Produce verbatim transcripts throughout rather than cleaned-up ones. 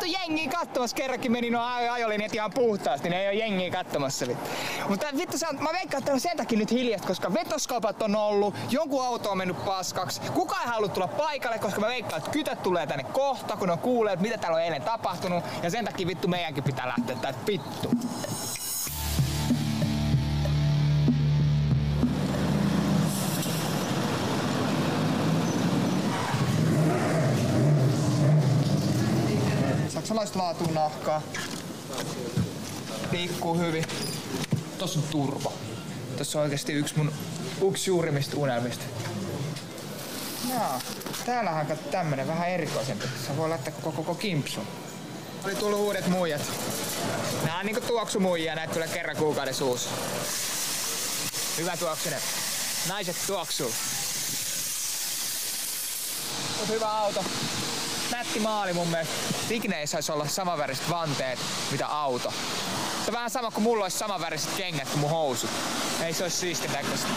jengiä katsomassa. Kerrankin meni no ajolinjat ihan puhtaasti, ne ei oo jengiä katsomassa vittu. Mutta vittu se on, mä veikkaan, että on sen takia nyt hiljasta, koska vetoskaupat on ollut, jonkun auto on mennyt paskaksi. Kukaan ei halua tulla paikalle, koska mä veikkaan, että kytöt tulee tänne kohta, kun ne kuulee, että mitä täällä on eilen tapahtunut. Ja sen takia vittu meidänkin pitää lähteä täältä vittu. Saksalaista laatuun nahkaa. Liikkuu hyvin. Tossa on turva. Tossa on oikeesti yksi mun yksi suurimmista unelmista. Jaa, täällähän on tämmönen vähän erikoisempi. Sä voi laittaa koko koko kimpsun. Oli tullut uudet muijat. Nää on niinku tuoksumuijia, näitä tulee kerran kuukaudessa uusi. Hyvä tuoksinen. Naiset tuoksuu. On hyvä auto. Nätti maali mun mielestä. Ikinä ei saisi olla samanväriset vanteet mitä auto. Se on vähän sama kuin mulla olisi samanväriset kengät kuin mun housut. Ei se olisi siistin näköistä.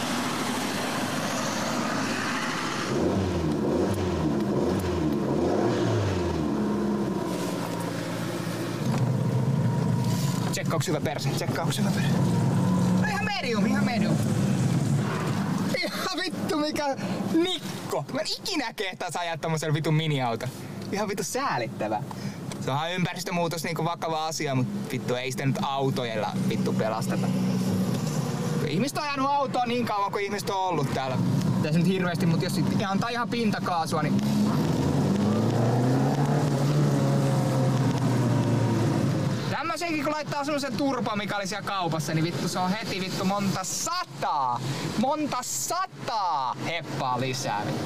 Tsekka onks hyvä perse? Tsekka onks hyvä perse? No ihan medium, ihan medium. Ihan vittu mikä nikko! Mä en ikinä kehtaisi ajaa tommosella vitun mini-auto. Ihan vittu säälittävä. Se onhan ympäristömuutos niinku vakava asia, mut vittu ei sitä nyt autoilla vittu pelasteta. Ihmiset on ajanut autoa niin kauan kuin ihmiset on ollut täällä. Tässä nyt hirveesti, mut jos antaa ihan pintakaasua, niin... Tämmösenkin kun laittaa semmosen turpa, mikä oli siellä kaupassa, niin vittu se on heti vittu monta sataa! Monta sataa heppaa lisää vittu.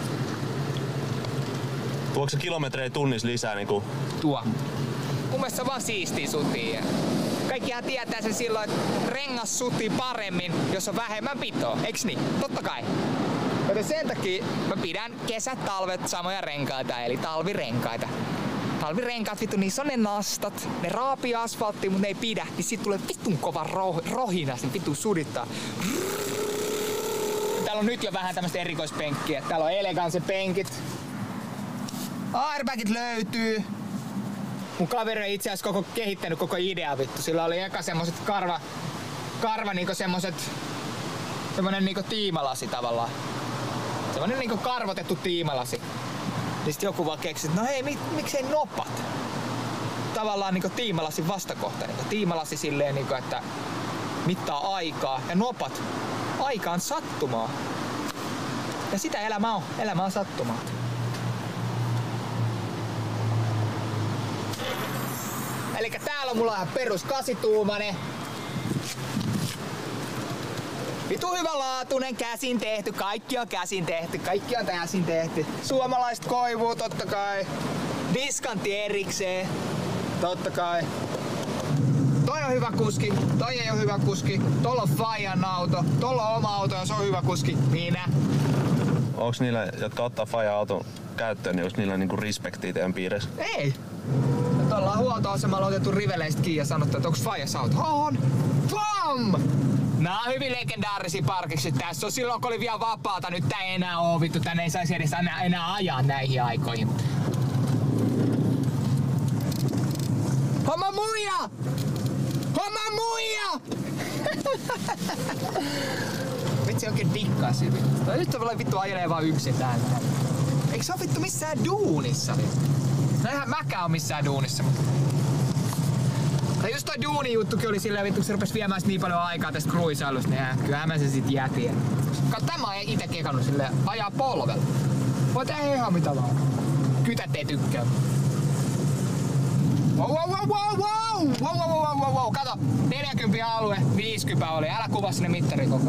Tuoks se kilometrejä tunnissa lisää niinku? Tuo. Mun mielestä se on vaan siistii sutia. Kaikkihan tietää sen silloin, että rengas sutii paremmin, jos on vähemmän pitoa. Eiks niin? Totta kai. Joten sen takia mä pidän kesät, talvet samoja renkaita, eli talvirenkaita. Talvirenkaat vittu, niissä on ne nastat, ne raapii asfalttia, mut ne ei pidä, niin sit tulee vittun kova roh- rohina, niin vittu sudittaa. Täällä on nyt jo vähän tämmöstä erikoispenkkiä. Täällä on Eleganse penkit. Airbagit löytyy. Mun kaveri on itse asiassa koko kehittänyt koko idea vittu. Sillä oli eka semmoset karva, karva niinku semmoset, semmonen niinku tiimalasi tavallaan. Semmonen niinku karvotettu tiimalasi. Ja sit joku vaan keksi, että no hei, mik, miksei nopat? Tavallaan niinku tiimalasin vastakohta. Niinku tiimalasi silleen niinku, että mittaa aikaa ja nopat. Aika on sattumaa. Ja sitä elämä on. Elämä on sattumaa. Elikkä täällä on mulla ihan perus kasituumainen. Vitu hyvälaatuinen, käsin tehty, kaikki on käsin tehty, kaikki on käsin tehty. Suomalaista koivua totta kai. Diskantti erikseen, totta kai. Toi on hyvä kuski, toi ei oo hyvä kuski. Tuolla on Fajan auto, tuolla on oma auto ja se on hyvä kuski. Minä. Onks niillä, jotka ottaa Fajan auton käyttöön, niin onks niillä niinku respektiä teidän piirissä? Ei. Tuolla on huoltoasemalla otettu riveleistä kiinni ja sanottu, että onks Fajas auto? On! Pam! Nää on hyvin legendaarisia parkiksi. Tässä on silloin, kun oli vielä vapaata. Nyt tää ei enää oo vittu. Tänne ei saisi edes enää, enää ajaa näihin aikoihin. Homma muija! Homma muija! Vitsi oikein dikkaa siitä vittu. Nyt se voi vittu ajelee vaan yksin täällä. Eikö se oo vittu missään duunissa vittu? No eihän mäkään oo missään duunissa. Tai just toi duuni juttukin oli silleen vittu, kun se rupes viemään niin paljon aikaa tästä kruisailusta, niin kyllähän mä sen sit jätin. Kato, tämä on ite kekannut silleen, ajaa polvella. Voi tehdä ihan mitä vaan. Kytät ei tykkää. Wow, wow, wow, wow, wow, wow, wow, wow, wow, wow. Kato, neljäkymmentä alue, viisikymmentä oli, älä kuvaa sinne mittarin koko.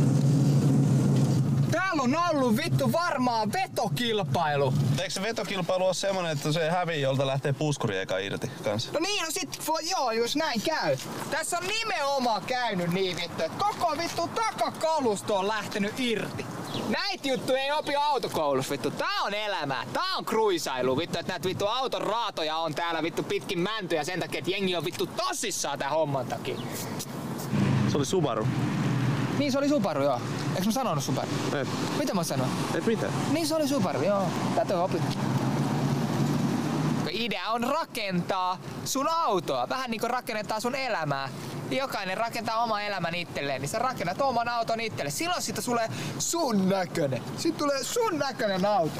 Täällä on ollut vittu varmaan vetokilpailu. Eikö se vetokilpailu ole semmonen, että se hävii, jolta lähtee puskuri eka irti kanssa? No niin, no sit voi, joo, jos näin käy. Tässä on nimenomaan käynyt niin vittu, että koko vittu takakalusto on lähtenyt irti. Näitä juttuja ei opi autokoulussa vittu. Tää on elämää. Tää on kruisailu vittu, että näitä vittu auton raatoja on täällä vittu pitkin mäntyjä sen takia, että jengi on vittu tosissaan tän homman takia. Se oli Subaru. Niin se oli Subaru, joo. Eiks mä sanonut Subaru? Et. Mitä mä sanoin? Et mitä? Niin se oli Subaru, joo. Tätä on opittu. idea on rakentaa sun autoa. Vähän niinku rakennetaan sun elämää. Jokainen rakentaa oma elämän itselleen, niin sä rakennat oman auton itselle. Silloin siitä tulee sun näköinen. Siitä tulee sun näköinen auto.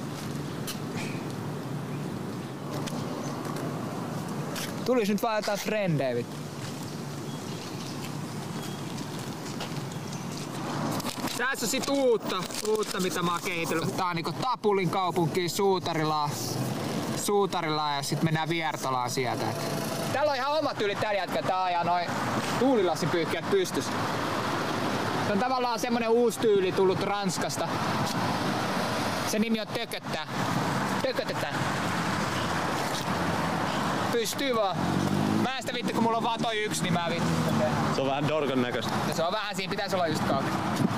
Tulis nyt vaan jotain frendejä, vittu. Tässä on sit uutta, uutta mitä mä oon kehitellyt. Tää on niinku Tapulin kaupunki Suutarilaa. Suutarilaa ja sit mennään Viertolaan sieltä. Täällä on ihan omat yli tällä jätkä. Tää ajaa noin tuulilassipyyhkiät pystys. Se on tavallaan semmonen uusi tyyli tullut Ranskasta. Se nimi on tököttää. Tökötetään. Pystyy vaan. Mä en sitä vittu kun mulla on vaan toi yksi, niin mä vittu. Se on vähän dorkan näköistä. Se on vähän, siinä pitäis olla just kaksi.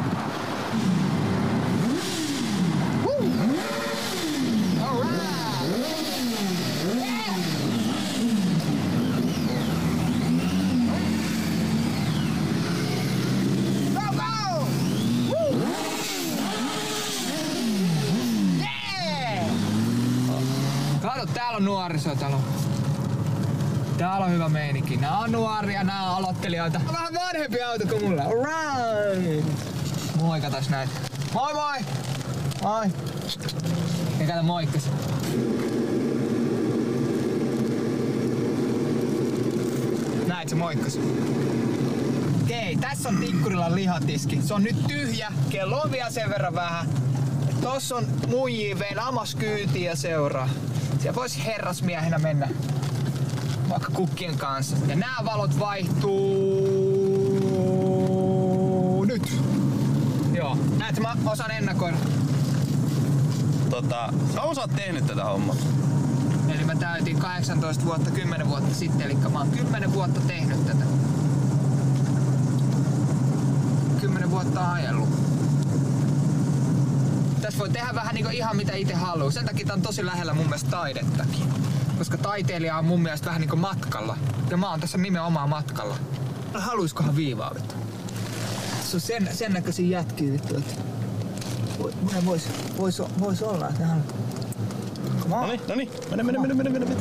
Kato, täällä on nuorisoa, täällä on. Täällä on hyvä meininki. Nää on nuoria, nää on aloittelijoita. Vähän vanhempi auto kuin mulla. Alright! Moikatas näitä. Moi moi! Moi! Ja kato moikkas. Näit se moikkas. Okei, tässä on Tikkurilan lihatiski. Se on nyt tyhjä. Kello on vielä sen verran vähän. Tossa on muijia vielä amas kyytiin ja seuraa. Siellä vois herrasmiehenä mennä vaikka kukkien kanssa. Ja nämä valot vaihtuu nyt. Joo, näet mä osaan ennakoida. Tota, kauan sä oot tehnyt tätä hommaa? Eli mä täytin kahdeksantoista vuotta, kymmenen vuotta sitten, eli mä oon kymmenen vuotta tehnyt tätä. kymmenen vuotta ajellut. Tässä voi tehdä vähän niinku ihan mitä itse haluaa. Sen takia tää on tosi lähellä mun mielestä taidettakin. Koska taiteilija on mun mielestä vähän niinku matkalla. Ja mä oon tässä nimenomaan matkalla. Haluiskohan viivaa vittu? Se on sen, sen näköisiä jätkiä vittu, että monen vois, vois, vois olla, että ne haluaa. Noniin, noniin. Mene, mene, mene, mene, mene, mene.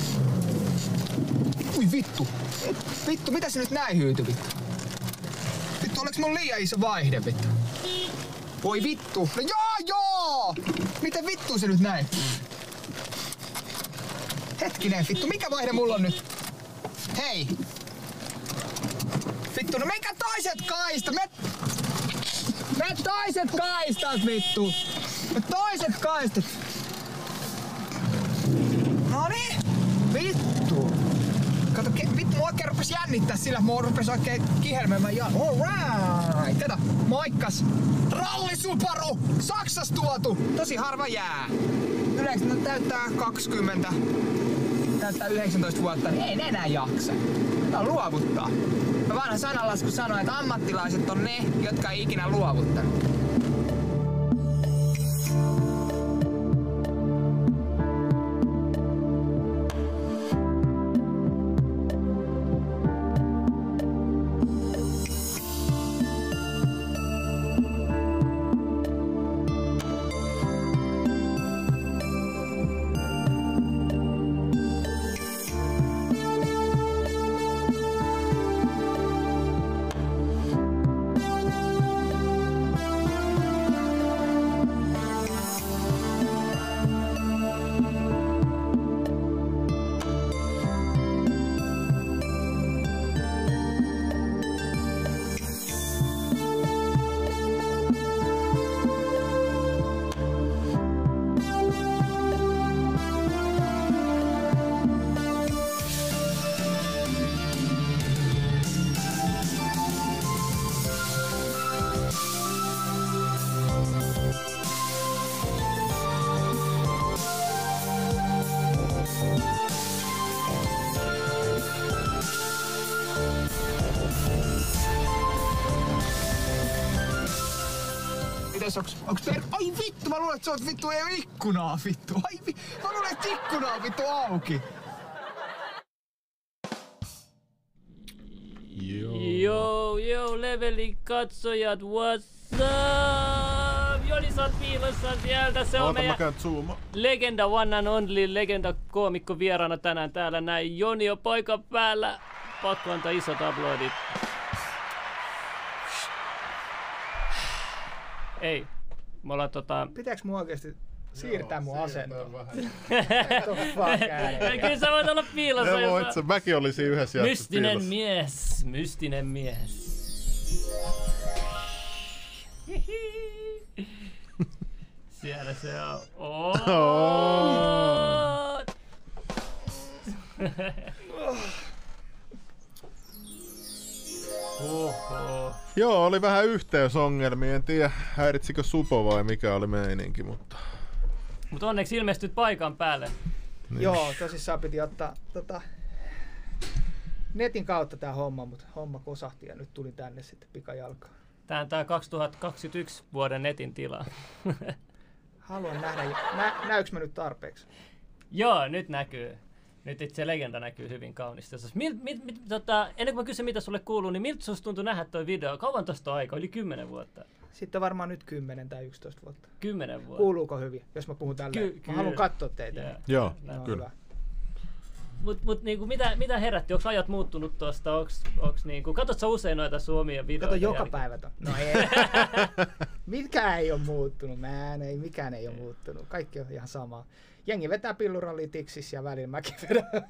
Ui vittu. Vittu, mitä se nyt näin hyytyi vittu? Vittu, oliks mun liian iso vaihde vittu? Voi vittu. No joo joo! Miten vittu se nyt näin? Hetkinen, vittu, mikä vaihde mulla on nyt? Hei! Vittu, no mikä toiset kaistat? Me... Me toiset kaistat, vittu! Me toiset kaistat! Noniin! Vittu! Kato, ke... vittu, mua oikein rupes jännittää sillä, mua rupes oikein kihelmäämään ja... Alright! Kato, moikkas! Ralli Subaru! Saksasta tuotu! Tosi harva jää. Yleensä ne täyttää kaksikymmentä. Täyttää yhdeksäntoista vuotta, niin ei ne enää jaksa. Tää luovuttaa. Ja vanha sananlasku sanoo, että ammattilaiset on ne, jotka ei ikinä luovuttanut. Onks, onks per... Ai vittu, mä luulen, että se on vittu ei oo ikkunaa vittu. Ai vi... Mä luulen, että ikkuna on vittu auki. Yo, yo, levelin katsojat, what's up? Joni, sä oot piilossa sieltä. Se on Oota, meidän mä käyn zoomaan. legenda one and only, legenda koomikko vieraana tänään täällä näin. Joni on paikan päällä. Pakko antaa isot aplodit. Ei. Me ollaan tota... Pitääks mun oikeesti siirtää Joo, mun siirtää asentoa? vähän. Kyllä sä voit olla piilossa. Ne voit sä. Mäkin olisin yhdessä jaksossa Mystinen piilossa. mies. Mystinen mies. Siellä se on. Oh. Oh. Oho. Joo, oli vähän yhteysongelmia. En tiedä, häiritsikö Supo vai mikä oli meininki, mutta... Mut onneksi ilmestyt paikan päälle. Niin. Joo, tosissaan piti ottaa tota, netin kautta tää homma, mutta homma kosahti ja nyt tuli tänne sitten pikajalkaan. Tää on tää kaksituhattakaksikymmentäyksi vuoden netin tila. Haluan nähdä, nä, näyks mä nyt tarpeeksi? Joo, nyt näkyy. Nyt itse legenda näkyy hyvin kauniisti. Mil, mit, mit, tota, ennen kuin mä kysyn, mitä sulle kuuluu, niin miltä susta tuntui nähdä toi video? Kauan tosta aika? Yli kymmenen vuotta. Sitten on varmaan nyt kymmenen tai yksitoista vuotta. Kymmenen vuotta. Kuuluuko hyvin, jos mä puhun tälleen? Ky- mä haluan katsoa teitä. Yeah. Joo, No, kyllä. hyvä. Mut, mut niinku, mitä, mitä herätti? Onko ajat muuttunut tuosta? Onks, onks niinku, katsot sä usein noita suomia videoita? Kato joka jälkeen? päivä ton. No ei. Mikään ei ole muuttunut. Mä en, ei, mikään ei ole muuttunut. Kaikki on ihan sama. Jengi vetää pillurallia tiksissä ja välillä mäkin vedän.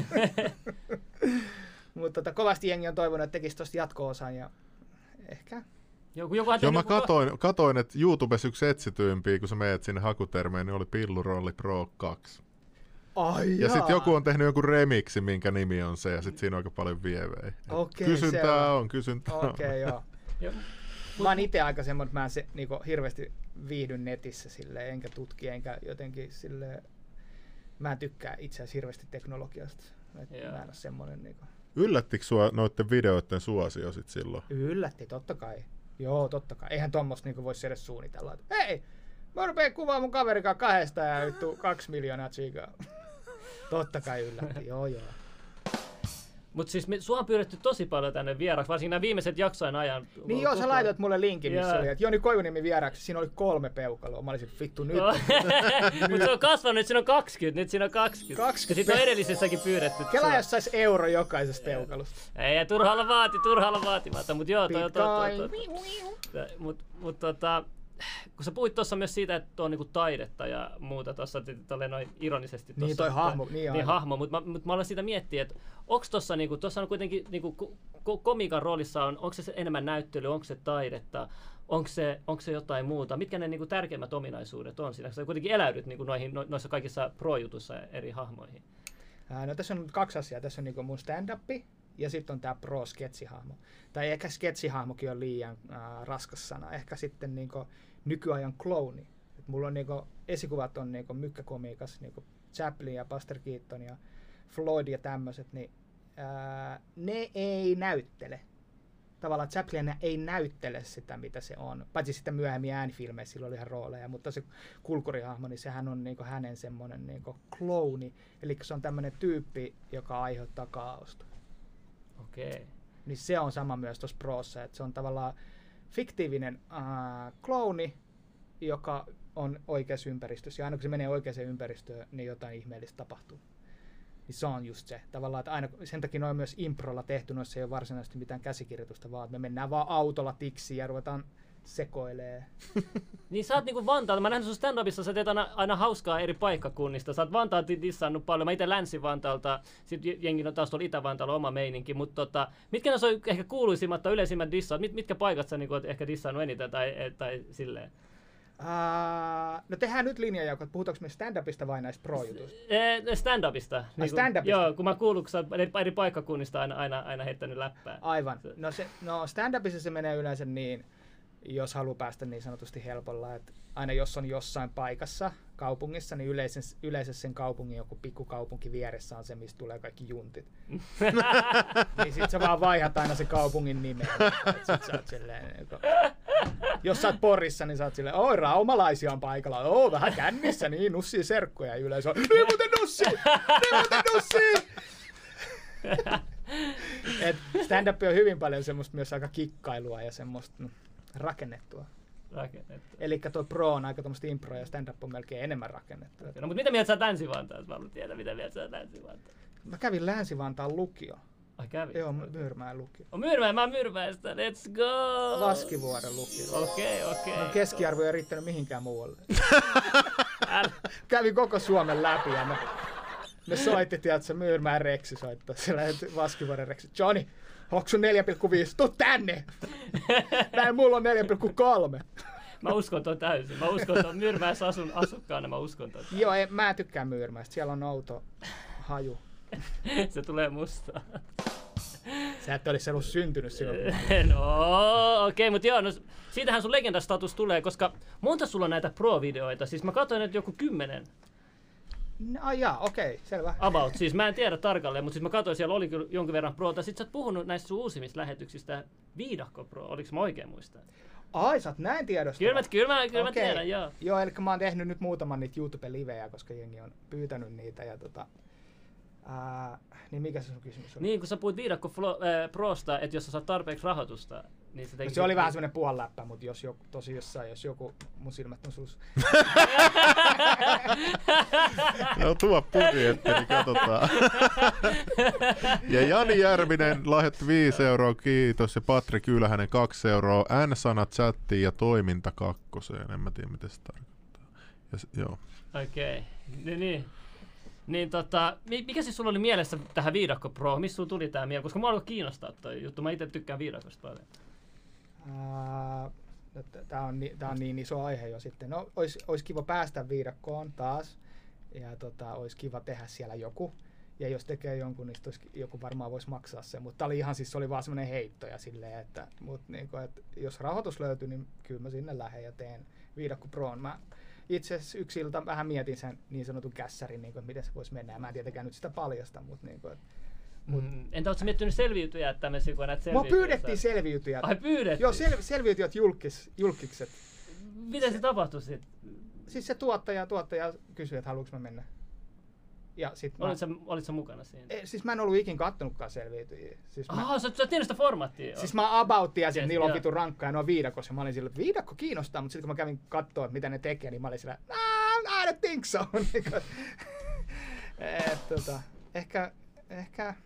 Mutta tota, kovasti jengi on toivonut, että tekisi tosta jatko-osan ja ehkä. Joku, joku Joo, mä katoin, katoin, että YouTubessa yksi etsityimpiä, kun sä meet sinne hakutermeen, niin oli Pillurolli Pro kaksi. Ai Ja sitten joku on tehnyt joku remixi, minkä nimi on se, ja sitten siinä on aika paljon vievejä. Okei, kysyntää selvä. on, kysyntää on. Okei, joo. Jo, Mä oon ite aika semmoinen, että mä en se, niinku, hirveästi viihdyn netissä silleen, enkä tutki, enkä jotenkin silleen, mä en tykkää itse asiassa hirveästi teknologiasta. Et Joo. mä en ole semmoinen niinku. Yllättikö sua noitten videoiden suosio sit silloin? Yllätti, totta kai. Joo, totta kai. Eihän tommoista niinku voisi edes suunnitella. Että, hei, mä rupeen kuvaa mun kaverikaan kahdesta ja vittu kaksi miljoonaa tsiikaa. Totta kai yllätti, joo joo. Mut siis me, sua on pyydetty tosi paljon tänne vieraaksi, varsinkin nämä viimeiset jaksojen ajan. Niin joo, sä laitoit mulle linkin, missä Joo. oli, että Joni Koivuniemi vieraaksi, siinä oli kolme peukaloa. Mä olisin, vittu nyt. Mutta se on kasvanut, nyt siinä on kaksikymmentä, nyt siinä on kaksikymmentä. kaksikymmentä. Ja sit on edellisessäkin pyydetty. Kela jos sais euro jokaisesta peukalosta. Ei, ei turha olla vaati, turha olla vaatimatta, mut joo, toi, toi, toi, toi, Bitcoin. toi. Mut, mut tota, kun sä puhuit tuossa myös siitä, että on niinku taidetta ja muuta tuossa, tolleen noin ironisesti tossa. Niin toi mutta- hahmo, niin Niin aivan. hahmo, mutta mä, mut mä aloin siitä miettiä, että onko tuossa niinku, tossa on kuitenkin niinku, ko- ko- komiikan roolissa on, onko se enemmän näyttely, onko se taidetta, onko se, onko se jotain muuta, mitkä ne niinku tärkeimmät ominaisuudet on siinä, sä kuitenkin eläydyt niinku noihin, no, noissa kaikissa pro-jutuissa eri hahmoihin. Ää, No tässä on nyt kaksi asiaa. Tässä on niinku mun stand-up ja sitten on tää pro-sketsihahmo. Tai ehkä sketsihahmokin on liian ää, raskas sana. Ehkä sitten niinku nykyajan klooni. Et mulla on niinku, esikuvat on niinku mykkäkomiikas, niinku Chaplin ja Buster Keaton ja Floyd ja tämmöiset, niin ää, ne ei näyttele. Tavallaan Chaplin ei näyttele sitä, mitä se on. Paitsi sitten myöhemmin äänifilmeissä sillä oli ihan rooleja, mutta se kulkurihahmo, niin sehän on niinku hänen semmoinen niinku klooni. Eli se on tämmöinen tyyppi, joka aiheuttaa kaaosta. Okei. Okay. Niin se on sama myös tuossa proossa, että se on tavallaan fiktiivinen äh, klooni, joka on oikeassa ympäristössä. Ja aina kun se menee oikeaan ympäristöön, niin jotain ihmeellistä tapahtuu. Niin se on just se. Tavallaan, että aina, sen takia ne on myös improlla tehty, noissa ei ole varsinaisesti mitään käsikirjoitusta, vaan että me mennään vaan autolla tiksiin ja ruvetaan sekoilee. Niin sä oot niinku Vantaalta, mä nähnyt sun stand-upissa, sä teet aina, aina hauskaa eri paikkakunnista. Sä oot Vantaalta dissannut paljon, mä ite Länsi-Vantaalta, sit jengi on taas tuolla Itä-Vantaalla oma meininki, mutta tota, mitkä ne on ehkä kuuluisimmat tai yleisimmät dissaat, Mit, mitkä paikat sä niinku oot ehkä dissannut eniten tai, tai silleen? Uh, no tehdään nyt linjajaukot, puhutaanko me stand-upista vai näistä pro-jutuista? Eh, Stand-upista. Niin kun- stand-upista? Joo, kun mä kuulun, kun sä oot eri, eri paikkakunnista aina, aina, aina heittänyt läppää. Aivan. No, se, no stand-upissa se menee yleensä niin, jos haluaa päästä niin sanotusti helpolla, että aina jos on jossain paikassa kaupungissa, niin yleensä, yleensä sen kaupungin joku pikkukaupunki vieressä on se, mistä tulee kaikki juntit. Niin sit sä vaan vaihdat aina se kaupungin nimen. Et sit sä oot silleen, niin kun, jos sä oot Porissa, niin sä oot silleen, oi raumalaisia on paikalla, oo vähän kännissä, niin nussii serkkuja ja yleensä on, niin muuten nussii, niin muuten nussii. Et stand-up on hyvin paljon semmoista myös aika kikkailua ja semmoista no, rakennettua. Rakennettu. Eli toi pro on aika tommoista impro ja stand-up on melkein enemmän rakennettu. No mutta mitä mieltä sä oot Länsi-Vantaasta? Mä haluan tietää, mitä mieltä sä oot Länsi-Vantaasta. Mä kävin Länsi-Vantaan lukio. Ai kävit? Joo, Myyrmäen lukio. On Myyrmäen, mä oon Myyrmäestä, let's go! Vaskivuoren lukio. Okei, okei. Mun keskiarvo ei riittänyt mihinkään muualle. Kävin koko Suomen läpi ja me, me soitti, tiedätkö, Myyrmäen Reksi soittaa. Se lähti Vaskivuoren Reksi. Johnny, onko sun neljä pilkku viisi? Tuu tänne! Näin mulla on neljä pilkku kolme. Mä uskon ton täysin. Mä uskon ton Myyrmäessä asun asukkaana, mä uskon ton. Joo, ei, mä tykkään Myyrmäestä. Siellä on outo haju. Se tulee musta. Sä et olisi ollut syntynyt silloin. No, okei, okay, mutta joo, no, siitähän sun legendastatus tulee, koska monta sulla on näitä pro-videoita? Siis mä katsoin, että joku kymmenen. No jaa, okei, okay, selvä. About, siis mä en tiedä tarkalleen, mutta siis mä katsoin, siellä oli kyllä jonkin verran prota. Sitten sä oot puhunut näistä sun uusimmista lähetyksistä Viidakko Pro, oliko mä oikein muistaa? Ai, sä oot näin tiedostava. Kyllä mä, kyllä mä, kyllä okay. mä tiedän, joo. Joo, eli mä oon tehnyt nyt muutaman niitä YouTube-livejä, koska jengi on pyytänyt niitä ja tota... Ää, niin mikä se sun kysymys oli? Niin, kun sä puhuit Viidakko äh, Prosta, että jos sä saat tarpeeksi rahoitusta, niin se tekee... Se oli vähän semmonen puoliläppä, mutta jos joku, tosi jossain, jos joku, mun silmät on sus. No tuo budjetti, niin katsotaan. Ja Jani Järvinen lahjoitti viisi euroa, kiitos. Ja Patrik Ylhänen kaksi euroa. N-sana chattiin ja toiminta kakkoseen. En mä tiedä, mitä se tarkoittaa. Ja, joo. Okei, okay. niin, niin. Niin tota, mikä siis sulla oli mielessä tähän Viidakko Pro? Missä sulla tuli tää mieleen? Koska mua alkoi kiinnostaa toi juttu. Mä itse tykkään Viidakosta paljon. Ää, tää, on, tää on niin iso aihe jo sitten. No, ois, ois kiva päästä Viidakkoon taas. Ja tota, ois kiva tehdä siellä joku. Ja jos tekee jonkun, niin ois, joku varmaan voisi maksaa sen. Mutta oli ihan siis, se oli vaan semmonen heitto ja silleen, että mut niinku, et jos rahoitus löytyy, niin kyllä mä sinne lähden ja teen Viidakko Proon. Mä itse asiassa yksi ilta vähän mietin sen niin sanotun kässärin, niin kuin, että miten se voisi mennä. Ja mä en tietenkään nyt sitä paljasta, mutta... Niin kuin, mut... Mm. Entä ootko miettinyt selviytyjä tämmöisiä, kun näitä selviytyjä? Mua pyydettiin selviytyjät. Ai pyydettiin? Joo, sel- selviytyjät julkis, julkikset. Miten se tapahtui sitten? Siis se tuottaja, tuottaja kysyi, että haluanko mä mennä. Ja sit mä... Olit sä, olit sä mukana siinä? Ei, siis mä en ollut ikin kattonutkaan selviytyjiä. Siis mä... Aha, sä, sä tiedät sitä formaattia. Siis mä about tiesin, että niillä on joo. vitu rankkaa ja ne on viidakossa. Ja mä olin sillä, että viidakko kiinnostaa, mutta sitten kun mä kävin kattoo, että mitä ne tekee, niin mä olin sillä, I don't think so. Et, tota, ehkä, ehkä,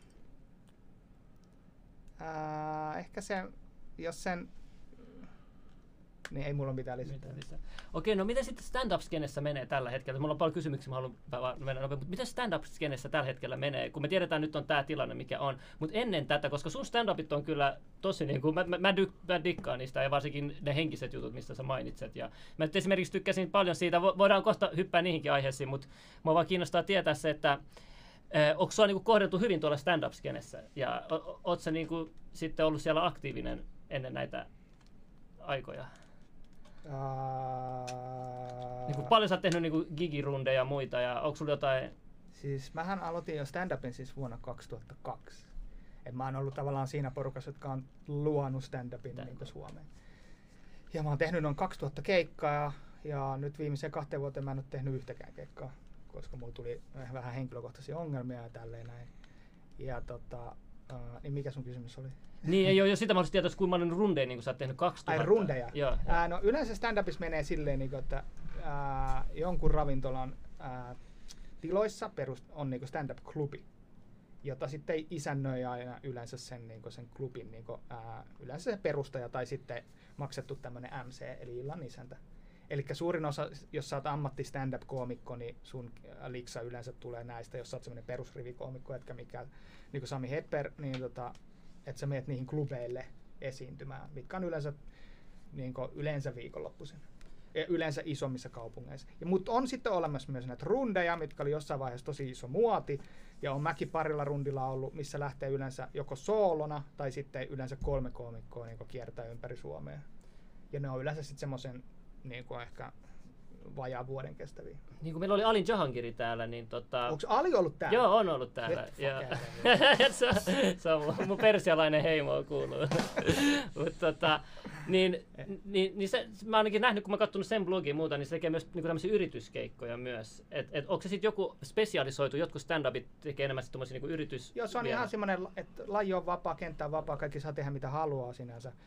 ää, ehkä se, jos sen, niin ei mulla ole mitään lisätä. Okei, no miten sitten stand-up-skenessä menee tällä hetkellä? Mulla on paljon kysymyksiä, mä haluan mennä nopeasti, mutta miten stand-up-skenessä tällä hetkellä menee? Kun me tiedetään, nyt on tää tilanne, mikä on. Mutta ennen tätä, koska sun stand-upit on kyllä tosi niin kuin, mä, mä, mä, dyk, mä dikkaan niistä ja varsinkin ne henkiset jutut, mistä sä mainitset. Ja mä esimerkiksi tykkäsin paljon siitä, voidaan kohta hyppää niihinkin aiheisiin, mutta mua vaan kiinnostaa tietää se, että Eh, onko sua niinku kohdeltu hyvin tuolla stand-up-skenessä? Ja o, oot sä niinku sitten ollut siellä aktiivinen ennen näitä aikoja? Uh... Niinku paljon sä oot tehnyt niinku gigirundeja ja muita, ja onko sulla jotain... Siis mähän aloitin jo stand-upin siis vuonna kaksituhattakaksi. Et mä oon ollut tavallaan siinä porukassa, jotka on luonut stand-upin niin Suomeen. Ja mä oon tehnyt noin kaksituhatta keikkaa, ja nyt viimeiseen kahteen vuoteen mä en ole tehnyt yhtäkään keikkaa, koska mulla tuli vähän henkilökohtaisia ongelmia ja tälleen näin. Ja tota, uh, niin mikä sun kysymys oli? Niin, ei ole jo sitä mahdollista tietää, kuinka paljon rundeja niin sä oot tehnyt kaksituhatta. Ai rundeja? Joo. Ää, no yleensä stand-upissa menee silleen, niin kuin, että ää, jonkun ravintolan ää, tiloissa perust, on niin stand-up-klubi, jota sitten isännöi aina yleensä sen, niin sen klubin, niin kuin, ää, yleensä se perustaja tai sitten maksettu tämmöinen M C, eli illan isäntä. Eli suurin osa, jos sä oot ammatti stand-up-koomikko, niin sun liksa yleensä tulee näistä, jos sä oot semmoinen perusrivikoomikko, etkä mikä, niin kuin Sami Hedberg, niin tota, että sä meet niihin klubeille esiintymään, mitkä on yleensä, niin kuin, yleensä viikonloppuisin. Ja yleensä isommissa kaupungeissa. Ja, mutta on sitten olemassa myös näitä rundeja, mitkä oli jossain vaiheessa tosi iso muoti, ja on mäkin parilla rundilla ollut, missä lähtee yleensä joko soolona, tai sitten yleensä kolme koomikkoa niin kuin kiertää ympäri Suomea. Ja ne on yleensä sitten semmoisen niin kuin ehkä vajaa vuoden kestäviä. Niin kuin meillä oli Alin Jahangiri täällä, niin tota... Onko Ali ollut täällä? Joo, on ollut täällä. se, se on mun, mun persialainen heimo kuuluu. Mut tota, niin, niin, niin se, mä oon ainakin nähnyt, kun mä oon kattonut sen blogin ja muuta, niin se tekee myös niin tämmöisiä yrityskeikkoja myös. Et, et, onko se sitten joku spesialisoitu, jotkut stand-upit tekee enemmän sitten tommosia niin yritys... Joo, se on vielä ihan semmoinen, että laji on vapaa, kenttä on vapaa, kaikki saa tehdä mitä haluaa sinänsä.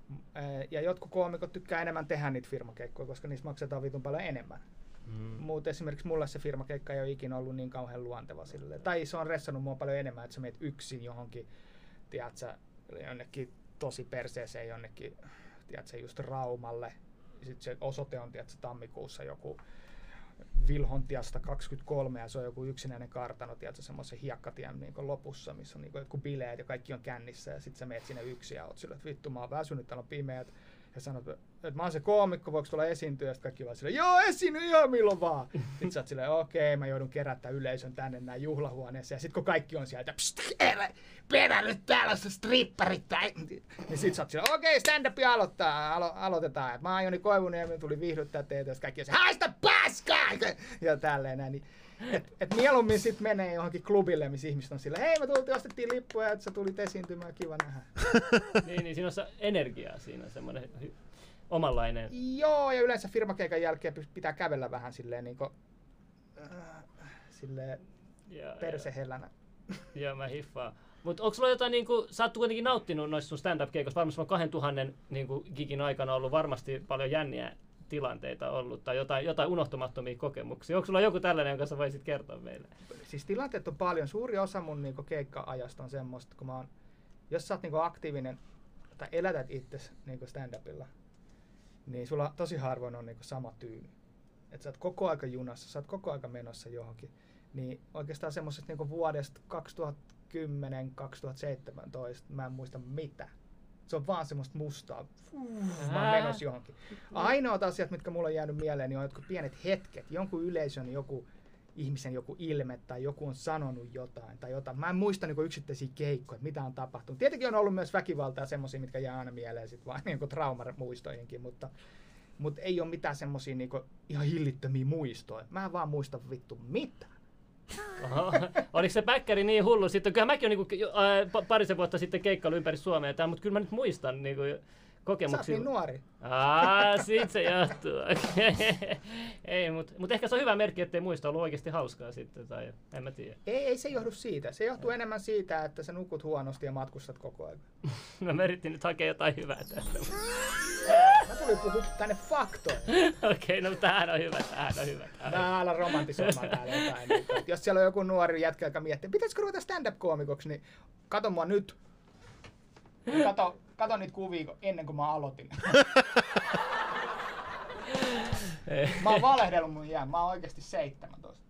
Ja jotkut koomikot tykkää enemmän tehdä niitä firmakeikkoja, koska niissä maksetaan vitun paljon enemmän. Mm. Mutta esimerkiksi mulle se firmakeikka ei ole ikinä ollut niin kauhean luonteva silleen. Tai se on ressannut mua paljon enemmän, että sä meet yksin johonkin, tiedätkö, jonnekin tosi perseeseen jonnekin, tiedätkö, just Raumalle. Sitten se osoite on, tiedätkö, tammikuussa joku Vilhontiasta kaksikymmentäkolme ja se on joku yksinäinen kartano, tiedätkö, semmoisen hiekkatien niin lopussa, missä on niin jotkut bileet ja kaikki on kännissä ja sitten sä meet sinne yksin ja oot sillä, että vittu mä oon väsynyt, täällä on pimeät. Ja sanot, että mä oon se koomikko, voiko tulla esiintyä? Ja sitten kaikki vaan silleen, joo, esiinny ihan milloin vaan. Sitten sä oot silleen, okei, mä joudun kerätä yleisön tänne näin juhlahuoneeseen. Ja sitten kun kaikki on sieltä, pst, perä nyt täällä se stripparit. Niin sit sä oot silleen, okei, stand-up aloittaa, alo- aloitetaan. Et mä oon Joni Koivunen ja tuli viihdyttää teitä. Ja kaikki on se, haista paskaa! Ja tälleen näin. Niin, et, et mieluummin sit menee johonkin klubille, missä ihmiset on silleen, hei, me tultiin, ostettiin lippuja, että sä tulit esiintymään, kiva nähdä. niin, niin siinä on se energiaa siinä, semmoinen hy- omanlainen. Joo, ja yleensä firmakeikan jälkeen pitää kävellä vähän silleen niinku, äh, silleen ja, persehellänä. Joo, mä hiffaan. Mutta onko sulla jotain, niinku, sä oot kuitenkin nauttinut noista sun stand-up-keikoista, varmasti on kahden tuhannen niinku, gigin aikana ollut varmasti paljon jänniä tilanteita ollut, tai jotain, jotain unohtumattomia kokemuksia. Onko sulla joku tällainen, jonka sä voisit kertoa meille? Siis tilanteet on paljon. Suuri osa mun niinku, keikka-ajasta on semmoista, kun mä oon, jos sä oot niinku, aktiivinen tai elätät itses niinku, stand-upilla, niin sulla tosi harvoin on niinku, sama tyyli. Että sä oot koko aika junassa, sä oot koko aika menossa johonkin. Niin oikeastaan semmoisesta niinku, vuodesta kaksituhattakymmenen kaksituhattaseitsemäntoista mä en muista mitä. Se on vaan semmoista mustaa. Uff, mä oon menossa johonkin. Ainoat asiat, mitkä mulla on jäänyt mieleen, niin on jotkut pienet hetket. Jonkun yleisön, joku ihmisen joku ilme tai joku on sanonut jotain tai jotain. Mä en muista niin yksittäisiä keikkoja, mitä on tapahtunut. Tietenkin on ollut myös väkivaltaa semmoisia, mitkä jää aina mieleen sit vaan niin traumamuistoihinkin, mutta, mutta ei ole mitään semmoisia niin ihan hillittömiä muistoja. Mä en vaan muista vittu mitään. Oho. Oliko se päkkäri niin hullu sitten? Kyllä mäkin olen niin äh, parisen vuotta sitten keikkailu ympäri Suomea, tää, mutta kyllä mä nyt muistan niin kuin, kokemuksia. Sä oot niin nuori. Aa, siitä se johtuu. Ei, mutta mut ehkä se on hyvä merkki, ettei muista ollut oikeasti hauskaa sitten, tai en mä tiedä. Ei, ei se johdu siitä. Se johtuu enemmän siitä, että sä nukut huonosti ja matkustat koko ajan. No mä yritin nyt hakea jotain hyvää tästä. Mä tulin puhua tänne faktoja. Okei, okay, no tämähän on hyvä, tämähän on hyvä. Mä alan romantisoimaan täällä jotain. Niin, jos siellä on joku nuori jätkä, joka miettii, pitäisikö ruveta stand-up-koomikoksi, niin kato mua nyt. Kato, kato niitä kuvia ennen kuin mä aloitin. Mä oon valehdellut mun iän, mä oon oikeesti seitsemäntoista.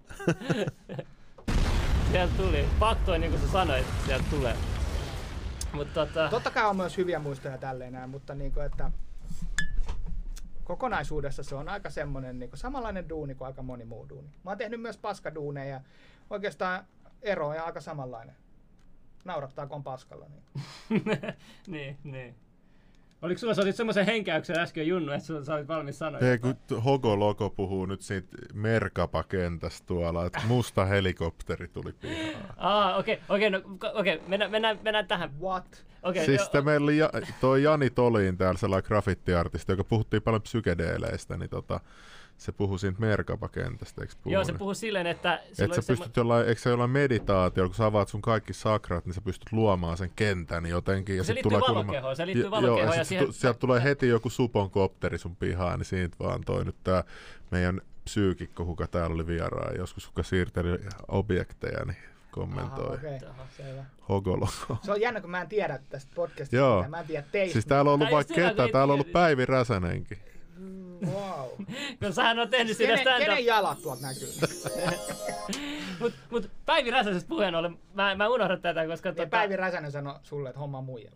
Sieltä tuli. Faktoin niin kuin sä sanoit, sieltä tulee. Mut tota... Totta kai on myös hyviä muistoja tälleen näin, mutta niinku, että kokonaisuudessa se on aika semmonen niinku samanlainen duuni kuin aika moni muu duuni. Mä oon tehnyt myös paskaduuneja ja oikeastaan ero on aika samanlainen. Naurattaa kun on paskalla. Niin, niin, niin. Oliko sulla, sä otit semmoisen henkäyksen äsken Junnu, että sä olit valmis sanoa? Ei, kun Hogo Logo puhuu nyt siitä Merkapa-kentästä tuolla, että musta helikopteri tuli pihaan. Aa, okei, okay, okei, okay, no, okay. mennään, mennään, mennään tähän. What? Okay, siis jo, meillä oli ja, toi Jani Tolin täällä sellainen graffiti-artisti, joka puhuttiin paljon psykedeeleistä, niin tota, se puhui siitä Merkapa-kentästä, eikö puhu? Joo, se puhui silleen, että... Et sä pystyt jollain, eikö se jollain meditaatiolla, kun sä avaat sun kaikki sakrat, niin sä pystyt luomaan sen kentän jotenkin. Ja se liittyy valokehoon, se liittyy valokehoon. Joo, ja siihen... sieltä tulee heti joku supon kopteri sun pihaan, niin siitä vaan toi nyt tää meidän psyykikko, kuka täällä oli vieraan, joskus kuka siirteli objekteja, niin kommentoi. Aha, okay. Hogologo. Se on jännä, kun mä en tiedä tästä podcastista, joo. Mä en tiedä teistä. Siis täällä on ollut vaikka ketä, täällä on ollut Päivi Räsänenkin. Wow. No sähän on tehnyt sitä stand-up. Kenen jalat tuolta näkyy? mut, mut Päivi Räsäsestä puheen ollen, mä, mä unohdan tätä, koska... Tota... Päivi Räsänen sanoi sulle, että homma on muija.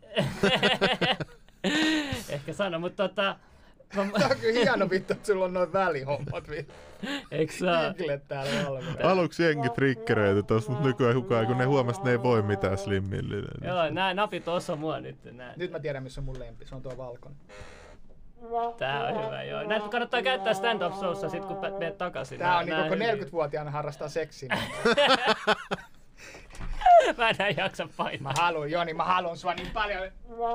Ehkä sano, mutta tota... Mä... Se on kyllä hieno vittu, että sulla on noin välihommat vittu. Eikö saa? Kiklet täällä valmiina. Aluksi jengi triggeröity tossa, mutta nykyään kukaan, kun ne huomasi, että ne ei voi mitään slimmillinen. Niin. Joo, nää napit osa mua nyt. Nää. Nyt mä tiedän, missä on mun lempi. Se on tuo valkoinen. Tää on hyvä, joo. Näitä kannattaa käyttää stand-up showssa sit, kun menet takaisin. Tää on niinku, kun neljäkymmentävuotiaana harrastaa seksiä. Mä enää jaksa painaa. Mä haluun, Joni, mä haluun sua niin paljon.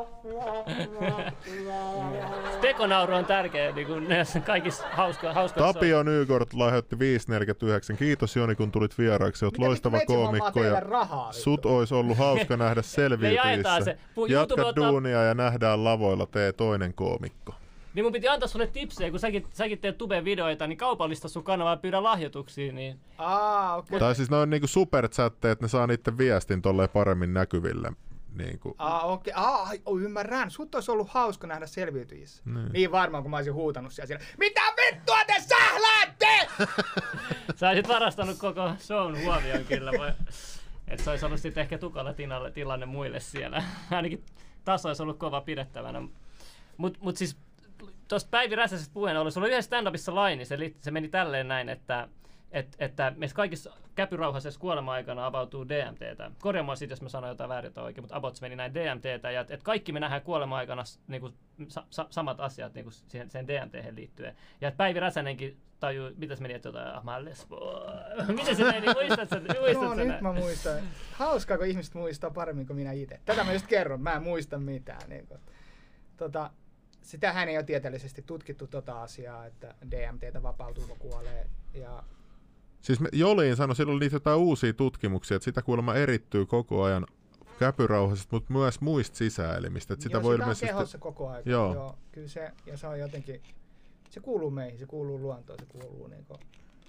Tekonauru on tärkeä, niin kuin ne kaikissa hauska, hauska Tapio Nykort lahjoitti viisi neljäkymmentäyhdeksän. Kiitos Joni, kun tulit vieraaksi. Oot Mitä loistava vittu, koomikko ja rahaa, sut ois ollut hauska nähdä selviytyissä. se. Jatka ottaa... duunia ja nähdään lavoilla, tee toinen koomikko. Niin mun piti antaa sulle tipsejä, kun säkin, säkin teet Tube-videoita, niin kaupallista sun kanavaa ja pyydä lahjoituksia. Niin... Aa, okei. Okay. Tai siis ne on niinku superchatteet, ne saa niitten viestin tolleen paremmin näkyville. Niinku. Aa, okei. Okay. Aa, oh, ymmärrän. Sut olisi ollut hauska nähdä selviytyjissä. Niin. niin varmaan, kun mä olisin huutanut siellä. siellä. Mitä vittua te sähläätte? Sä olisit varastanut koko shown huomioon kyllä. Vai... Et se olisi ollut sitten ehkä tukala tinalle, tilanne muille siellä. Ainakin taso olisi ollut kova pidettävänä. Mut, mut siis tuosta Päivi Räsäsestä puheen ollen, sulla oli yhdessä stand-upissa laini, se, se meni tälleen näin, että et, että meistä kaikissa käpyrauhaisessa kuolema-aikana avautuu D M T:tä. Korjaa mua sit, jos mä sanon jotain väärin tai oikein, mutta about se meni näin D M T:tä, ja että kaikki me nähdään kuolema-aikana niinku, sa, sa, samat asiat niinku siihen, siihen D M T:hen liittyen. Ja että Päivi Räsänenkin tajuu, mitä se meni, että jotain, ah mä oon lesbo. Miten se meni, muistat sen? No nyt mä muistan. Hauskaa, kun ihmiset muistaa paremmin kuin minä itse. Tätä mä just kerron, mä en muista mitään. Niin kuin. Tota, sitähän ei ole tieteellisesti tutkittu tota asiaa, että D M T:tä vapautuu, kun kuolee. Ja... Siis me, Joliin sanoi, sillä oli niitä jotain uusia tutkimuksia, että sitä kuulemma erittyy koko ajan käpyrauhasesta, mutta myös muista sisäelimistä. Että sitä Joo, voi sitä ilmeisesti... on kehossa koko ajan. Joo. Joo, kyllä se, ja se on jotenkin, se kuuluu meihin, se kuuluu luontoon, se kuuluu niin kuin...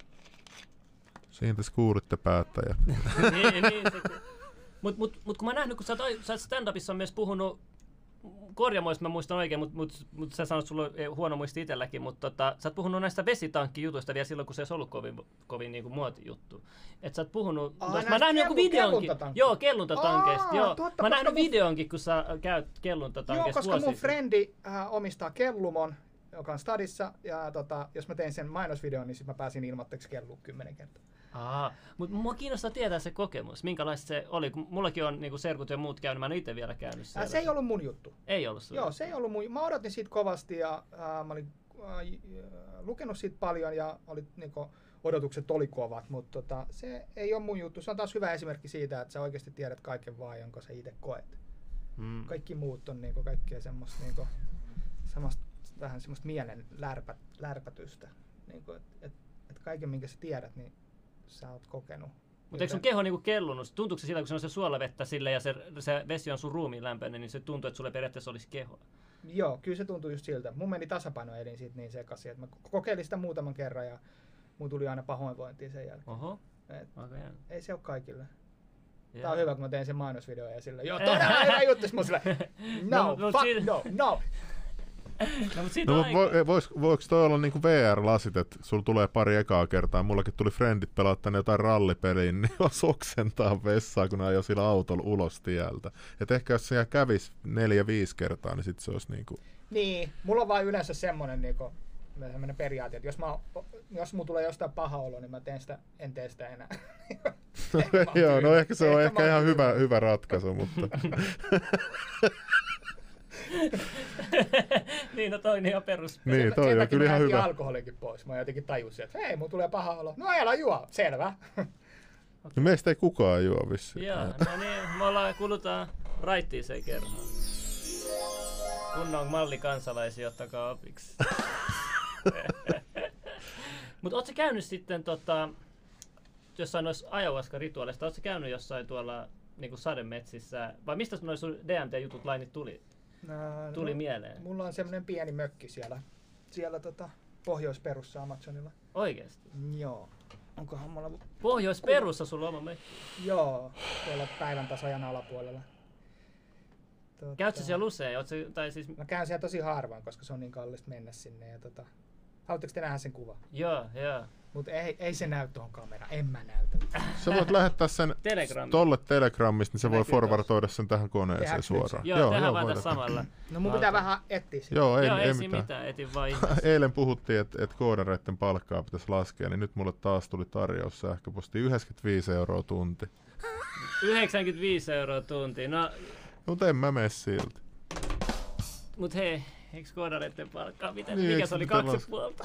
Siinä tässä kuulitte päättäjät. niin, niin, Mutta mut, mut, kun mä nähnyt, kun sä oot stand-upissa myös puhunut, korjaamoista mä muistan oikein, mutta mut, mut sä sanoit, että sulla on huono muisti itselläkin, mutta tota, sä oot puhunut näistä vesitankkijutuista vielä silloin, kun se ei ollut kovin, kovin niin kuin muotijuttu. Et sä oot puhunut, Aa, mä oon nähnyt joku videonkin. Joo, kelluntatankeista. Aa, joo. totta, Mä oon nähnyt mun... videonkin, kun sä käyt kelluntatankeista. Joo, koska mun frendi äh, omistaa Kellumon, joka on Stadissa, ja tota, jos mä tein sen mainosvideon, niin sit mä pääsin ilmoitteeksi kelluun kymmenen kertaa. Aa, mutta mua kiinnostaa tietää se kokemus. Minkälaista se oli? Kun mullakin on niinku serkut ja muut käynyt, mä en itse vielä käynyt siellä. Äh, se ei ollut mun juttu. Ei ollut sun. Joo, se ei ollut mun. Mä odotin siitä kovasti ja äh, mä olin äh, lukenut siitä paljon ja oli, niinku, odotukset oli kovat, mutta tota, se ei ole mun juttu. Se on taas hyvä esimerkki siitä, että sä oikeasti tiedät kaiken vaan, jonka sä itse koet. Hmm. Kaikki muut on niinku, kaikkea semmoista niinku, vähän semmoista mielen lärpä, lärpätystä. Niinku, että et, et kaiken minkä sä tiedät, niin sä oot kokenut. Mutta eikö sun keho niinku kellunut? Tuntuuko se siltä, kun se on se suolavettä sille ja se, se vesi on sun ruumiin lämpöinen, niin se tuntuu, että sulle periaatteessa olisi keho? Joo, kyllä se tuntuu just siltä. Mun meni tasapainoelin siitä niin sekaisin, että mä kokeilin sitä muutaman kerran ja mun tuli aina pahoinvointia sen jälkeen. Oho. Et, okay. Ei se ole kaikille. Yeah. Tää on hyvä, kun mä tein sen mainosvideon ja sillä, joo, todella hyvä juttu, sit mä sillä, no, no, fuck, siitä... no, no. No, mutta no, vo, vois, voiko toi olla niinku V R-lasit, että sulla tulee pari ekaa kertaa? Mullakin tuli frendit pelaa tänne jotain rallipeliä, niin jos oksentaa vessaa, kun ajoi sillä autolla ulos tieltä. Et ehkä jos siellä kävisi neljä, viisi kertaa, niin sit se olisi niinku... Niin, mulla on vaan yleensä semmonen niinku, semmonen periaate, että jos, mä, jos mulla tulee jostain paha olo, niin mä teen sitä, en tee sitä enää. Joo, no ehkä se on ehkä, ehkä ihan hyvä, hyvä ratkaisu, mutta... niin, no toi on ihan perus. Niin, toi on kyllä ihan hyvä. Alkoholikin pois. Mä jotenkin tajusin, että hei, mun tulee paha olo. No älä juo, selvä. No meistä ei kukaan juo vissiin. Joo, no niin, me ollaan, kulutaan raittiiseen kerran. Kunnon mallikansalaisia, ottakaa opiksi. Mut ootko käynyt sitten tota, jossain noissa ayahuasca-rituaaleista, ootko käynyt jossain tuolla niinku sademetsissä, vai mistä noi sun D M T-jutut lainit tuli? No, Tuli no, mieleen. Mulla on semmonen pieni mökki siellä, siellä tota, Pohjois-Perussa Amazonilla. Oikeesti? Joo. Onkohan mulla... Pohjois-Perussa sulla on oma mökki? Joo, tuolla päivän tasajan alapuolella. Tota... Käytkö siellä usein? Oot se, tai siis... Mä käyn siellä tosi harvoin, koska se on niin kallista mennä sinne. Ja tota... Haluatteko te nähdä sen kuvan? Joo, joo. Mutta ei, ei se näy tuohon kameraan, en mä näytä. Sä voit lähettää sen tolle Telegramista, niin se voi forwardoida sen tähän koneeseen Tehdäänkö suoraan. Joo, joo, tehdään vaan tässä samalla. No mun pitää vähän etsiä sitä. Joo, ei, joo, ei, ei mitään. mitään. Etin vaan eilen puhuttiin, että et koodareiden palkkaa pitäisi laskea, niin nyt mulle taas tuli tarjous sähköpostiin yhdeksänkymmentäviisi euroa tunti. yhdeksänkymmentäviisi euroa tunti, no... Mutta en mä mene silti. Mut hei, eikö koodareiden palkkaa? Miten, niin, mikä se oli kaksi puolta?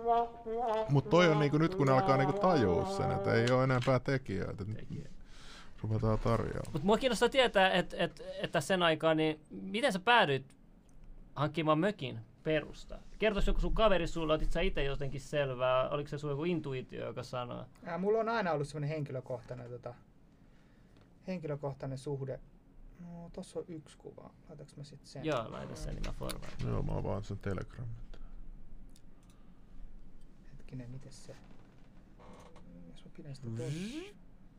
Mut toi on niinku nyt kun ne alkaa niinku tajua sen, että ei oo enempää tekijöitä. ruvetaan tarjoamaan. Mutta mua kiinnostaa tietää, että et, et sen aikaan, niin miten sä päädyit hankkimaan mökin perusta? Kertoisi joku sun kaveri sulle, otit sä itse jotenkin selvää? Oliko se sun joku intuitio, joka sanoo? Ja mulla on aina ollut semmoinen henkilökohtainen, tota, henkilökohtainen suhde. No, tossa on yksi kuva. Laitaks mä sit sen? Joo, laita sen, niin mä forward. Joo, mä avaan sen Telegramin. Hetkinen, miten se? Jos mä pidän sitä tossa.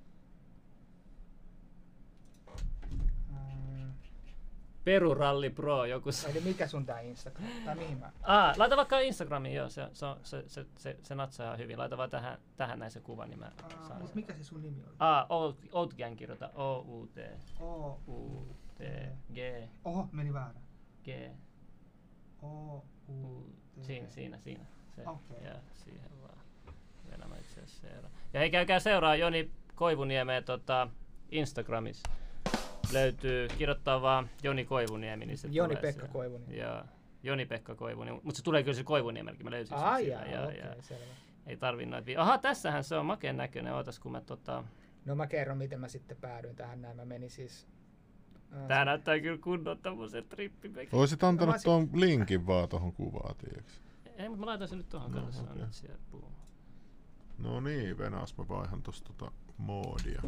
Peruralli Pro, joku se. Eli mikä sun tää Instagram? Tai mihin mä? Ah, laita vaikka Instagramiin, joo, se, se, se, se, se, se natsaa hyvin. Laita vaan tähän, tähän näin se kuva, niin mä Aa, saan mut sen. mikä se sun nimi oli? Ah, Outgang kirjoita. O U T O U T G Oho, meni väärä. G O U U T. Siinä, siinä, siinä. Se. Okei. Ja siihen vaan. Venä mä itse asiassa seuraan. Ja hei, käykää seuraa Joni Koivuniemeä tota, Instagramissa. Löytyy, kirjoittaa vaan Joni Koivuniemi, niin se Joni-Pekka tulee Koivuniemi. Joo, Joni-Pekka Koivuniemi. Mutta se tulee kyllä se Koivuniemelläkin, mä löysin sen Ai sillä. jaa, Ja, okei, ja, selvä. ei tarvii noita vi- Aha, tässähän se on makeen näköinen. Ootas, kun mä tota... No mä kerron, miten mä sitten päädyin tähän näin. Mä menin siis... Ää, Tää näyttää kyllä kunnon tommosen trippimekki. Oisit antanut mä sit- tuon linkin vaan tohon kuvaan, tiiäks? Ei, mutta mä laitan sen nyt tohon, No, no, se on okei. nyt siellä. Boom. No niin, Venas, mä vaihan tosta tota moodia.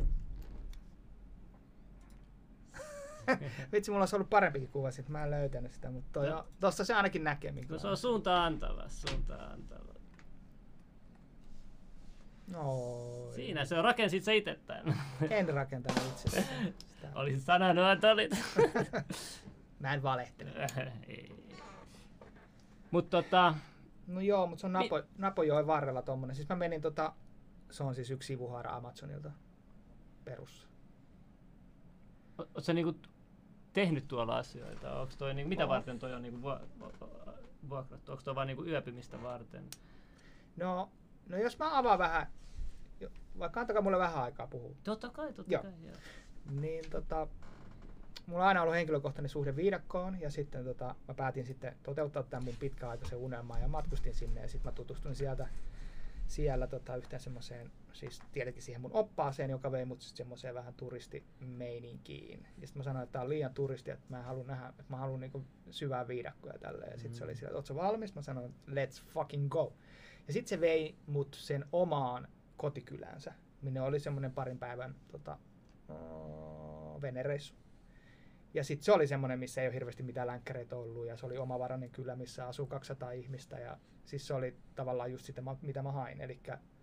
Vitsi, mulla olisi ollut parempikin kuva, sit mä en löytänyt sitä, mutta toi No. on, tossa se ainakin näkee, minkä No se on suuntaan antava, suuntaan antava. No, Siinä se on, rakensit sä itse tän. en rakentanut itse sitä. Olisit sanonut, että olit. Mä en valehtele. Ei. Mut tota, No joo, mutta se on Napo, Napojoen varrella tommonen. Siis mä menin tota, se on siis yksi sivuhaara Amazonilta perussa. o- oot sä niinku tehnyt tuolla asioita? Onks toi, niinku, mitä Oon. varten toi on niinku vu- vu- vuokrattu? Onks toi vaan niinku yöpymistä varten? No, no jos mä avaan vähän, jo- vaikka antakaa mulle vähän aikaa puhua. Totta kai, totta Joo. kai. Joo. Niin tota, mulla on aina ollut henkilökohtainen suhde viidakkoon ja sitten tota, mä päätin sitten toteuttaa tämän mun pitkäaikaisen unelman ja matkustin sinne ja sitten mä tutustuin sieltä siellä tota, yhteen semmoiseen, siis tietenkin siihen mun oppaaseen, joka vei mut sitten semmoiseen vähän turistimeininkiin. Ja sitten mä sanoin, että tää on liian turisti, että mä haluan nähdä, että mä haluan niinku syvää viidakkoa tälleen. Ja sitten mm. se oli siellä, että oot sä valmis? Mä sanoin, let's fucking go. Ja sitten se vei mut sen omaan kotikylänsä, minne oli semmoinen parin päivän tota, uh, venereissu. Ja sitten se oli semmoinen, missä ei ole hirveästi mitään länkkäreitä ollut, ja se oli omavarainen kylä, missä asuu kaksisataa ihmistä, ja siis se oli tavallaan just sitä, mitä mä hain. Eli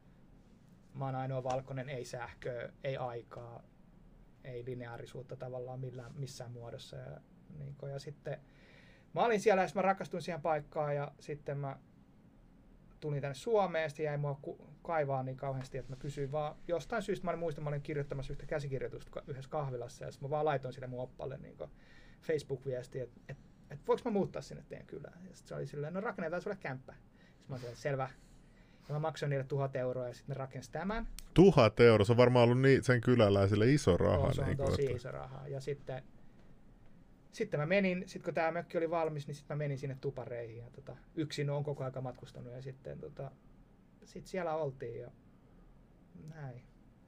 mä oon ainoa valkoinen, ei sähköä, ei aikaa, ei lineaarisuutta tavallaan millään, missään muodossa. Ja, niin kun, ja sitten mä olin siellä, ja mä rakastuin siihen paikkaan, ja sitten mä tulin tänne Suomeen, ja sitten jäi mua ku- kaivaa niin kauheasti, että mä kysyin vaan, jostain syystä mä olin muistan, mä olin kirjoittamassa yhtä käsikirjoitusta yhdessä kahvilassa, ja sitten mä vaan laitoin sille mun oppalle niin Facebook-viestiä, että et, et voiko mä muuttaa sinne teidän kylään. Ja sitten se oli silleen, no rakennetaan sulle kämppä. Sitten mä olin silleen, selvä. Ja mä maksoin niille tuhat euroa, ja sitten ne rakensi tämän. Tuhat euroa, se on varmaan ollut niin, sen kyläläisille iso raha. Oo, se on niin kuin, tosi että... iso raha. Ja sitten, sitten mä menin, sit kun tää mökki oli valmis, niin sitten mä menin sinne tupareihin. Ja tota, yksin on koko aika matkustanut, ja sitten tota, sit siellä oltiin, ja näin.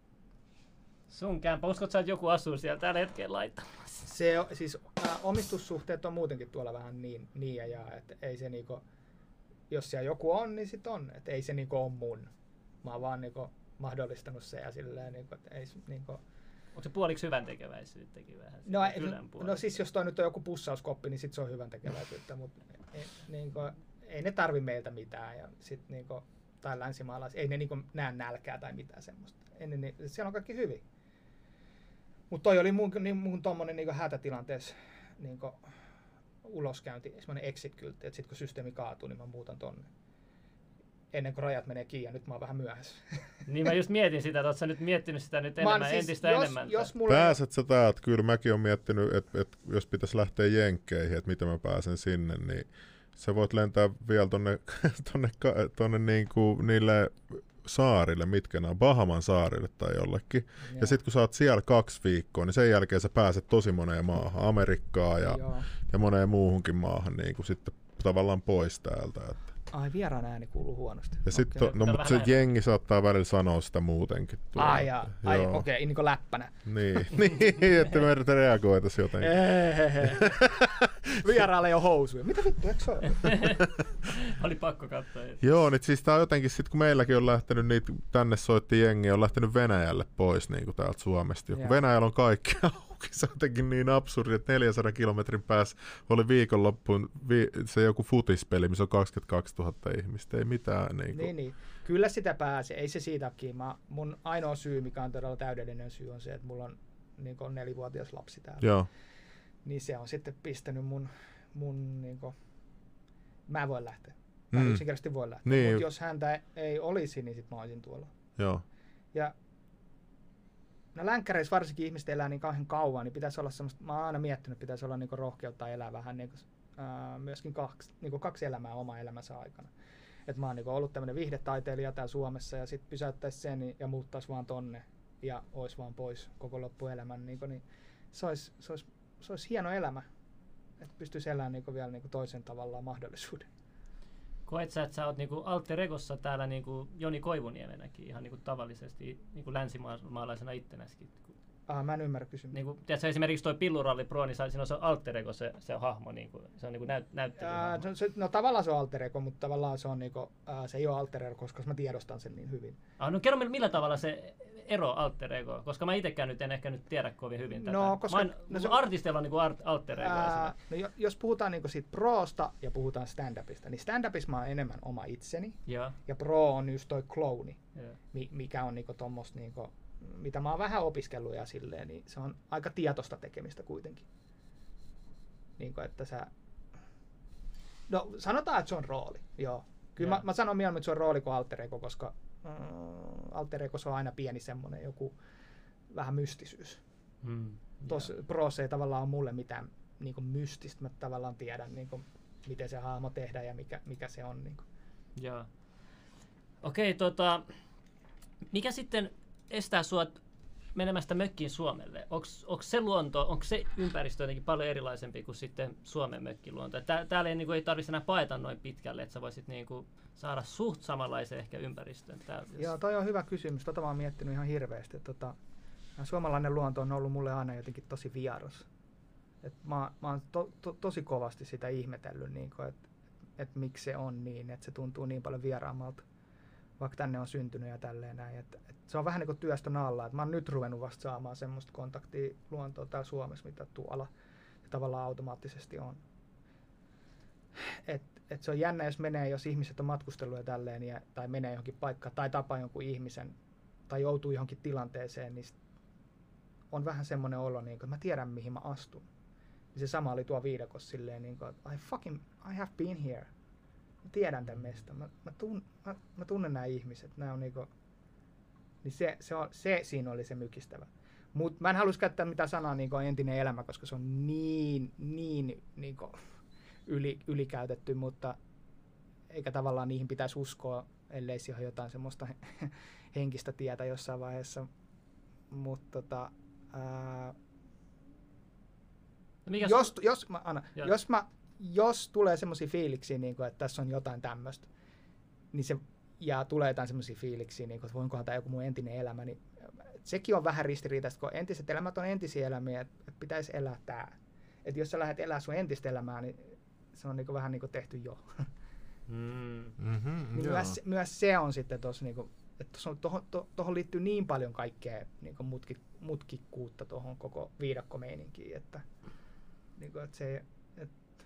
Sun kämpä, uskot sä, että joku asuu siellä tällä hetkellä laittamassa? Se on, siis ää, omistussuhteet on muutenkin tuolla vähän niin, niin ja jaa, että ei se niinku, jos siellä joku on, niin sit on, että ei se niinku on mun. Mä oon vaan niinku mahdollistanut se ja silleen niinku, että ei se niinku. Onko se puoliksi hyvän tekeväisyyttäkin vähän? No, ei, kylän no puolella? siis jos toi nyt on joku pussauskoppi, niin sit se on hyvän tekeväisyyttä, mutta ei, niinku, ei ne tarvi meiltä mitään ja sit niinku, tai länsimaalais, ei ne niinku näe nälkää tai mitään semmoista. Ei ne, niin, siellä on kaikki hyvin. Mutta toi oli mun, niin, mun tommonen niinku hätätilanteessa niinku uloskäynti, semmoinen exit-kyltti, että sit kun systeemi kaatuu, niin mä muutan tonne. Ennen kuin rajat menee kiinni, ja nyt mä oon vähän myöhässä. Niin mä just mietin sitä, että oot sä nyt miettinyt sitä nyt enemmän, siis, entistä jos, enemmän. Jos mulla Pääset sä täältä, kyllä mäkin oon miettinyt, että et, jos pitäisi lähteä Jenkkeihin, että miten mä pääsen sinne, niin sä voit lentää vielä tonne, tonne, tonne niinku niille saarille, mitkä nämä on, Bahaman saarille tai jollekin. Ja, ja sit kun sä oot siellä kaksi viikkoa, niin sen jälkeen sä pääset tosi moneen maahan, Amerikkaan ja, ja moneen muuhunkin maahan niin kuin sitten tavallaan pois täältä. Että. Ai, vieraan ääni kuuluu huonosti. Ja sit okay. to, no, mutta se vähän jengi saattaa välillä sanoa sitä muutenkin. tuolla. Ai, jaa. Ai Joo. okei, okay, niin kuin läppänä. Niin, niin että me yritetään reagoitaisi jotenkin. Vieraalle ei ole housuja. Mitä vittu, eikö se ole? Oli pakko katsoa. Joo, niin siis tää on jotenkin, sit kun meilläkin on lähtenyt niitä, tänne soitti jengi, on lähtenyt Venäjälle pois niin kuin täältä Suomesta. Kun Venäjällä on kaikki auki, se on jotenkin niin absurdi, että neljänsadan kilometrin päässä oli viikonloppuun vi, se joku futispeli, missä on kaksikymmentäkaksituhatta ihmistä, ei mitään. Niin, niin, niin. Kyllä sitä pääsee, ei se siitäkin. Mä, mun ainoa syy, mikä on todella täydellinen syy, on se, että mulla on niin kuin nelivuotias lapsi täällä. Joo. Niin se on sitten pistänyt mun, mun niin kuin, mä voin lähteä. Mä Mm. yksinkertaisesti voin lähteä. Niin. Mutta jos häntä ei olisi, niin sit mä olisin tuolla. Joo. Ja no länkkäreissä varsinkin ihmiset elää niin kauhean kauan, niin pitäisi olla semmoista, mä oon aina miettinyt, että pitäisi olla niinku rohkeutta elää vähän niinku, ää, myöskin kaksi, niinku kaksi elämää oma elämänsä aikana. Et mä oon niinku ollut tämmönen viihdetaiteilija täällä Suomessa ja sit pysäyttäisi sen ja muuttaisi vaan tonne ja ois vaan pois koko loppuelämän. Niinku, niin se olisi se ois, se ois hieno elämä, että pystyisi elämään niinku vielä niinku toisen tavallaan mahdollisuuden. Koet sä, että sä oot niinku alter egossa täällä niinku Joni Koivuniemenäkin ihan niinku tavallisesti niinku länsimaalaisena ittenäskin? Ah, mä en ymmärrä kysymystä. Niinku, tiedätkö, esimerkiksi toi Pilluralli Pro, niin siinä on se alter ego, se, se hahmo, niinku, se on niinku näyt, näyttely. Ää, no, se, no tavallaan se on alter ego, mutta tavallaan se, on niinku, ää, se ei ole alter ego, koska mä tiedostan sen niin hyvin. Ah, no kerro millä tavalla se ero alter ego, koska mä itsekään nyt en ehkä nyt tiedä kovin hyvin tätä. No, koska, mä en, no, se, artisteilla on niinku art, alter ego ää, no, jos puhutaan niinku siitä proosta ja puhutaan stand-upista, niin stand-upissa mä oon enemmän oma itseni. Joo. Ja pro on just toi clowni, Joo. mikä on niinku tommoista, niinku, mitä mä oon vähän opiskellut ja silleen, niin se on aika tietoista tekemistä kuitenkin. Niinku, että sä... No sanotaan, että se on rooli, joo. Kyllä mä, mä sanon mieluummin, että se on rooli kuin alter ego, koska mm, alter ego se on aina pieni semmonen joku vähän mystisyys. Hmm. Tuossa prossa ei tavallaan ole mulle mitään niinku mystistä, mä tavallaan tiedän niinku, miten se hahmo tehdään ja mikä, mikä se on. Niinku. Joo. Okei, tota, mikä sitten estää sua menemästä mökkiin Suomelle? Onko se luonto, onko se ympäristö jotenkin paljon erilaisempi kuin sitten Suomen mökkiluonto? Tää, täällä ei, niinku, ei tarvitse enää paeta noin pitkälle, että sä voisit niinku, saada suht samanlaisen ehkä ympäristön. Tää, Joo, toi on hyvä kysymys. Tota mä oon miettinyt ihan hirveästi. Tota, suomalainen luonto on ollut mulle aina jotenkin tosi vieras. Et mä, mä oon to, to, tosi kovasti sitä ihmetellyt, niin että et miksi se on niin, että se tuntuu niin paljon vieraammalta, vaikka tänne on syntynyt ja tälleen näin. Et, et se on vähän niin kuin työstön alla. Et mä oon nyt ruvennut vasta saamaan semmoista kontaktia luontoa täällä Suomessa, mitä tuolla se tavallaan automaattisesti on. Et, et se on jännä, jos menee, jos ihmiset on matkustellut ja tälleen, ja, tai menee johonkin paikkaan, tai tapaa jonkun ihmisen, tai joutuu johonkin tilanteeseen, niin on vähän semmoinen olo, niin kuin, että mä tiedän, mihin mä astun. Ja se sama oli tuo viidakossa silleen, niin kuin, että I fucking, I have been here. Mä tiedän tämän mestan. Mä, mä, tun, mä, mä tunnen nämä ihmiset. Nämä on niin kuin, niin se, se, on, se siinä oli se mykistävä. Mut mä en halus käyttää mitään sanaa niin kuin entinen elämä, koska se on niin, niin, niin kuin yli, ylikäytetty, mutta eikä tavallaan niihin pitäisi uskoa, ellei siihen jotain semmoista henkistä tietä jossain vaiheessa. Mutta tota, ää, Mikä jos, su- jos, mä, Anna, jos, mä, jos tulee semmoisia fiiliksiä, niin kuin, että tässä on jotain tämmöistä, niin se, ja tulee jotain semmoisia fiiliksiä, niin kuin, että voinkohan tämä joku mun entinen elämä, niin sekin on vähän ristiriitaista, kun entiset elämät on entisiä elämiä, että, että pitäisi elää tää. Että jos sä lähdet elää sun entistä elämää, niin se on niin kuin, vähän niin kuin tehty jo. Mm. Mm-hmm, niin myös, myös se on sitten tuossa, niin että tuohon to, tohon liittyy niin paljon kaikkea niin kuin mutki, mutkikkuutta tuohon koko viidakkomeininkiin, että, niin kuin, että se... Että...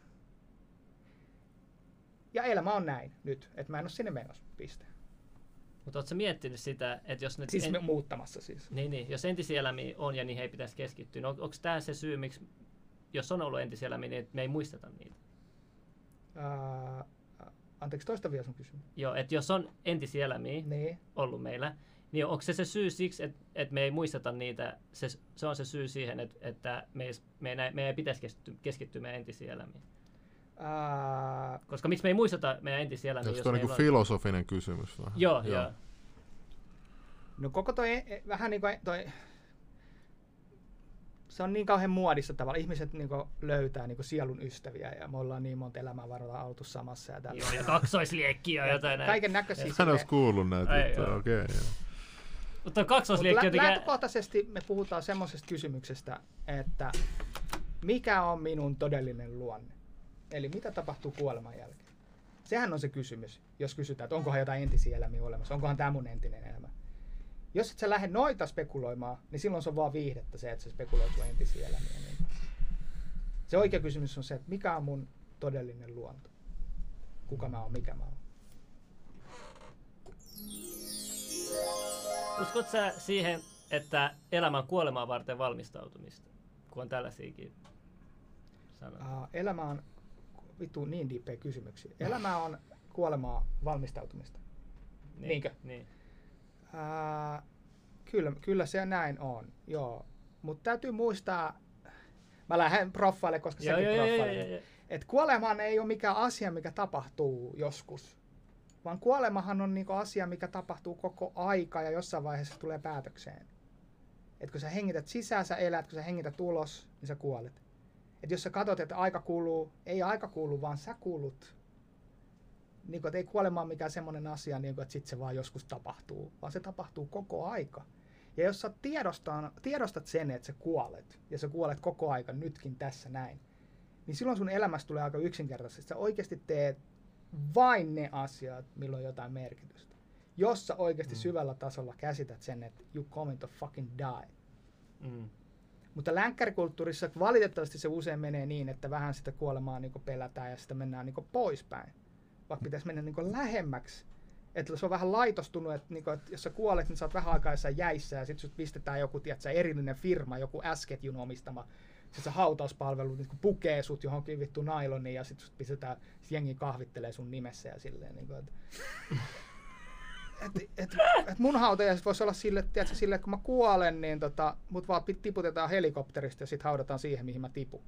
Ja elämä on näin nyt, että mä en ole sinne menossa, piste. Mutta ootko sä miettinyt sitä, että jos ne... Siis en... muuttamassa siis. Niin, niin, jos entisiä elämiä on ja niihin ei pitäisi keskittyä, niin on, onko tämä se syy, miksi, jos on ollut entisiä elämiä, niin me ei muisteta niitä? Uh, anteeksi, toista vielä sun kysymys. Joo, että jos on entisiä elämiä niin. ollut meillä, niin onko se se syy siksi, että, että me ei muisteta niitä, se, se on se syy siihen, että, että me, ei, me, ei, me ei pitäisi keskittyä, keskittyä meidän entisiin elämiin? Uh, Koska miksi me ei muisteta meidän entisiä elämiä? Onko tuo niinku on... filosofinen kysymys? Vähän? Joo, joo. joo. No koko toi, vähän niin kuin toi... se on niin kauhean muodissa tavalla. Ihmiset niinku löytää niinku sielun ystäviä ja me ollaan niin monta elämää varrella autossa samassa. Ja, joo, ja kaksoisliekkiä ja jotain näin. Kaiken näköisiä. Hän olisi kuullut näitä juttuja, okei. Okay, mutta kaksoisliekki jotenkin... Lähtökohtaisesti me puhutaan semmoisesta kysymyksestä, että mikä on minun todellinen luonne? Eli mitä tapahtuu kuoleman jälkeen? Sehän on se kysymys, jos kysytään, että onkohan jotain entisiä elämiä olemassa, onkohan tämä mun entinen elämä. Jos et sä lähde noita spekuloimaan, niin silloin se on vaan viihdettä se, että sä spekuloit sun entisiä elämiä. Niin se oikea kysymys on se, että mikä on mun todellinen luonto? Kuka mä oon, mikä mä oon? Uskot sä siihen, että elämä on kuolemaa varten valmistautumista, kun on tällaisiakin sanoja? Uh, elämä on vittu niin diippejä kysymyksiä. Elämä on kuolemaa valmistautumista. Niin, Niinkö? Niin. Uh, kyllä, kyllä se näin on, joo. Mutta täytyy muistaa, mä lähden proffaille, koska joo, sekin joo, proffaille, että kuolemahan ei ole mikään asia, mikä tapahtuu joskus, vaan kuolemahan on niinku asia, mikä tapahtuu koko aika ja jossain vaiheessa tulee päätökseen. Et kun sä hengität sisään, sä elät, kun sä hengität ulos, niin sä kuolet. Et jos sä katsot, että aika kuluu, ei aika kuluu, vaan sä kulut. Niin kun, ei kuolema ole mikään semmoinen asia, niin kun, että sit se vaan joskus tapahtuu, vaan se tapahtuu koko aika. Ja jos sä tiedostat sen, että sä kuolet, ja sä kuolet koko aika nytkin tässä näin, niin silloin sun elämästä tulee aika yksinkertaisesti. Sä oikeasti teet vain ne asiat, milloin on jotain merkitystä. Jos sä oikeasti mm. syvällä tasolla käsität sen, että you coming to fucking die. Mm. Mutta länkkärikulttuurissa valitettavasti se usein menee niin, että vähän sitä kuolemaa niin pelätään ja sitä mennään niin poispäin. Vaikka pitäisi mennä niin lähemmäksi. Että se on vähän laitostunut, että, niin kuin, että jos sä kuolet, niin sä oot vähän aikaa jossain jäissä ja sit sut pistetään joku tiedätkö, erillinen firma, joku S-ketjun omistama. Sitten se hautauspalvelu niin pukee sut johonkin vittu nailoniin ja sit sut pistetään, sit jengi kahvittelee sun nimessä ja silleen. Niin kuin, että et, et, et mun hautajaiset voisi olla sille, tiedätkö, sille, että kun mä kuolen, niin tota, mut vaan tiputetaan helikopterista ja sit haudataan siihen, mihin mä tipun.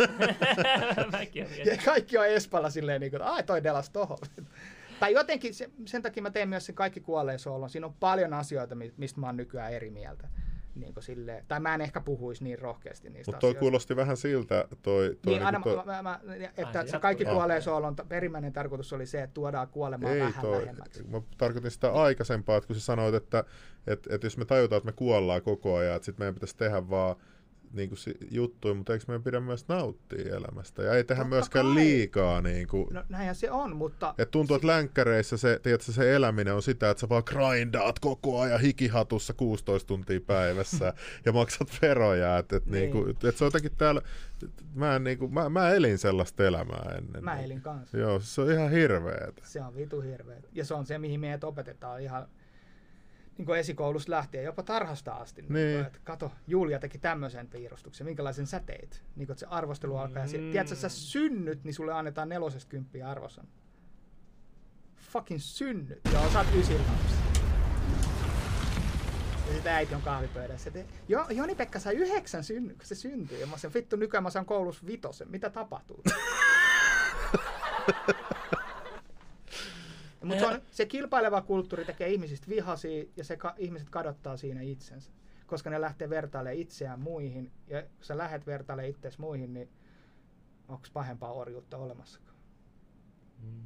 Ja kaikki on espalla silleen, niin kuin, että ai toi delas tohon. Tai jotenkin, se, sen takia mä teen myös sen kaikki kuolleen soolon. Siinä on paljon asioita, mistä mä oon nykyään eri mieltä. Niin silleen, tai mä en ehkä puhuisi niin rohkeasti niistä Mut toi asioista. kuulosti vähän siltä, toi, toi niin, aina, toi... mä, mä, että Ai, se kaikki kuolleen soolon perimmäinen tarkoitus oli se, että tuodaan kuolemaa Ei vähän toi, lähemmäksi. mä tarkoitin sitä aikaisempaa, että kun sä sanoit, että et, et jos me tajutaan, että me kuollaan koko ajan, että sit meidän pitäisi tehdä vaan niin kuin juttuja, mutta eikö meidän pidä myös nauttia elämästä? Ja ei tehdä Totta myöskään kai. liikaa. Niin kuin, No näinhän se on, mutta... et tuntuu, että länkkäreissä se, tiedätkö, se eläminen on sitä, että sä vaan grindaat koko ajan hikihatussa kuusitoista tuntia päivässä ja maksat veroja. Et, et, niin. Niin kuin, et se on jotenkin täällä... Mä, en, niin kuin, mä, mä elin sellaista elämää ennen. Mä elin kanssa. Joo, se on ihan hirveetä. Se on vitu hirveetä. Ja se on se, mihin meidät opetetaan ihan... Niin kuin esikoulusta lähtien, jopa tarhasta asti. Niin. Niin kuin, että kato, Julia teki tämmöisen piirustuksen, minkälaisen sä teit. Niin kuin, että se arvostelu alkaa. Mm. Ja tiedätkö, sä synnyt, niin sulle annetaan nelosesta kymppiä arvosan. Fucking synnyt. Joo, sä oot ysin lapsi. Ja sitten äiti on kahvipöydässä. Jo, Joni-Pekka sai yhdeksän synny, kun se syntyi. Ja mä sanoin, vittu, nykyään mä saan koulussa vitosen. Mitä tapahtuu? Mutta se, se kilpaileva kulttuuri tekee ihmisistä vihaisia ja se ka, ihmiset kadottaa siinä itsensä. Koska ne lähtee vertailemaan itseään muihin. Ja kun sä lähdet vertailemaan itseäsi muihin, niin onko pahempaa orjuutta olemassakaan? Mm.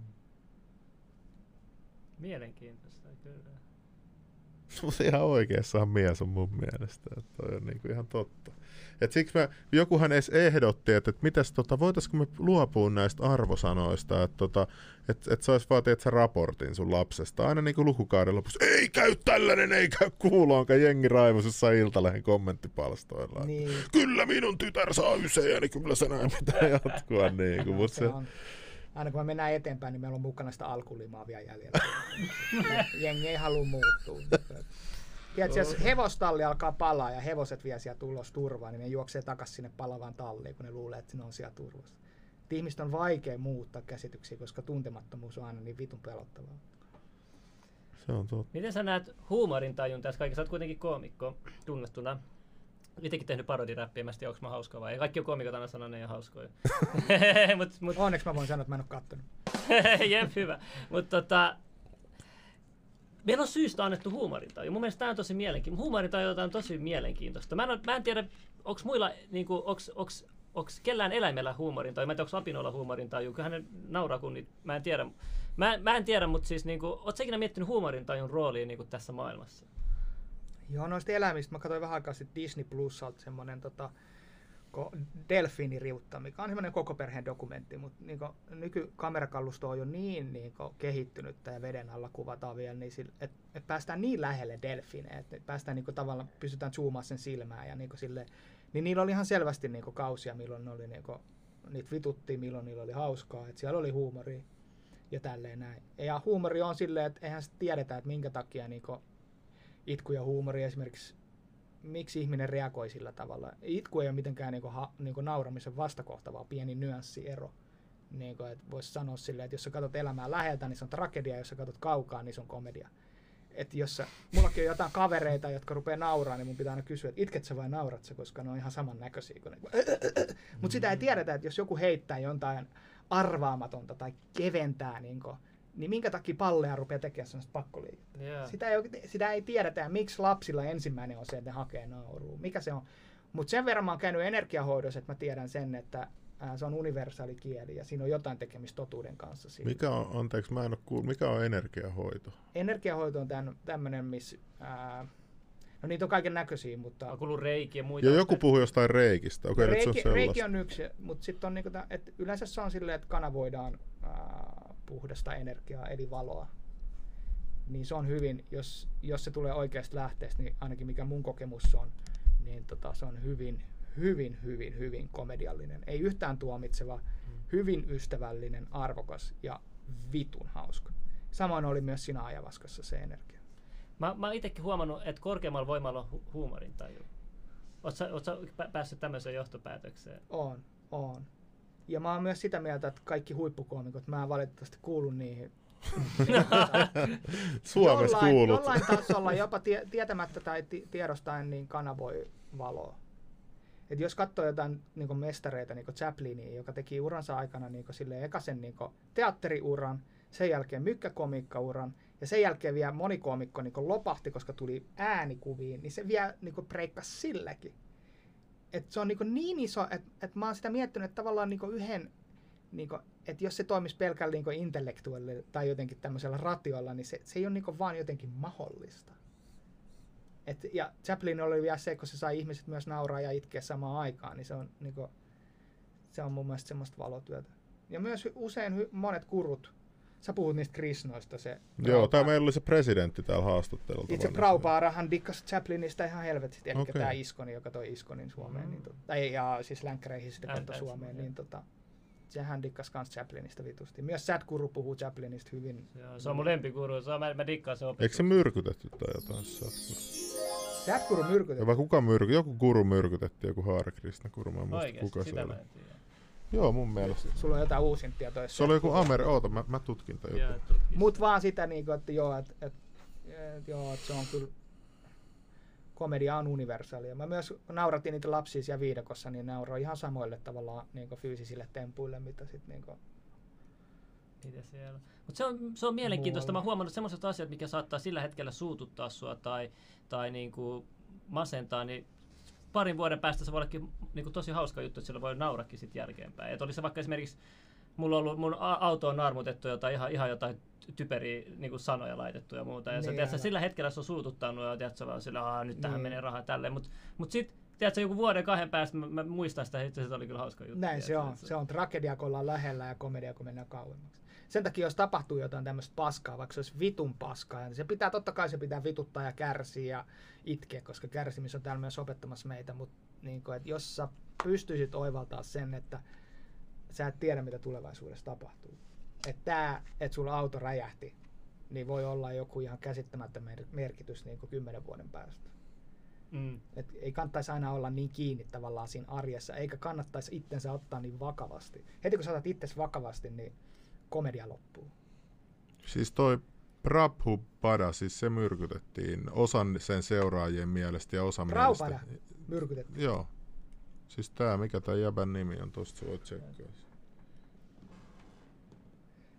Mielenkiintoista, kyllä. Mutta ihan oikeassahan mies on mun mielestä. Että toi on niinku ihan totta. Et siksi mä, jokuhan edes ehdotti, että et mitäs tota, voitaisko me luopua näistä arvosanoista, että tota, et, et sais vaan teet sä raportin sun lapsesta. Aina niinku lukukauden lopussa, ei käy tällainen, ei käy kuuloonkaan jengi raivoisessa Iltalehden kommenttipalstoilla. Niin. Kyllä minun tytär saa ysejä, niin kyllä se näin pitää jatkua. Niinku, mut se, on. Aina kun me mennään eteenpäin, niin meillä on mukana sitä alkulimaa vielä jäljellä. Jengi ei halua muuttua. Tiedätkö, jos hevostalli alkaa palaa ja hevoset vie sieltä ulos turvaan, niin ne juoksee takaisin sinne palavaan talliin, kun ne luulee, että ne on siellä turvassa. Ihmistä on vaikea muuttaa käsityksiä, koska tuntemattomuus on aina niin vitun pelottavaa. Se on totta. Miten sä näet huumorin tajun tässä kaikessa? Sä oot kuitenkin koomikko tunnettuna. Itsekin tehnyt parodiräppiä, mä en tiedä, onko mä hauskaa vai ei. Kaikki on koomikot aina sanoo, ne ei ole hauskoja. mut, mut... Onneksi mä voin sanoa, että mä en ole kattonut. Jep, hyvä. Mutta tota, meillä on syystä annettu huumorintaju. Mun mielestä tämä on tosi mielenkiintoista. Huumorintaju on tosi mielenkiintoista. Mä en, mä en tiedä, onko muilla, niinku, onks, onks, onks kellään eläimellä huumorintaju. Mä en tiedä, onko apinoilla huumorintaju. Kyllähän ne nauraa, kun niitä, mä en tiedä. Mä, mä en tiedä, mutta siis niinku, ootko sä ikinä miettinyt huumorintajun roolia niinku tässä maailmassa? Joo, noista eläimistä mä katsoin vähän aikaa sitten Disney Plusalta semmonen tota, delfiiniriutta, mikä on semmoinen koko perheen dokumentti, mutta niin nykykamerakalusto on jo niin, niin kehittynyttä ja veden alla kuvataan vielä, niin että et päästään niin lähelle delfiinejä, että päästään niin tavallaan, pystytään zoomaan sen silmään ja niin sille, niin niillä oli ihan selvästi niin kausia, milloin ne oli, niin kuin, niitä vituttiin, milloin niillä oli hauskaa, että siellä oli huumoria ja tälleen näin. Ja huumori on silleen, että eihän sitten tiedetä, että minkä takia niin itku ja huumori esimerkiksi, miksi ihminen reagoi sillä tavalla. Itku ei ole mitenkään niinku ha, niinku nauramisen vastakohta, vaan pieni nyanssiero. Niinku, voisi sanoa silleen, että jos sä katsot elämää läheltä, niin se on tragedia, jos sä katsot kaukaa, niin se on komedia. Et jos sä, mullakin on jotain kavereita, jotka rupeaa nauraa, niin mun pitää aina kysyä, että itket sä vai naurat sä, koska ne on ihan samannäköisiä. Niinku, mutta sitä ei tiedetä, että jos joku heittää jotain arvaamatonta tai keventää, niinku, niin minkä takia palleja rupeaa tekemään sellaista pakkoliikettä. Yeah. Sitä, ei, sitä ei tiedetä, ja miksi lapsilla ensimmäinen on se, että ne hakee naurua. Mikä se on? Mutta sen verran mä oon käynyt energiahoidossa, että mä tiedän sen, että ää, se on universaali kieli, ja siinä on jotain tekemistä totuuden kanssa. Siinä. Mikä on, anteeksi, mä en ole kuullut, mikä on energiahoito? Energiahoito on tämmöinen, missä... Ää, no niitä on kaiken näköisiä, mutta... On kuullut reikiä ja muita. Ja joku puhuu jostain reikistä. Okay, reiki, on reiki on yksi, mutta sitten on niinku, että yleensä se on silleen, että kanavoidaan ää, puhdasta energiaa, eli valoa. Niin se on hyvin, jos, jos se tulee oikeasta lähteestä, niin ainakin mikä mun kokemus on, niin tota, se on hyvin, hyvin, hyvin, hyvin komediallinen. Ei yhtään tuomitseva, hmm. hyvin ystävällinen, arvokas ja vitun hauska. Samoin oli myös siinä ajavaskassa se energia. Mä, mä oon itsekin huomannut, että korkeammalla voimalla on hu- huumorintaju. Ootko sä, oot sä päässyt tämmöiseen johtopäätökseen? On, on. Ja mä oon myös sitä mieltä, että kaikki huippukoomikot, mä en valitettavasti kuulu niihin. Suomessa jollain, kuulut. Jollain tasolla, jopa tie, tietämättä tai ti, tiedostaen, niin kanavoi valoa. Et jos katsoo jotain niin mestareita, niin Chaplinia, joka teki uransa aikana niin silleen, eka sen niin teatteriuran, sen jälkeen mykkäkomiikkauran, ja sen jälkeen vielä monikoomikko niin lopahti, koska tuli äänikuviin, niin se vielä niin breikkasi silläkin. Et se on niin, niin iso, että et mä oon sitä miettinyt, että tavallaan niin yhden, niin että jos se toimisi pelkällä niin intellektuaalilla tai jotenkin tämmöisellä ratiolla, niin se, se ei ole niin vaan jotenkin mahdollista. Et, ja Chaplin oli vielä se, kun se sai ihmiset myös nauraa ja itkeä samaan aikaan, niin se on, niin kuin, se on mun mielestä semmoista valotyötä. Ja myös usein hy, monet kurut, sä puhut niistä Krishnoista. Se Joo, tämä meillä oli se presidentti täällä haastattelulta. Itse Prabhupaadahan dikkasi Chaplinista ihan helvetisti, eli okay. tämä Iskoni, joka toi Iskonin Suomeen, mm. niin to, tai ja siis länkkäreihin sitä kautta Suomeen, niin tota, sehän dikkasi kans Chaplinista vitusti. Myös Sadhguru puhuu Chaplinista hyvin. Joo, se on mun lempikuru, se on, mä, mä dikkaan se opetus. Eikö se myrkytetty tai jotain Sadhguru? Sadhguru myrkytetty? Vai kuka myrky? Joku guru myrkytettiin, joku Hare Krishna guru, mä en muista kuka se oli. Joo, mun mielestä. Sulla on jotain uusintia toissa. Se oli joku Amer... Oota, mä, mä tutkin tämän jutun. Mut vaan sitä, niinku, että joo, että et, et, joo, et se on kyllä... Komedia on universaalia. Mä myös nauratin niitä lapsia siellä viidakossa, niin nauroi ihan samoille tavallaan niinku fyysisille tempuille, mitä sit niinku... Mitä siellä? Mut se on, se on mielenkiintoista. Mä oon huomannut sellaiset asiat, mikä saattaa sillä hetkellä suututtaa sua tai, tai niinku masentaa, niin parin vuoden päästä se voi ollakin niin tosi hauska juttu, että sillä voi naurakin sit jälkeenpäin. Et oli se vaikka esimerkiksi, mulla on ollut, mun auto on naarmutettu jotain, ihan, ihan jotain typeriä niin sanoja laitettu ja muuta. Ja niin, se, tiedätkö, sillä hetkellä se on suututtanut ja tiedätkö, vaan sillä, nyt tähän niin. menee rahaa tälleen. Mutta mut sitten, tiedätkö, joku vuoden kahden päästä mä, mä muistan sitä, että se oli kyllä hauska juttu. Näin se on. Se on tragedia, kun ollaan lähellä ja komedia, kun mennään kauemmaksi. Sen takia, jos tapahtuu jotain tämmöistä paskaa, vaikka se olisi vitun paskaa, niin se pitää, totta kai se pitää vituttaa ja kärsiä ja itkeä, koska kärsimys on täällä myös opettamassa meitä, mutta niin kuin, että jos sä pystyisit oivaltaa sen, että sä et tiedä, mitä tulevaisuudessa tapahtuu. Että tää, että sulla auto räjähti, niin voi olla joku ihan käsittämättä merkitys niin kuin kymmenen vuoden päästä. Mm. Et ei kannattaisi aina olla niin kiinni tavallaan siinä arjessa, eikä kannattaisi itsensä ottaa niin vakavasti. Heti kun sä otat itsesi vakavasti, niin komedia loppuu. Siis toi Prabhupada, siis se myrkytettiin osan sen seuraajien mielestä ja osan Prabhupada mielestä. myrkytettiin? Joo. Siis tää, mikä tää jäbän nimi on, tosta sä voit tsekkaa.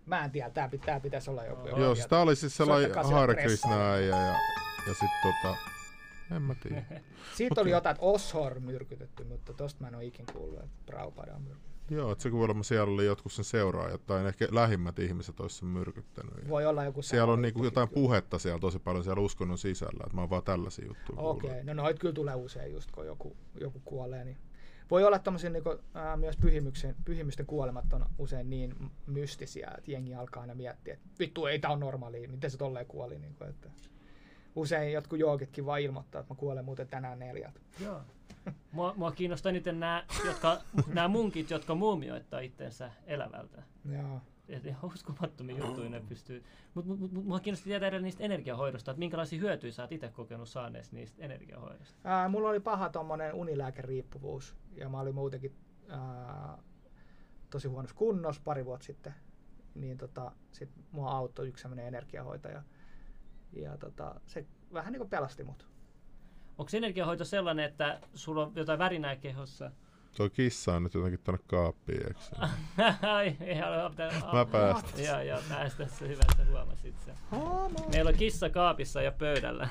Mä en tiedä, tää, tää pitäisi olla joku. Joo, siis tää oli siis sellainen Soittakaa Hare sille Krishna ja, ja, ja sit tota... En mä tiedä. Siitä oli jotain, että Oshor myrkytetty, mutta tosta mä en oo ikin kuullut, että Prabhupada on myrkytetty. Joo, että se kuulemma siellä oli jotkut sen seuraajat tai ehkä lähimmät ihmiset olisi sen myrkyttänyt. Voi olla joku siellä on niinku jotain puhetta siellä tosi paljon siellä uskonnon sisällä, että mä oon vaan tällaisia juttuja Okei, okay. No noit kyllä tulee usein just, kun joku, joku kuolee. Niin voi olla tommosia niinku, ää, myös pyhimyksen, pyhimysten kuolemat on usein niin mystisiä, että jengi alkaa aina miettiä, että vittu ei tää on normaalia, miten se tolleen kuoli. Niinku, että usein jotkut joogitkin vaan ilmoittaa, että mä kuolen muuten tänään neljältä. Joo. Mua, mua kiinnostaa eniten nämä, jotka, nämä munkit, jotka muumioittaa itsensä elävältä. Joo. Et ihan uskomattomia juttuja ne pystyy. Mutta mut, mut, mua kiinnostaa tietää edelleen niistä energiahoidosta, että minkälaisia hyötyjä sä oot itse kokenut saaneessa niistä energiahoidosta. Ää, mulla oli paha tommonen unilääkeriippuvuus ja mä olin muutenkin ää, tosi huonossa kunnossa pari vuotta sitten. Niin tota, sit mua auttoi yksi sellainen energiahoitaja ja tota, se vähän niinku pelasti mut. Onko energiahoito sellainen, että sulla on jotain värinää kehossa? Toi kissa on nyt jotenkin tonne kaappiin, eikö se? Ai, ei halua pitää... Mä päästä. Joo, joo, päästä se hyvä, että huomasit sen. Meillä on kissa kaapissa ja pöydällä.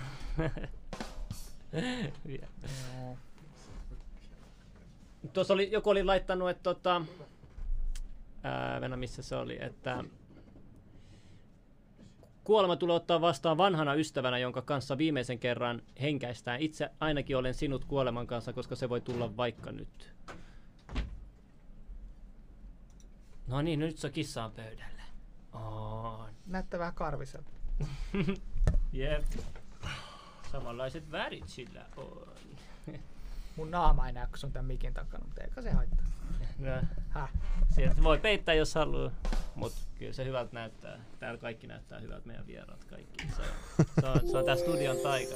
Tuossa oli, joku oli laittanut, että tota... Ää, Venä, missä se oli, että... Kuolema tulee ottaa vastaan vanhana ystävänä, jonka kanssa viimeisen kerran henkäistään. Itse ainakin olen sinut kuoleman kanssa, koska se voi tulla vaikka nyt. No niin, nyt se kissa on pöydällä. On. Näyttää vähän karviselta. Jep. Samanlaiset värit sillä on. Mun naama ei näy, kun se on tän mikin takana, mutta eikä se haittaa. No, Häh? sieltä voi peittää, jos haluaa, mutta kyllä se hyvältä näyttää. Täällä kaikki näyttää hyvältä, meidän vieraat kaikki. Se on, se on, se on tää studion taika.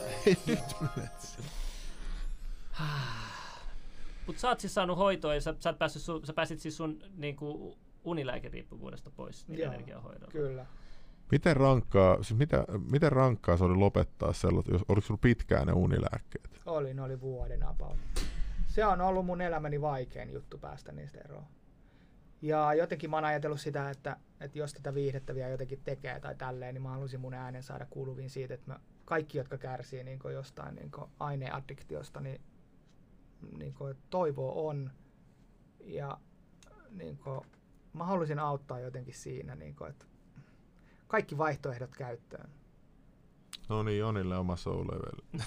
Mut sä oot siis saanut hoitoa ja sä, sä, päässyt sun, sä pääsit siis sun niinku, unilääkeriippuvuudesta pois niin energiahoidolla. Kyllä. Miten rankkaa, siis mitä, miten rankkaa se oli lopettaa sellaista, jos oliko sulla pitkään ne unilääkkeet? Oli, ne oli vuoden about. Se on ollut mun elämäni vaikein juttu päästä niistä eroon. Ja jotenkin mä oon ajatellut sitä, että, että jos tätä viihdettä vielä jotenkin tekee tai tälleen, niin mä haluaisin mun äänen saada kuuluviin siitä, että mä, kaikki, jotka kärsii niin jostain niin aineaddiktiosta, niin, niin toivoa on. Ja niin kuin, mä haluaisin auttaa jotenkin siinä, niin kuin, että kaikki vaihtoehdot käyttöön. No niin, Jonille oma soul level.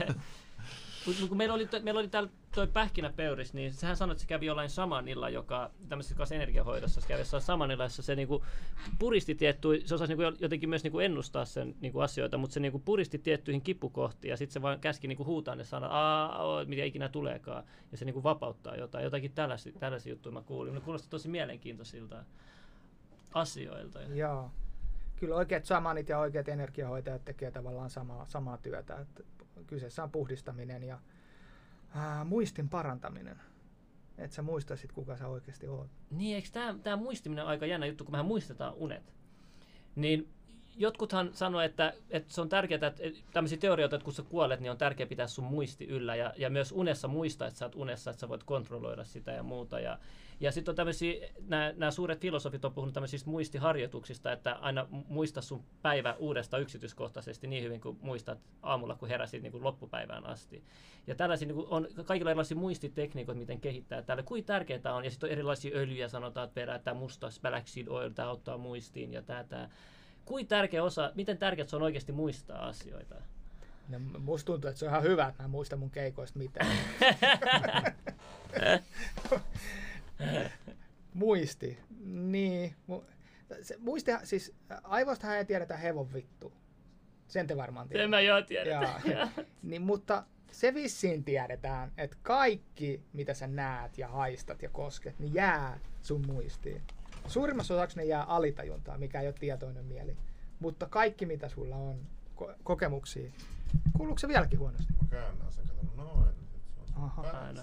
Mut kun meillä oli, to, meillä oli täällä toi pähkinäpeuris, niin sehän sanoi, että se kävi jollain samanilla, joka tämmöisessä kanssa energiahoidossa, se kävi jossain samanilla, jossa se niinku puristi tiettyihin, se osasi niinku jotenkin myös niinku ennustaa sen niinku asioita, mutta se niinku puristi tiettyihin kipukohtiin ja sitten se vaan käski niinku huutaa ne sanat, aah, mitä ikinä tuleekaan, ja se niinku vapauttaa jotain, jotakin tällaisia, tällaisia juttuja mä kuulin. Ne kuulosti tosi mielenkiintoisilta asioilta. Joo. Kyllä oikeat shamanit ja oikeat energiahoitajat tekee tavallaan samaa, samaa työtä. Että kyseessä on puhdistaminen ja ää, muistin parantaminen. Että sä muistaisit, kuka sä oikeasti oot. Niin, eikö tämä muistiminen on aika jännä juttu, kun mehän muistetaan unet. Niin jotkuthan sanoo, että, että se on tärkeää, että tämmöisiä teorioita, että kun sä kuolet, niin on tärkeää pitää sun muisti yllä. Ja, ja myös unessa muistaa, että sä oot unessa, että sä voit kontrolloida sitä ja muuta. Ja, ja sitten on tämmöisiä, nämä suuret filosofit on puhunut tämmöisistä muistiharjoituksista, että aina muista sun päivä uudestaan yksityiskohtaisesti niin hyvin kuin muistat aamulla, kun heräsit niin kuin loppupäivään asti. Ja tällaisia niin kuin on kaikilla erilaisia muistitekniikoita, miten kehittää täällä. Kuinka tärkeää on, ja sitten on erilaisia öljyjä, sanotaan, että perää, tämä musta Spalaxid Oil, tämä auttaa muistiin ja tämä, tämä. Kuinka tärkeä osa, miten tärkeää se on oikeasti muistaa asioita? No, musta tuntuu, että se on ihan hyvä, että mä en muista mun keikoista mitään. Muisti. Niin. Se, muisti, siis aivoistahan ei tiedetä hevon vittu. Sen te varmaan tiedät. Sen mä joo tiedetään. Niin, mutta se vissiin tiedetään, että kaikki, mitä sä näet ja haistat ja kosket, niin jää sun muistiin. Suurimmassa osaksi ne jää alitajuntaan, mikä ei ole tietoinen mieli. Mutta kaikki, mitä sulla on, ko- kokemuksia, kuuluuko se vieläkin huonosti? Mä käännän sen, katon noin. Aha. Aina,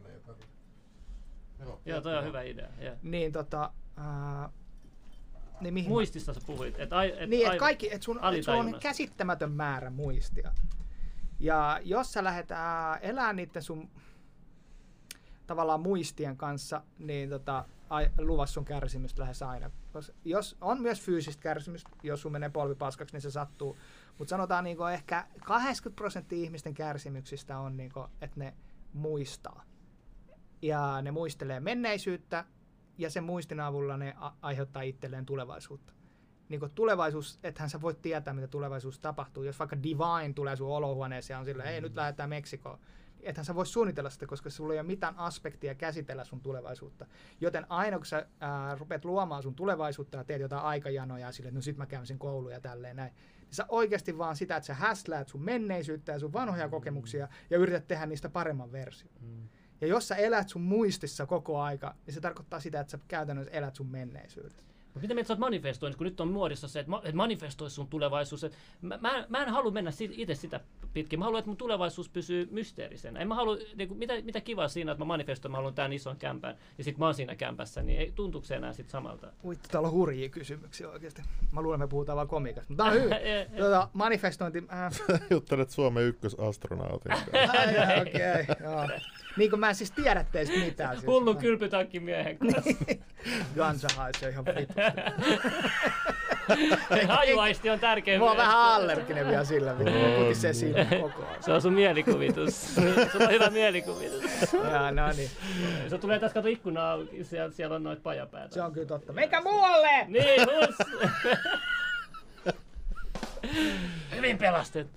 joo. Joo, toi on hyvä idea. Yeah. Niin tota... Ää, niin mihin muistista sä puhuit. Et ai, et niin, että kaikki, et sun, et sulla on käsittämätön määrä muistia. Ja jos sä lähdet ää, elämään niiden sun... tavallaan muistien kanssa, niin tota, ai, luvassa sun kärsimystä lähes aina. Jos on myös fyysistä kärsimystä, jos sun menee polvi paskaksi, niin se sattuu. Mutta sanotaan niinku ehkä kahdeksankymmentä prosenttia ihmisten kärsimyksistä on, niinku, että ne muistaa. Ja ne muistelee menneisyyttä, ja sen muistin avulla ne a- aiheuttaa itselleen tulevaisuutta. Niinku tulevaisuus, ethän sä voit tietää, mitä tulevaisuus tapahtuu. Jos vaikka Divine tulee sun olohuoneeseen ja on silleen, hei nyt lähdetään Meksikoon. Ethän sä voi suunnitella sitä, koska sulla ei ole mitään aspektia käsitellä sun tulevaisuutta. Joten aina kun sä ää, rupeat luomaan sun tulevaisuutta ja teet jotain aikajanoja sille, että no sit mä käyn sen kouluun ja tälleen näin. Niin sä oikeasti vaan sitä, että sä häsläät sun menneisyyttä ja sun vanhoja kokemuksia ja yrität tehdä niistä paremman version. Mm. Ja jos sä elät sun muistissa koko aika, niin se tarkoittaa sitä, että sä käytännössä elät sun menneisyydessä. Mitä mieltä sä oot manifestoinnissa, kun nyt on muodissa se, että manifestoi sun tulevaisuus. Että mä, mä, mä en halua mennä itse sitä pitkin. Mä haluan, että mun tulevaisuus pysyy mysteerisenä. En mä halua, niin kuin, mitä, mitä kivaa siinä, että mä manifestoin, mä haluan tämän ison kämpän ja sit mä oon siinä kämpässä, niin ei, tuntuuko se enää sit samalta? Uittu, täällä on hurjia kysymyksiä oikeasti. Mä luulen, me puhutaan vaan komikasta. Mutta tää on hyvin. tuota, manifestointi... Äh. Juttelet Suomen ykkösastronautin. Okei, joo. Niin kuin mä en siis tiedä teistä mitään. Siis. Hullu kylpytakki miehen kanssa. Gansa haisee ihan vitusti. Hajuaisti on tärkeä. Mä oon vähän allerginen vielä sillä, mitä mä putisee siinä koko ajan. Se on sun mielikuvitus. Sulla on hyvä mielikuvitus. Jaa, no niin. Se tulee tässä kato ikkuna auki, siellä, siellä on noit pajapäätä. Se on kyllä totta. Meikä muualle! Niin, hus! Hyvin pelastet.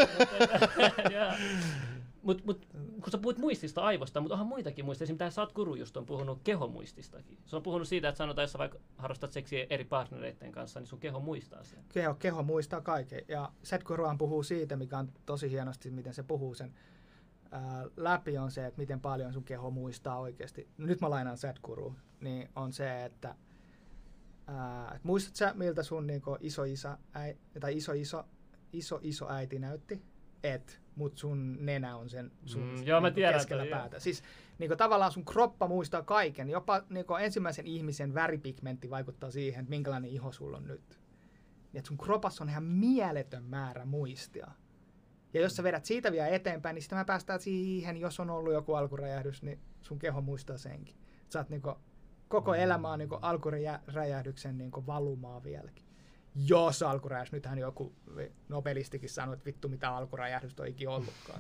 Mut, mut, kun sä puhuit muistista aivosta, mutta onhan muitakin muistia. Esimerkiksi tämä Sadhguru just on puhunut kehomuististakin. Se on puhunut siitä, että sanotaan, jos sä vaikka harrastat seksiä eri partnereiden kanssa, niin sun keho muistaa sen. Keho, keho muistaa kaiken. Ja Sadhguruhan puhuu siitä, mikä on tosi hienosti, miten se puhuu sen ää, läpi, on se, että miten paljon sun keho muistaa oikeasti. Nyt mä lainaan Sadhgurua, niin on se, että ää, et muistat sä, miltä sun niinku, iso-isä äi, tai iso-iso iso, iso äiti näytti? Et. Mutta sun nenä on sen sun mm, joo, mä tiedän, keskellä että, päätä. Siis niinku, tavallaan sun kroppa muistaa kaiken. Jopa niinku, ensimmäisen ihmisen väripigmentti vaikuttaa siihen, että minkälainen iho sulla on nyt. Ja sun kropassa on ihan mieletön määrä muistia. Ja jos sä vedät siitä vielä eteenpäin, niin sitten mä päästään siihen, jos on ollut joku alkuräjähdys, niin sun keho muistaa senkin. Sä oot niinku, koko elämä on niinku, alkuräjähdyksen niinku, valumaa vieläkin. Jos alkuräjähdys, nythän joku nobelistikin sanoi, että vittu mitä alkuräjähdystä on ikinä ollutkaan.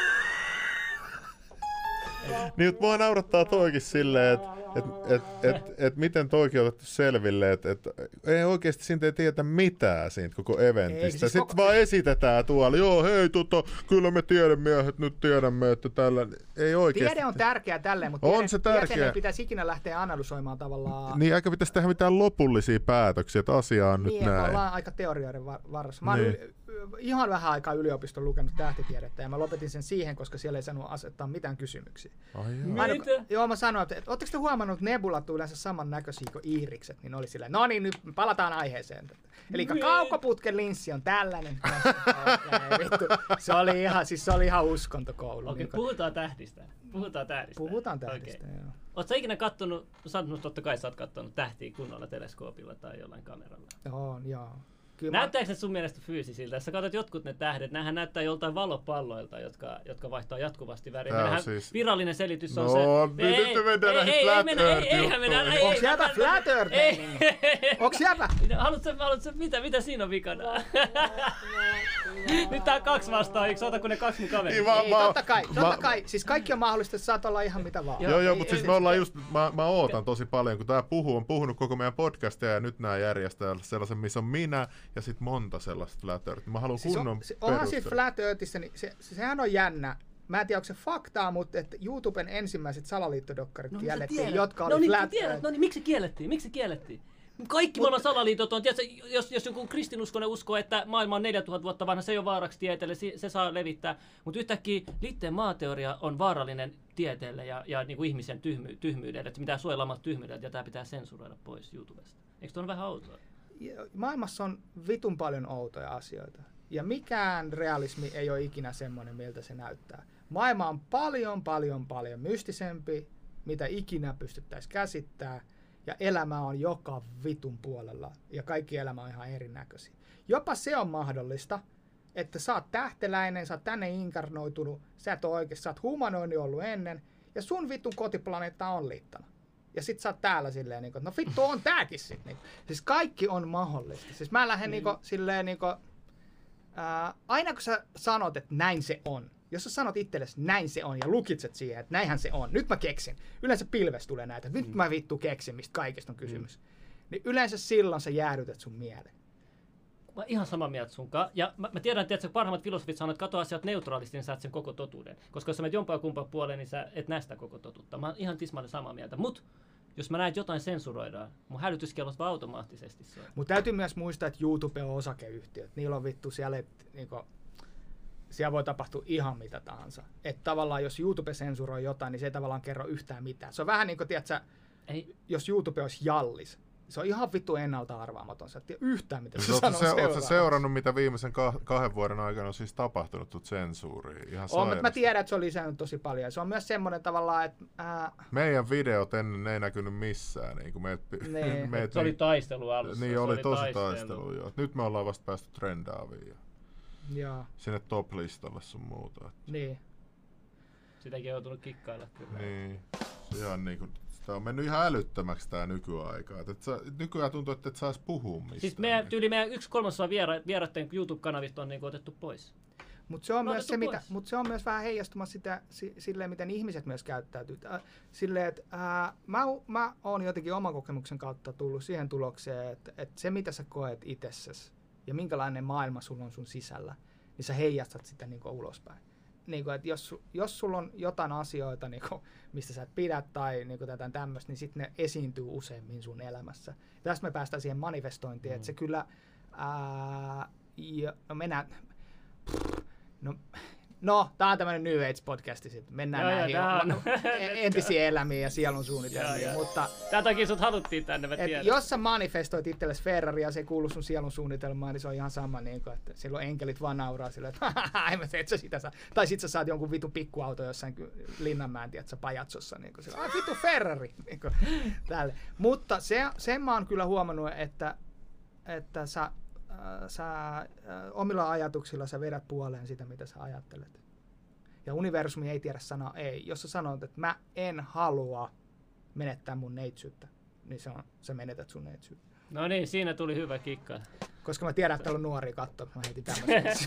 Niin, mutta mua naurattaa toikin silleen, että et, et, et, et miten toikin on otettu selville, että et, ei oikeasti siitä ei tiedä mitään siitä koko eventistä. Ei, siis Sitten koko... vaan esitetään tuolla, joo hei, tota, kyllä me tiedemiehet nyt tiedämme, että tällä ei oikeasti. Tiede on tärkeää tälleen, mutta on se tärkeä. Ei pitäisi ikinä lähteä analysoimaan tavallaan. Niin, eikä pitäisi tehdä mitään lopullisia päätöksiä, että asia on niin, nyt näin. Niin, ollaan aika teorioiden varassa. Mä oon niin. yl- ihan vähän aikaa yliopiston lukenut tähtitiedettä ja mä lopetin sen siihen, koska siellä ei saanut asettaa mitään kysymyksiä. Ai joo. Joo, mä sanoin, että, että ootteko te huomannut, että nebulat on yleensä samannäköisiä kuin iirikset, niin oli silleen, no niin, nyt palataan aiheeseen. Eli kaukoputken linssi on tällainen. Ja, vittu, se oli ihan, siis se oli ihan uskontokoulu. Okei, okay, puhutaan tähdistä. Puhutaan tähdistä. Puhutaan tähdistä, okay. Joo. Ootko sä ikinä kattonut, sanonut, totta kai sä oot kattonut tähtiä kunnolla teleskoopilla tai jollain kameralla? Joo, joo. Kyllä näyttääkö ne sun mielestä fyysisiltä? Jos sä katsot jotkut ne tähdet, näähän näyttää joltain valopalloilta, jotka, jotka vaihtaa jatkuvasti väriä. Siis... Virallinen selitys on no, se... No, ei, nyt mennään näihin flat earth. Onks jäpä flat earth? Onks jäpä? Haluatko mitä, mitä siinä on vikana? Nyt tää on kaksi vastaan yksi, ota kun ne kaksi mun kaverit. Ei, mä, mä, totta kai, totta mä, kai. Siis kaikki on mahdollista, että saat olla ihan mitä vaan. Joo, joo, mutta siis me ollaan just, mä, mä ootan tosi paljon, kun tää puhuu, on puhunut koko meidän podcastia ja nyt nää järjestää sellaisen, missä on minä ja sit monta sellaista flat earth. Mä haluan siis kunnon on, se, onhan siis flat earthissa, niin se, se, sehän on jännä. Mä en tiedä, onko se faktaa, mutta että YouTuben ensimmäiset salaliittodokkarit no, kiellettiin, jotka no, oli niin, flat tiedät, earth. No niin, miksi se kiellettiin? Miksi se kiellettiin? Kaikki Mut, maailman salaliitot on, tiedätkö, jos, jos joku kristinuskoinen uskoo, että maailma on neljätuhatta vuotta vanha, se ei ole vaaraksi tieteelle, se, se saa levittää. Mutta yhtäkkiä liitteen maateoria on vaarallinen tieteelle ja, ja niin kuin ihmisen tyhmy, tyhmyydelle, että mitään suojelemaan tyhmyydeltä ja tämä pitää sensuroida pois YouTubesta. Eikö tuo ole vähän outoa? Maailmassa on vitun paljon outoja asioita. Ja mikään realismi ei ole ikinä semmoinen, miltä se näyttää. Maailma on paljon, paljon, paljon mystisempi, mitä ikinä pystyttäisiin käsittämään. Ja elämä on joka vitun puolella. Ja kaikki elämä on ihan erinäköisiä. Jopa se on mahdollista, että sä oot tähteläinen, sä oot tänne inkarnoitunut, sä et ole oikeasti, sä oot humanoidi ollut ennen. Ja sun vitun kotiplaneetta on liittana. Ja sit sä oot täällä silleen, niin kuin, no vittu on tääkin sit. Niin. Siis kaikki on mahdollista. Siis mä lähden mm. niin kuin, silleen, niin kuin, ää, aina kun sä sanot, että näin se on, jos sä sanot itsellesi, näin se on, ja lukitset siihen, että näinhän se on, nyt mä keksin. Yleensä pilves tulee näitä, nyt mm. mä vittu keksin, mistä kaikista on kysymys. Mm. Niin yleensä silloin sä jäädytät sun mieleen. Mä ihan samaa mieltä sunkaan. Ja mä, mä tiedän, että parhaimmat filosofit sanoo, että katso asiat neutraalisti, niin saat sen koko totuuden. Koska jos sä menet jompaan kumpaan puoleen, niin sä et näe sitä koko totuutta. Mä oon ihan tismalleen samaa mieltä. Mut jos mä näen, että jotain sensuroidaan, mun hälytyskellot vaan automaattisesti soi. Mut täytyy myös muistaa, että YouTube on osakeyhtiö. Niillä on vittu siellä, et, niinku, siellä voi tapahtua ihan mitä tahansa. Että tavallaan jos YouTube sensuroi jotain, niin se ei tavallaan kerro yhtään mitään. Se on vähän niin kuin, tiedätkö, ei. Jos YouTube olisi jallis. Se on ihan vittu ennalta arvaamaton. Sä et tiedä yhtään, mitä se sanoo seuraavaksi. Oletko seurannut, mitä viimeisen kah- kahden vuoden aikana on siis tapahtunut tuota sensuuriin? Ihan on, mutta mä tiedän, että se on lisännyt tosi paljon. Se on myös semmoinen tavallaan, että... Ää... Meidän videot ennen ei näkynyt missään. Niin kuin meet, nee. meet, se oli taistelu alussa. Niin, se oli, oli tosi taistelu. taistelu. Joo. Nyt me ollaan vasta päästy trendaaviin. Joo. Sinne top-listalle sun muuta. Että. Niin. Sitäkin on joutunut kikkailla kyllä. Niin. Ihan niin kuin... Tämä on mennyt ihan älyttömäksi tämä nykyaika. Et sä, nykyään tuntuu, että et saisi puhua mistään. Siis meidän, tyyli meidän yksi kolmasosa viera, vieraiden YouTube-kanavista on niinku otettu pois. Mutta se, mut se on myös vähän heijastumassa sitä, si, silleen, miten ihmiset myös käyttäytyy. Äh, silleen, että äh, mä, mä oon jotenkin oman kokemuksen kautta tullut siihen tulokseen, että, että se mitä sä koet itsessäsi ja minkälainen maailma sulla on sun sisällä, niin sä heijastat sitä niinku ulospäin. Niin kuin, että jos, jos sulla on jotain asioita, niin kuin, mistä sä et pidä tai niin tätä tämmöistä, niin sitten ne esiintyy useammin sun elämässä. Ja tästä me päästään siihen manifestointiin, mm. että se kyllä, ää, ja, no mennään, pff, no, no tää on tämmönen New Age-podcasti sitten, mennään joo, näihin joo, on, entisiin elämiin ja sielun suunnitelmiin, joo, mutta... Tämän takia sut haluttiin tänne, mä tiedän. Jos sä manifestoit itsellesi Ferrari ja se ei kuulu sun sielun suunnitelmaan, niin se on ihan sama, niin kuin, että silloin enkelit vaan nauraa silleen, että haha, et sä sitä saa. Tai sit sä saat jonkun vitun pikkuauto jossain Linnanmäen, tiedätkö, pajatsossa, niin kuin silleen, ai vittu Ferrari, niin kuin, tälle. Mutta se, sen mä oon kyllä huomannut, että, että sä, äh, sä äh, omilla ajatuksilla sä vedät puoleen sitä, mitä sä ajattelet. Ja universumi ei tiedä sanaa ei. Jos sä sanot, että mä en halua menettää mun neitsyyttä, niin se on, sä menetät sun neitsyyttä. No niin, siinä tuli hyvä kikka. Koska mä tiedän, että täällä on nuoria katsoa, mä heitin tämmöisen.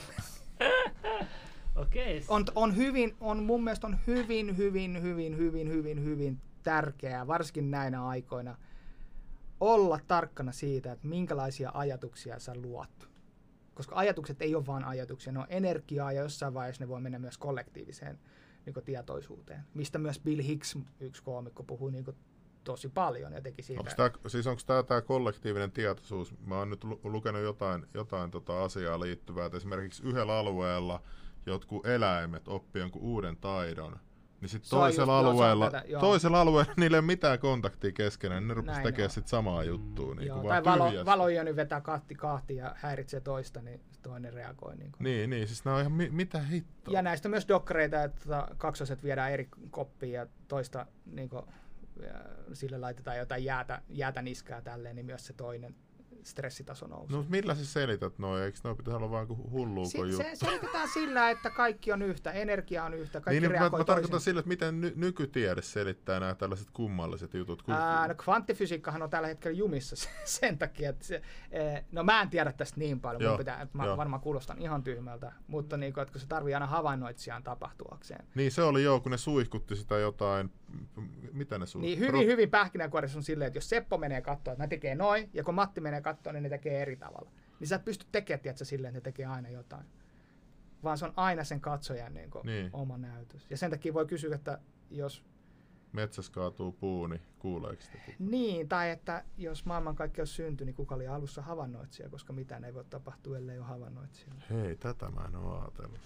Okei. On, on hyvin, on mun mielestä on hyvin, hyvin, hyvin, hyvin, hyvin, hyvin tärkeää, varsinkin näinä aikoina, olla tarkkana siitä, että minkälaisia ajatuksia sä luot. Koska ajatukset ei ole vain ajatuksia, ne on energiaa ja jossain vaiheessa ne voi mennä myös kollektiiviseen niin kuin tietoisuuteen. Mistä myös Bill Hicks, yksi koomikko, puhui niin kuin tosi paljon ja teki siitä. Onko tämä, siis onko tämä, tämä kollektiivinen tietoisuus? Mä oon nyt lukenut jotain, jotain tota asiaa liittyvää, että esimerkiksi yhdellä alueella jotkut eläimet oppii jonkun uuden taidon. Niin sitten toisella alueella, tätä, toisella alueella niillä ei ole mitään kontaktia keskenään, niin ne rupesi tekemään sitten samaa juttua. Niin joo, tai valo, valoioni vetää kahti kahti ja häiritsee toista, niin toinen reagoi. Niin, niin, niin, siis nämä on ihan mi- mitä hittoa. Ja näistä on myös dokkareita, että kaksoset viedään eri koppiin ja toista niin kuin, sille laitetaan jotain jäätä, jäätä niskää tälleen, niin myös se toinen stressitaso nousee. No millä sä selität noin? Eikö noin pitäisi olla vaan kuin hullua si- juttu? Se selitetään sillä, että kaikki on yhtä, energia on yhtä, kaikki niin, reagoi mä, mä tarkoitan sillä, että miten ny- nykytiede selittää nämä tällaiset kummalliset jutut. Kun... Ää, no kvanttifysiikkahan on tällä hetkellä jumissa sen takia, että se, no mä en tiedä tästä niin paljon, joo, pitää, että mä joo. varmaan kuulostan ihan tyhmältä, mutta niin kuin, että kun se tarvii aina havainnoitsijaan tapahtuakseen. Niin se oli joo, kun ne suihkutti sitä jotain, mitä ne suihkutti? Niin hyvin, hyvin pähkinänkuoressa on silleen, että jos Seppo menee katsoa, että ne tekee noin, ja kun Matti menee katsoa, niin ne tekee eri tavalla. Niin sä et pysty tekemään, tiedätkö, silleen, että ne tekee aina jotain. Vaan se on aina sen katsojan niin kuin, niin. oma näytös. Ja sen takia voi kysyä, että jos... Metsässä kaatuu puu, niin kuuleeko sitä kukaan? Niin, tai että jos maailmankaikkeus syntyi, niin kuka oli alussa havainnoitsija, koska mitään ei voi tapahtua, ellei ole havainnoitsija. Hei, tätä mä en ole ajatellut.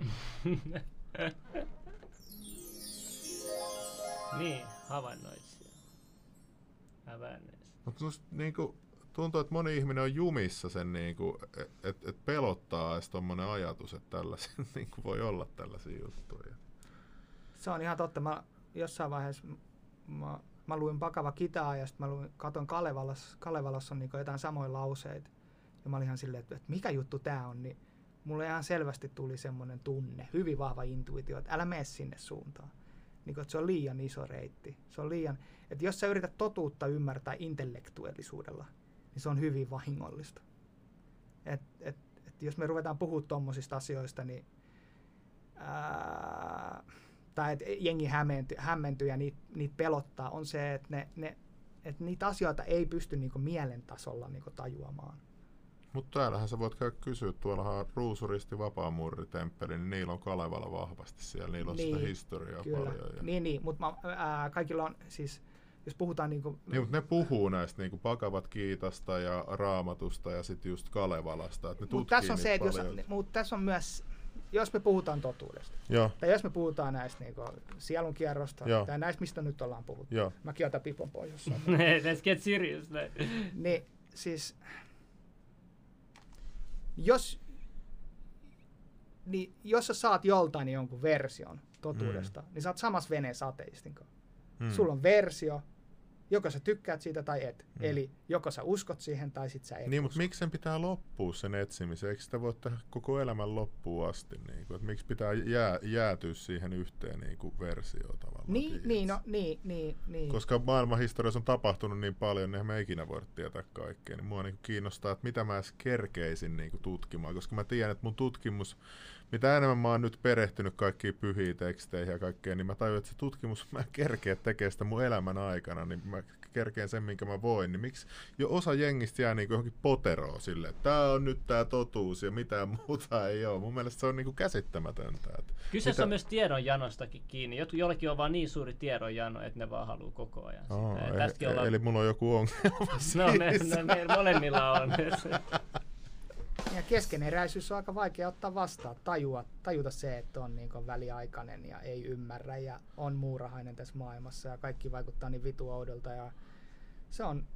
Niin, havainnoitsija. Havainnoitsija. Mutta niinku... Tuntuu, että moni ihminen on jumissa sen, niinku, että et, et pelottaa edes tommonen ajatus, että tällaisia niinku voi olla tällaisia juttuja. Se on ihan totta. Mä jossain vaiheessa mä, mä luin Bakava Kitaa ja sitten mä luin, katon Kalevalassa, Kalevalassa on niinku jotain samoja lauseita. Ja mä olin ihan silleen, että, että mikä juttu tää on, niin mulle ihan selvästi tuli semmoinen tunne, hyvin vahva intuitio, että älä mene sinne suuntaan. Niin kuin, että se on liian iso reitti. Se on liian, että jos sä yrität totuutta ymmärtää intellektuellisuudella, niin se on hyvin vahingollista. Et, et, et jos me ruvetaan puhumaan tommosista asioista, niin ää, tai että jengi hämmentyy, hämmentyy ja niitä niit pelottaa, on se, että ne, ne, et niitä asioita ei pysty niinku mielen tasolla niinku tajuamaan. Mutta täällähän sä voit käydä kysyä, tuollahan Ruusuristi Vapaamuuritemppeli, niin niillä on Kalevala vahvasti siellä, niillä on niin, sitä historiaa kyllä. paljon. Ja... Niin, niin, mutta kaikilla on siis, jos puhutaan niinku... Niin, mutta ne puhuu näistä niinku Pakavat Kiitasta ja Raamatusta ja sitten just Kalevalasta, että ne tutkii tässä on se, että jos, mut tässä on myös, jos me puhutaan totuudesta, Joo. tai jos me puhutaan näistä niinku sielunkierrosta, Joo. tai näistä, mistä nyt ollaan puhuttu, Joo. mäkin otan pipon pois jossain. Let's get serious. Niin, siis... Jos, niin, jos sä saat joltain jonkun version totuudesta, mm. niin sä oot samassa veneessä ateistin kanssa. Mm. Sulla on versio, joko sä tykkäät siitä tai et. Mm. Eli joko sä uskot siihen tai sit sä et Niin, usko. mutta miksi sen pitää loppua sen etsimisen? Eikö sitä voi tehdä koko elämän loppuun asti? Niin kuin, että miksi pitää jää, jäätyä siihen yhteen niin kuin versioon tavallaan? Niin, niin, no, niin, niin, niin. Koska maailmanhistoriassa on tapahtunut niin paljon, niin me ei ikinä voida tietää kaikkea. Niin mua niin kuin kiinnostaa, että mitä mä edes kerkeisin niin kuin tutkimaan. Koska mä tiedän, että mun tutkimus, mitä enemmän mä oon nyt perehtynyt kaikkiin pyhiin teksteihin ja kaikkeen, niin mä tajun, että se tutkimus, mä en kerkeä tekemään sitä mun elämän aikana, niin mä kerkeen sen, minkä mä voin. Niin miksi jo osa jengistä jää niin kuin johonkin poteroon silleen, että tää on nyt tää totuus ja mitään muuta ei ole. Mun mielestä se on niin kuin käsittämätöntä. Kyseessä mitä... on myös tiedonjanostakin kiinni. Jollekin on vaan niin suuri tiedonjano, että ne vaan haluaa koko ajan sitä. Oh, e- ollaan... Eli mulla on joku ongelma No, me, me, me molemmilla on. Ja keskeneräisyys on aika vaikea ottaa vastaan, tajua, tajuta se, että on niin kuin väliaikainen ja ei ymmärrä ja on muurahainen tässä maailmassa ja kaikki vaikuttaa niin vitu oudolta ja se on,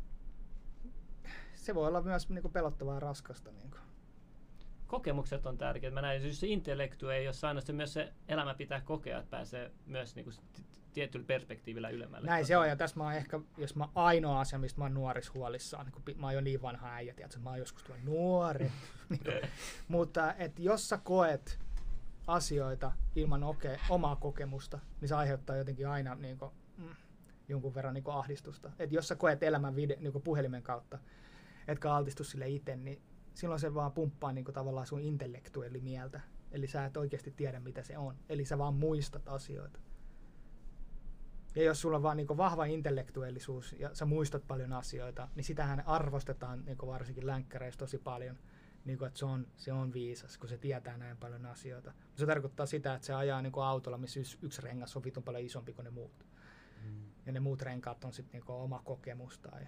se voi olla myös niin kuin pelottavaa ja raskasta. Niin kuin. Kokemukset on tärkeät. Mä näin, jos se intellektu ei ole saanut, se myös se elämä pitää kokea, että pääsee myös niin kuin tietyllä perspektiivillä ylemmälle. Näin se on, ja tässä mä oon ehkä, jos mä ainoa asia, mistä mä oon nuorissa huolissaan, niin kun mä oon jo niin vanha äijä, tiedätkö, mä oon joskus tuolla nuori. Mutta et jos sä koet asioita ilman oke, omaa kokemusta, niin se aiheuttaa jotenkin aina niin kuin, mm, jonkun verran niin kuin ahdistusta. Et jos sä koet elämän vide, niin kuin puhelimen kautta, etkä altistu sille itse, niin silloin se vaan pumppaa niin kuin tavallaan sun intellektuelli mieltä. Eli sä et oikeasti tiedä, mitä se on. Eli sä vaan muistat asioita. Ja jos sulla on vaan niin vahva intellektuellisuus ja sä muistat paljon asioita, niin sitähän arvostetaan niin varsinkin länkkäreissä tosi paljon, niin että se on, se on viisas, kun se tietää näin paljon asioita. Se tarkoittaa sitä, että se ajaa niin autolla, missä yksi, yksi rengas on vitun paljon isompi kuin ne muut. Mm. Ja ne muut renkaat on sitten niin oma kokemus tai...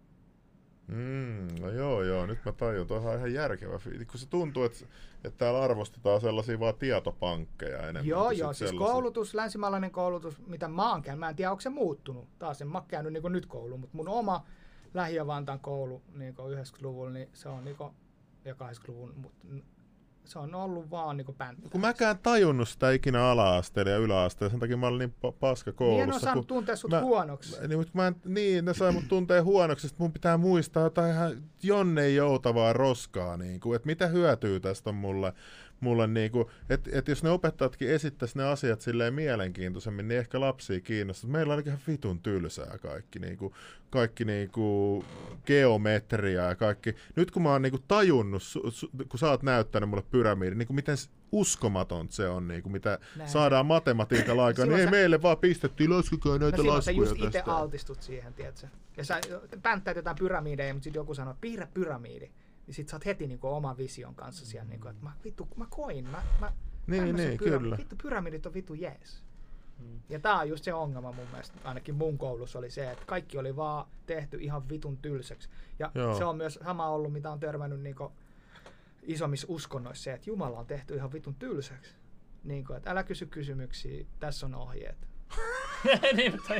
Mm, no joo, joo, nyt mä tajun, tuohan on ihan järkevä fiilis, kun se tuntuu, että, että täällä arvostetaan sellaisia vaan tietopankkeja enemmän. Joo, joo, siis koulutus, länsimaalainen koulutus, mitä mä oon käynyt, mä en tiedä, onko se muuttunut. Taas en mä oon käynyt niin nyt kouluun, mutta mun oma Lähi-Vantaan koulu niin yhdeksänkymmentäluvulla, niin se on niin ja kahdeksankymmentäluvun, mutta se on ollut vaan niin pänttää. Kun mäkään tajunnut sitä ikinä ala-asteella ja yläasteella, sen takia mä olin niin paska koulussa. Niin en ole saanut tuntea sut mä, huonoksi. Niin, mutta mä en, niin, ne sai mut tuntea huonoksi, että mun pitää muistaa jotain ihan jonnen joutavaa roskaa, niin kuin, että mitä hyötyä tästä on mulle. mulle niin kuin, että et jos ne opettajatkin esittäisi ne asiat silleen mielenkiintoisemmin, niin ehkä lapsia kiinnostaa. Meillä on ihan vitun tylsää kaikki, niin kuin, kaikki niin kuin geometria ja kaikki. Nyt kun mä oon niin kuin tajunnut, su, su, kun sä oot näyttänyt mulle pyramidin, niin kuin miten uskomaton se on, niin kuin mitä Näin. saadaan matematiikalla aikaan, niin ei sä... meille vaan pistettiin, laskukaa näitä no, laskuja tästä. Sä just itse altistut siihen, tiedätkö? Ja sä pänttäät jotain pyramideja, mutta sitten joku sanoo, piirrä pyramidi. Niin sit sä oot heti niinku oman vision kanssa siellä, niinku, että mä, vittu, mä koin, mä, mä, niin, niin, pyramidit, vittu, pyramidit on vittu jees. Hmm. Ja tää on just se ongelma mun mielestä, ainakin mun koulussa oli se, että kaikki oli vaan tehty ihan vitun tylsäksi. Ja Joo. se on myös sama ollut, mitä on törmännyt niinku isommissa uskonnoissa se, että Jumala on tehty ihan vitun tylsäksi. Niinku, että älä kysy kysymyksiä, tässä on ohjeet. niin, toi...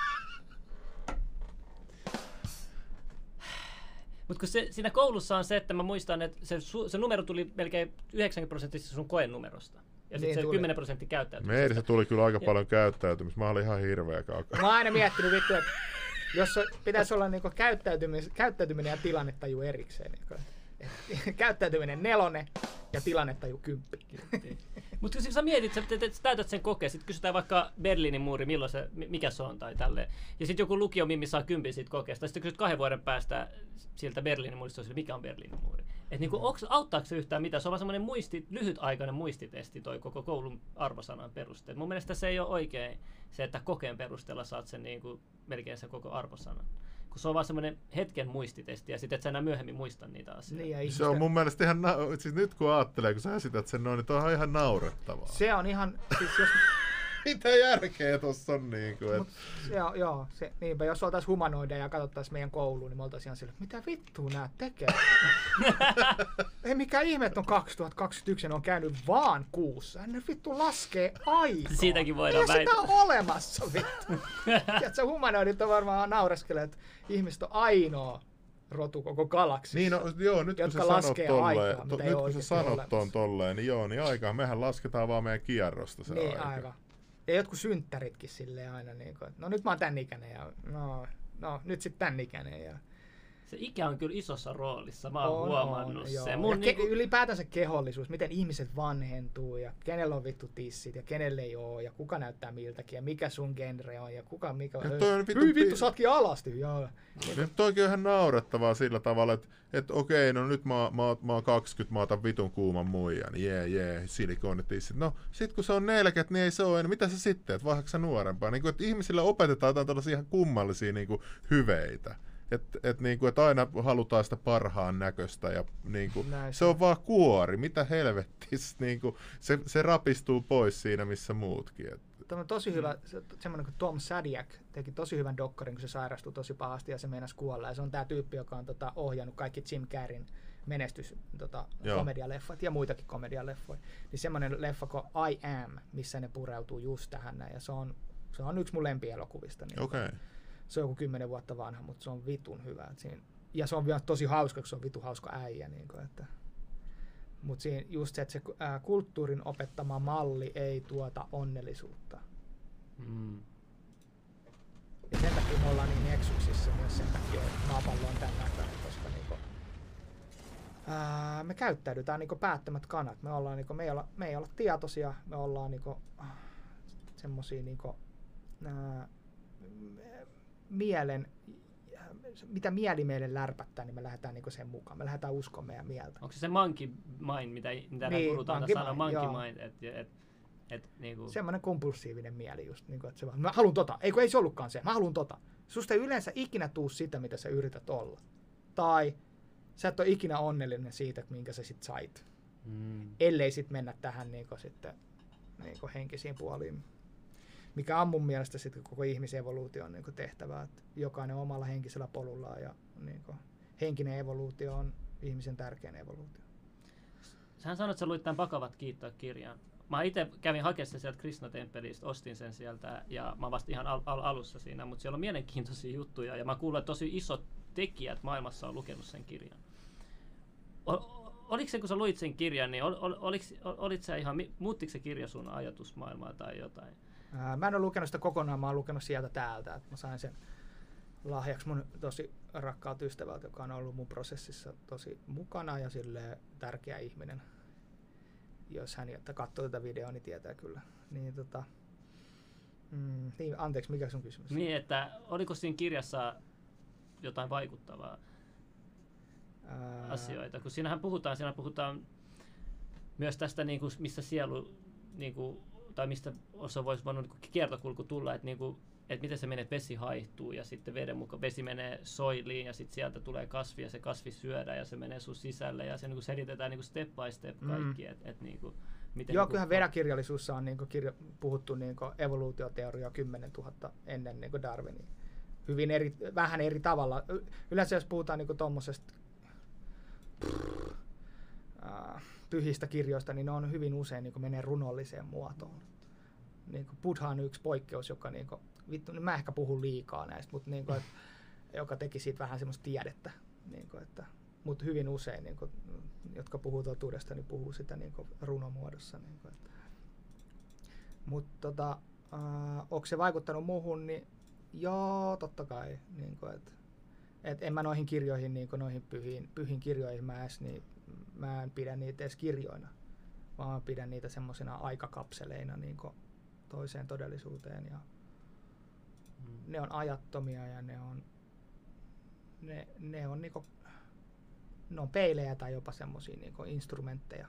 Mutta se, siinä koulussa on se, että mä muistan, että se, se numero tuli melkein yhdeksänkymmentä prosenttisesti sun koenumerosta. Ja sitten niin se kymmenen prosenttia käyttäytymisestä. Meillä se tuli kyllä aika ja... paljon käyttäytymistä. Mä olin ihan hirveä kaukaa. Mä oon aina miettinyt vittu, että jos pitäisi olla niinku käyttäytyminen, käyttäytyminen ja tilannetaju erikseen. Niinku, käyttäytyminen nelonen, Ja tilannetaju kymppi. Mutta kun sä mietit, sä täytät sen kokeen, sitten kysytään vaikka Berliinin muuri, milloin se, mikä se on tai tälleen. Ja sitten joku lukio mimmi saa kympin siitä kokeesta. Sitten kysyt kahden vuoden päästä siltä Berliinin muurista, mikä on Berliinin muuri. Että niinku, auttaako se yhtään mitä? Se on vaan semmoinen muisti, lyhytaikainen muistitesti toi koko koulun arvosanan perusteet. Mun mielestä se ei ole oikein se, että kokeen perusteella saat sen niinku, melkein sen koko arvosanan. Kun se on vaan semmoinen hetken muistitesti ja sitten et sä enää myöhemmin muista niitä asioita. Niin, ihmistä... Se on mun mielestä ihan, na- siis nyt kun ajattelee, kun sä esität sen noin, niin toi on ihan naurettavaa. Se on ihan, siis jos... Mitä järkeä tossa on niinku, et... Mut, joo, joo, se, niinpä, jos oltais humanoideja ja katsottaisiin meidän kouluun, niin me oltais ihan sillä, mitä vittua nää tekee? Ei mikään ihme, että on kaksituhattakaksikymmentäyksi ja ne on käynyt vaan kuussa. Ne vittu laskee aikaa. Siitäkin voidaan väittää. Ei sitä väittää. ole olemassa vittu. Tiedätkö, humanoidit on varmaan naureskelee, että ihmiset on ainoa rotu koko galaksissa. Niin, no, joo, nyt kun sä sanot tolleen, to, nyt kun sä sanot ton tolleen, niin joo, niin aikaa, mehän lasketaan vaan meidän kierrosta se niin, aika. Aivan. Ja jotkut synttäritkin silleen aina niin kuin, että no nyt mä oon tän ikäinen ja no, no nyt sit tän ikäinen. Ja... Se ikä on kyllä isossa roolissa, mä oon on, huomannut on, sen. Mun Mun ja niinku... ke- ylipäätänsä kehollisuus, miten ihmiset vanhentuu ja kenellä on vittu tissit ja kenelle ei oo ja kuka näyttää miltäkin ja mikä sun genre on ja kuka mikä on. Vittu, Hyi vittu, sä ootkin alasti. Joo. Toikin on ihan naurettavaa sillä tavalla, että et, okei, no nyt mä, mä, mä oon kaksikymmentä, mä otan vitun kuuman muijan, jee jee, silikonitissit. No sit kun se on neljäkymmentä, niin ei se ole, niin mitä sä sitten, että vaihdatko sä nuorempaa? Niin kuin, että ihmisille opetetaan jotain tällaisia ihan kummallisia niin kuin, hyveitä. Että et, niinku, et aina halutaan sitä parhaan näköistä ja niinku, se on vaan kuori, mitä helvettis, niinku, se, se rapistuu pois siinä missä muutkin. Et. Tämä on tosi hyvä, se, semmoinen kuin Tom Sadiak teki tosi hyvän dokkarin, kun se sairastui tosi pahasti ja se meinasi kuolla. Ja se on tämä tyyppi, joka on tota, ohjannut kaikki Jim Carreyn menestys tota, komedialeffat ja muitakin komedialeffoja. Niin semmoinen leffa kuin I Am, missä ne pureutuu just tähän näin. Ja se on, se on yksi mun lempielokuvista. Niin Okay. Se on joku kymmenen vuotta vanha, mutta se on vitun hyvä. Siinä, ja se on vielä tosi hauska, koska se on vitun hauska äijä. Niin kuin, että. Mutta siinä just se, että se ää, kulttuurin opettama malli ei tuota onnellisuutta. Mm. Ja sen takia me ollaan niin eksyksissä myös sen takia, että maapallo on tämän näköinen, koska niinku, ää, me käyttäydytään niinku päättömät kanat. Me, ollaan, niinku, me, ei olla, me ei olla tietoisia, me ollaan niinku, semmosia niinku, ää, mielen, mitä mieli meille lärpättää, niin me lähdetään niinku sen mukaan. Me lähdetään uskomaan meidän mieltä. Onko se se monkey mind, mitä, mitä niin, puhutaan tässä sana monkey joo. mind, että et, et, niinku... semmoinen kompulsiivinen mieli just, niinku, että se vaan, mä haluun tota, eikö ei se ollutkaan se, mä haluun tota. Susta ei yleensä ikinä tuu sitä, mitä sä yrität olla. Tai sä et ole ikinä onnellinen siitä, minkä sä sit sait. Mm. Ellei sit mennä tähän niinku, sitten, niinku, henkisiin puoliin. Mikä on mun mielestä sitten koko ihmisevoluution niinku, tehtävää, että jokainen omalla henkisellä polullaan ja niinku, henkinen evoluutio on ihmisen tärkein evoluutio. Sähän sanoit, että sä luit tämän Bhagavad Gita-kirjan. Mä itse kävin hakemaan sen sieltä Krishna-temppelistä, ostin sen sieltä ja mä vasta ihan al- al- alussa siinä, mutta siellä on mielenkiintoisia juttuja ja mä kuulen, että tosi isot tekijät maailmassa on lukenut sen kirjan. O- oliko se, kun sä luit sen kirjan, niin ol- ol- oliko, ol- olit sä ihan, muuttiko se kirja sun ajatusmaailmaa tai jotain? Ää, mä en ole lukenut sitä kokonaan, mä oon lukenut sieltä täältä, että mä sain sen lahjaksi mun tosi rakkaalta ystävältä, joka on ollut mun prosessissa tosi mukana ja silleen tärkeä ihminen. Jos hän katsoo tätä videoa, niin tietää kyllä. Niin, tota, mm, niin, anteeksi, mikä sun kysymys? Niin, että oliko siinä kirjassa jotain vaikuttavaa Ää... asioita? Kun siinähän puhutaan, siinä puhutaan myös tästä, niin kuin, missä sielu, niin kuin, tai mistä osa voisi voinut niin kiertokulku tulla, että, niin kuin, että miten se menee, että vesi haihtuu ja sitten veden mukaan vesi menee soiliin ja sitten sieltä tulee kasvi ja se kasvi syödään ja se menee sun sisälle ja se niin kuin selitetään niin kuin step by step kaikki. Mm. Et, et, niin kuin, miten joo, niin kyllähän vedäkirjallisuudessa on niin kuin kirjo, puhuttu niin kuin evoluutioteoriaa kymmenen tuhatta ennen niin kuin Darwinia. Hyvin eri, vähän eri tavalla. Yleensä jos puhutaan niin tuommoisesta äh, pyhistä kirjoista, niin ne on hyvin usein niin kuin menee runolliseen muotoon. Niin kuin Buddha on yksi poikkeus, joka niin kuin, vittu, niin mä ehkä puhun liikaa näistä, mutta niin kuin, et, joka teki siitä vähän semmoista tiedettä. Niin kuin, että, mutta hyvin usein, niin kuin, jotka puhuu totuudesta, niin puhuu sitä niin kuin runomuodossa. Niin kuin, että. Mutta tota, äh, onko se vaikuttanut muuhun, niin joo, totta kai. Niin kuin, et, et en mä noihin kirjoihin, niin kuin noihin pyhiin, pyhiin kirjoihin mä edes, niin mä en pidä niitä edes kirjoina, vaan mä pidän niitä semmosina aikakapseleina niin toiseen todellisuuteen. Ja mm. Ne on ajattomia ja ne on, ne, ne on, niinku, ne on peilejä tai jopa semmosia niinku instrumentteja.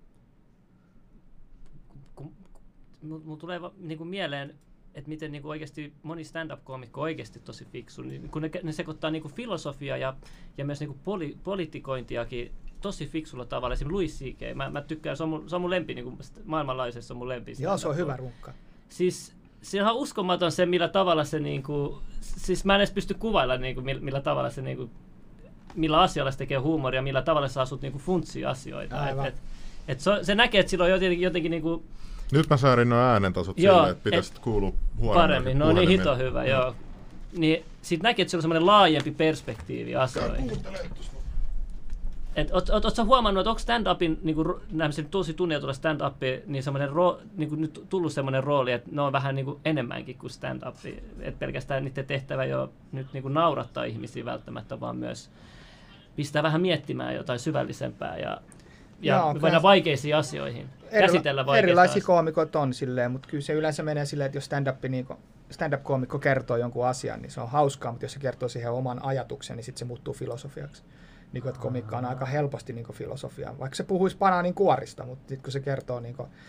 Mulla tulee niinku mieleen, että miten niinku oikeasti moni stand-up-koomikko on oikeasti tosi fiksu. Niin kun ne, ne sekoittaa niinku filosofiaa ja, ja myös niinku poli, politikointiakin tosi fiksulla tavalla. Esimerkiksi Louis C K. Mä, mä tykkään, se on mun, se on mun lempi, niinku maailmanlaajuisesti se on mun lempi. Joo, se on hyvä runkka. Siis se on uskomaton se, millä tavalla se niinku, siis mä en edes pysty kuvailla niinku, millä, millä tavalla se niinku, millä asialla se tekee huumoria, millä tavalla sä asut niinku funtsia asioita. Et, et, et se, se näkee, että sillä on jotenkin, jotenkin niinku. Nyt mä säärin nuo äänentasot silleen, että pitäisi kuulua huonommin. Paremmin, no niin hito hyvä, no. Joo. Niin sit näkee, että se on semmoinen laajempi perspektiivi asioihin. Et, oot, oot, oot sä huomannut, että onko stand-upin, niinku, nämmöisen tosi tunnetulla stand-upin, niin semmoinen ro, niinku, nyt tullut semmoinen rooli, että ne on vähän niinku enemmänkin kuin stand-upi. Että pelkästään niiden tehtävä ei ole nyt niinku naurattaa ihmisiä välttämättä, vaan myös pistää vähän miettimään jotain syvällisempää ja, ja Joo, voidaan vaikeisiin asioihin. Käsitellä Erila- erilaisia koomikot on silleen, mutta kyllä se yleensä menee silleen, että jos stand-up, niin stand-up-koomikko kertoo jonkun asian, niin se on hauskaa, mutta jos se kertoo siihen oman ajatuksen, niin sitten se muuttuu filosofiaksi. Niin kuin, että komikka on aika helposti niin filosofiaa, vaikka se puhuisi banaanin kuorista, mutta sitten kun se kertoo niin kuin.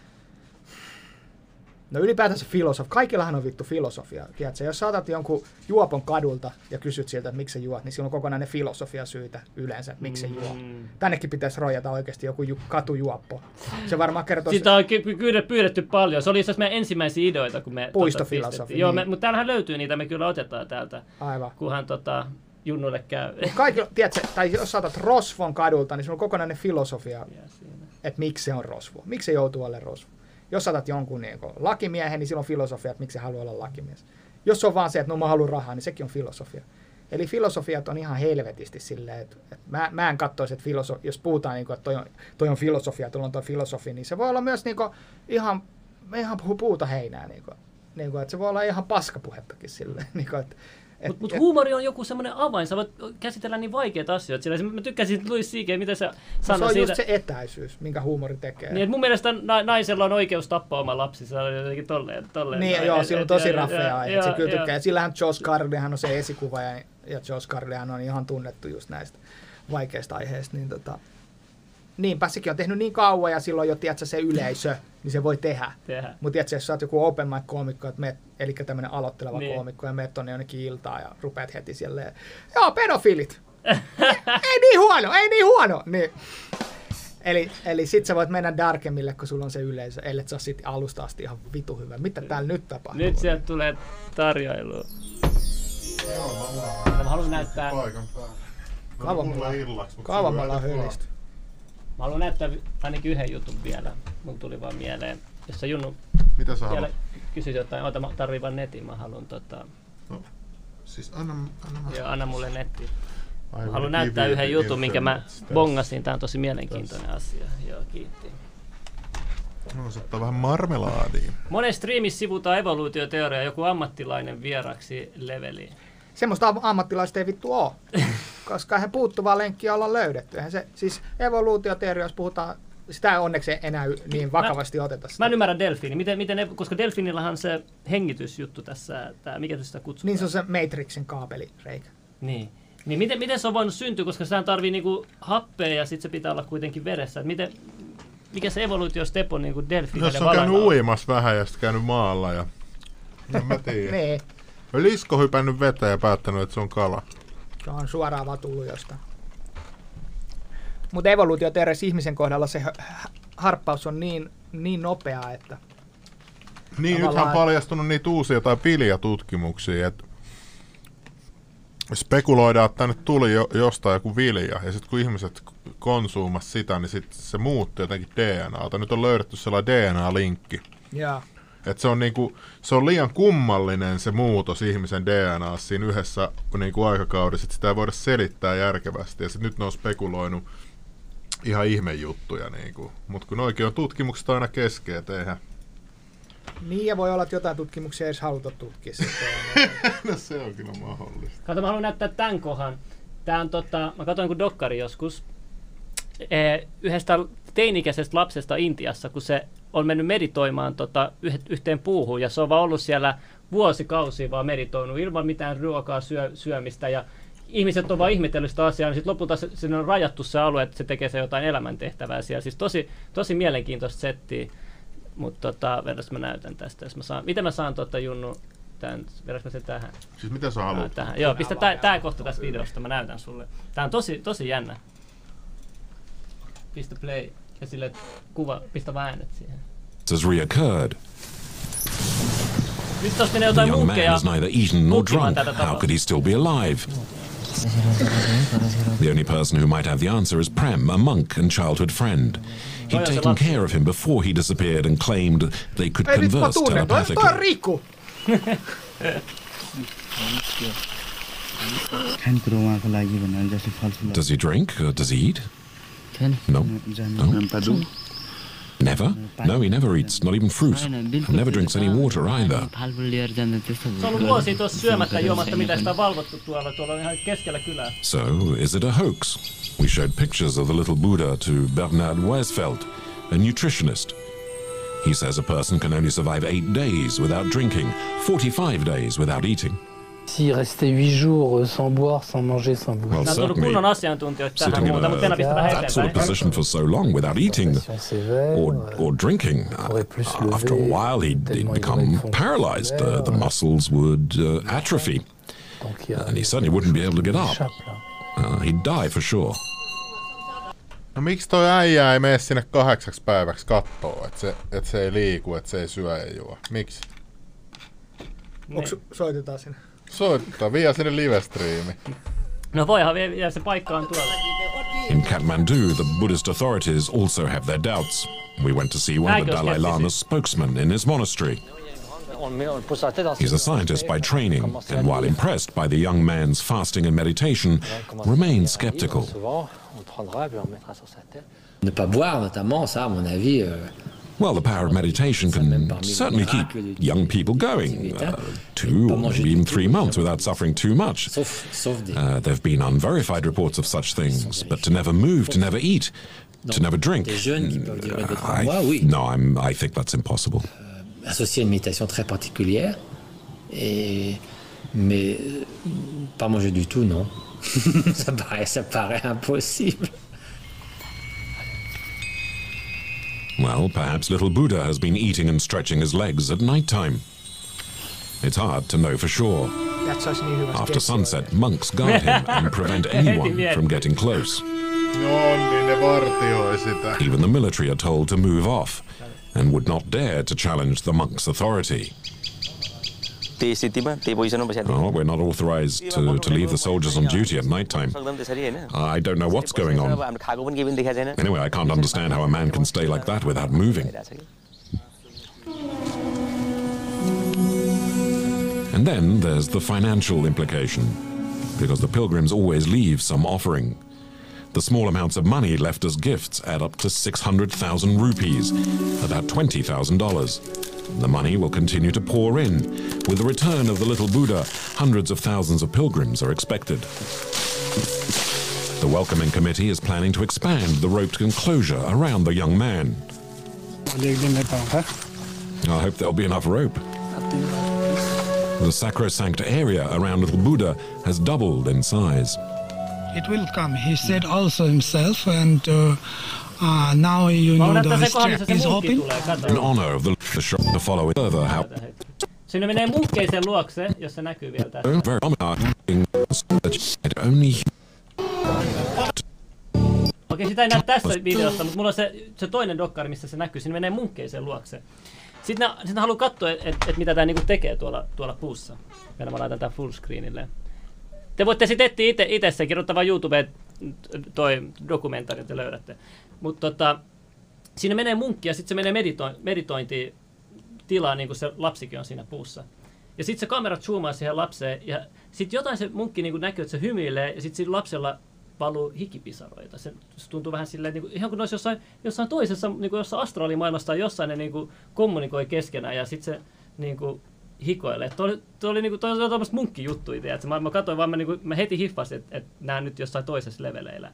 No ylipäätänsä filosofia, kaikillahan on vittu filosofia. Tiedätkö? Jos saatat jonkun juopon kadulta ja kysyt siltä, että miksi se juot, niin sillä on kokonainen filosofia syytä yleensä, että miksi se juo. Mm. Tännekin pitäisi rojata oikeasti joku ju- katujuoppo. Se varmaan kertoo. Sitä on ky- pyydetty paljon. Se oli itse asiassa meidän ensimmäisiä ideoita, kun me puistofilosofia. Tota, Joo, niin. Mutta täällähän löytyy niitä, me kyllä otetaan täältä. Aivan. Kunhan tota, Junnulle käy. Kaikilla, tiedätkö, tai jos saatat rosvon kadulta, niin se on kokonainen filosofia, että miksi se on rosvo. Miksi se joutuu olemaan rosvo. Jos saatat jonkun niin lakimiehen, niin silloin filosofia, että miksi se haluaa olla lakimies. Jos on vaan se, että no mä haluan rahaa, niin sekin on filosofia. Eli filosofiat on ihan helvetisti silleen, että, että mä, mä en katsoisi, että filoso- jos puhutaan, niin kuin, että toi on, toi on filosofia, tuolla on toi filosofi, niin se voi olla myös niin kuin, ihan, ihan puuta heinää. Niin kuin, niin kuin, että se voi olla ihan paskapuhettakin silleen. Niin kuin, että, Mutta mut huumori on joku semmoinen avain, sä voit käsitellä niin vaikeita asioita. Sillä mä tykkäsin Louis C K, mitä sä sanoit siitä. Se on siitä. just se etäisyys, minkä huumori tekee. Niin, mun mielestä na- naisella on oikeus tappaa oma lapsi, se on jotenkin tolleen. tolleen niin, näin. joo, sillä on tosi raffea aihe. Se kyllä tykkää. Ja sillähän Josh Carlihan on se esikuva, ja, ja Josh Carlihan on ihan tunnettu just näistä vaikeista aiheista. Niin tota, niinpä sekin on tehnyt niin kauan, ja silloin jo tiedätkö, se yleisö, niin se voi tehdä. tehdä. Mutta tiedätkö, jos sä oot joku open mic-koomikko, eli tämmöinen aloitteleva niin. koomikko, ja meet tonne jonnekin iltaan, ja rupeat heti silleen, joo, pedofiilit! ei niin huono, ei niin huono! Niin. Eli, eli sit sä voit mennä darkemmille, kun sulla on se yleisö, ellei sä sit alusta asti ihan vitu hyvä. Mitä täällä nyt tapahtuu? Nyt sieltä tulee tarjoilua. Mä haluan näyttää. Kauan me ollaan hölisty. Mä haluan näyttää ainakin yhden jutun vielä. Mun tuli vaan mieleen. Jos sä Junnu mitä sä haluat? Kysyt jotain, oota mä tarvii vaan netin, mä haluan tota. No, siis anna, anna, Joo, anna mulle netti. Mä haluan näyttää yhden jutun, minkä mä bongasin. Tää on tosi mielenkiintoinen asia. Joo, kiitti. No, se ottaa vähän marmelaadia. Monen striimissä sivutaan evoluutioteoriaa joku ammattilainen vieraksi leveliin. Semmoista ammattilaista ei vittu oo, koska he puuttuvaa lenkkiä ollaan löydetty. Eihän se, siis evoluutioteoriassa puhutaan, sitä ei onneksi enää niin vakavasti mä, oteta sitä. Mä en ymmärrä delfiini, miten, miten, koska delfiinillahan se hengitysjuttu tässä, tää, mikä sitä kutsutaan? Niin se on se Matrixin kaapelireikä. Niin. Niin miten, miten se on voinut syntyä, koska sehän tarvii niinku happea ja sitten se pitää olla kuitenkin veressä. Miten, mikä se evoluutio-step on niinku delfiineiden jos on käynyt uimassa vähän ja sitten käynyt maalla ja en mä tiedä. niin. Lisko hypännyt veteen ja päättänyt, että se on kala. Se on suoraan vaan tullut jostain. Mutta evoluutioteoriassa ihmisen kohdalla se harppaus on niin, niin nopeaa, että niin, nythän on paljastunut niitä uusia tai viljatutkimuksia, että spekuloidaan, että tänne tuli jo, jostain joku vilja, ja sitten kun ihmiset konsuumasivat sitä, niin sit se muuttui jotenkin D N A:ta. Nyt on löydetty sellainen D N A-linkki. Jaa. Et se, on niinku, se on liian kummallinen se muutos ihmisen D N A:ssa siinä yhdessä niinku aikakaudessa, että sitä ei voida selittää järkevästi. Ja sit nyt ne on spekuloinut ihan ihmejuttuja. Niinku. Mutta kun oikein on tutkimukset aina keskeä, et eihän. Niin, ja voi olla, että jotain tutkimuksia ei edes haluta tutkia. No se on kyllä mahdollista. Kato, mä haluan näyttää tämän kohan. Tää on tota, mä katsoin kun dokkari joskus. yhdestä teinikäisestä lapsesta Intiassa, kun se on mennyt meditoimaan tota, yhteen puuhun ja se on vaan ollut siellä vuosikausia vaan meditoinut ilman mitään ruokaa syö, syömistä ja ihmiset on vaan ihmetellyt sitä asiaa, niin sitten lopulta se, sinne on rajattu se alue, että se tekee se jotain elämäntehtävää siellä. Siis tosi, tosi mielenkiintoista settiä, mutta tota, verras mä näytän tästä. Jos mä saan, miten mä saan tota, Junnu, tämän, verras mä sen tähän? Siis mitä sä haluat? Tähän. Joo, pistä tää, tää kohta tässä videosta, mä näytän sulle. Tää on tosi, tosi jännä. Pistä play ja sille kuva, pistä vaan äänet siihen. Has reoccurred. Nyt tossa menee The jotain young man munkkeja has neither eaten nor tutkimaan drunk. tätä How could he still be alive? The only person who might have the answer is Prem, a monk and childhood friend. He'd taken care of him before he disappeared and claimed they could Ei vittu, mä converse tunnen, toi toi on telepathically. Riku! Does he drink or does he eat? No. No. Never? No, he never eats, not even fruit. And never drinks any water either. Se on ollut vuosia tuossa syömättä juomatta, mitä sitä on valvottu tuolla. Tuolla on ihan keskellä kylää. So, is it a hoax? We showed pictures of the little Buddha to Bernard Weisfeld, a nutritionist. He says a person can only survive eight days without drinking, forty-five days without eating. S'il restait huit jours sans boire, sans manger, sans boire. Well, Nämä on tullut certainly kunnon asiantuntijoita tähän sitting in muuta, mutta mennään pistä vähän that sort of eteenpäin. position for so long without eating or, or drinking, uh, after a while he'd, he'd become paralyzed. Uh, the muscles would uh, atrophy, and he certainly wouldn't be able to get up. Uh, he'd die for sure. No miksi toi äijä ei mene sinne kahdeksaksi päiväksi kattoo, että se, et se ei liiku, että se ei syö ja juo? Miksi? Onks soitetaan sinne? Soittaa, vie sinne livestriimi. No voihan vielä, se paikka on tuolla. In Kathmandu, the Buddhist authorities also have their doubts. We went to see one of the Dalai Lama's spokesmen in his monastery. He's a scientist by training, and while impressed by the young man's fasting and meditation, remains skeptical. Ne pas boire, notamment, ça, à mon avis. Euh, Well, the power of meditation can certainly keep young people going, uh, two or maybe even three months without suffering too much. sauf, sauf des. Uh, there have been unverified reports of such things, but to never move, to never eat, to never drink, Des jeunes qui peuvent durer deux, trois I, mois, oui. no, I'm, I think that's impossible. Associé à une méditation très particulière. Et, mais euh, pas manger du tout, non. ça, paraît, ça paraît impossible. Well, perhaps little Buddha has been eating and stretching his legs at night time. It's hard to know for sure. After sunset, monks guard him and prevent anyone from getting close. No niin, ne vartioi sitä. Even the military are told to move off and would not dare to challenge the monks' authority. Oh, we're not authorized to, to leave the soldiers on duty at night time. I don't know what's going on. Anyway, I can't understand how a man can stay like that without moving. And then there's the financial implication, because the pilgrims always leave some offering. The small amounts of money left as gifts add up to six hundred thousand rupees, about twenty thousand dollars. The money will continue to pour in. With the return of the little Buddha, hundreds of thousands of pilgrims are expected. The welcoming committee is planning to expand the roped enclosure around the young man. I hope there'll be enough rope. The sacrosanct area around little Buddha has doubled in size. It will come, he said also himself, and uh, uh, now you know the strap is open. In honor of the, the shop to follow it further, how Sinne menee munkkeisen luokse, jos se näkyy vielä tässä. very only Okei, sitä ei näy tässä videossa, mutta mulla on se, se toinen dokkari, missä se näkyy. Sinne menee munkkeisen luokse. Sitten ne, sitten ne haluaa katsoa, että et, et mitä tämä niinku tekee tuolla, tuolla puussa. Meillä mä laitan tämän fullscreenille. Te voitte sitten etsiä itse, itse sen, kirjoittaa vaan YouTubeen toi dokumentaari, te löydätte. Mutta tota, siinä menee munkki ja sitten se menee medito- meditointitilaa, niin kuin se lapsikin on siinä puussa. Ja sitten se kamera zoomaa siihen lapseen ja sitten jotain se munkki niin kuin näkyy, että se hymyilee ja sitten sillä lapsella valuu hikipisaroita. Se, se tuntuu vähän silleen, niin kuin, ihan kuin ne olisi jossain, jossain toisessa, niin kuin jossain astraalimaailmassa tai jossain ne niin kuin kommunikoi keskenään ja sitten se niin kuin hikoilee. Tuo oli, tuo oli, niin kuin, tuo oli tuommoista munkkijuttuja. Mä, mä katsoin vaan, mä, niin kuin, mä heti hiffasin, että, että nämä nyt jossain toisessa leveleillä.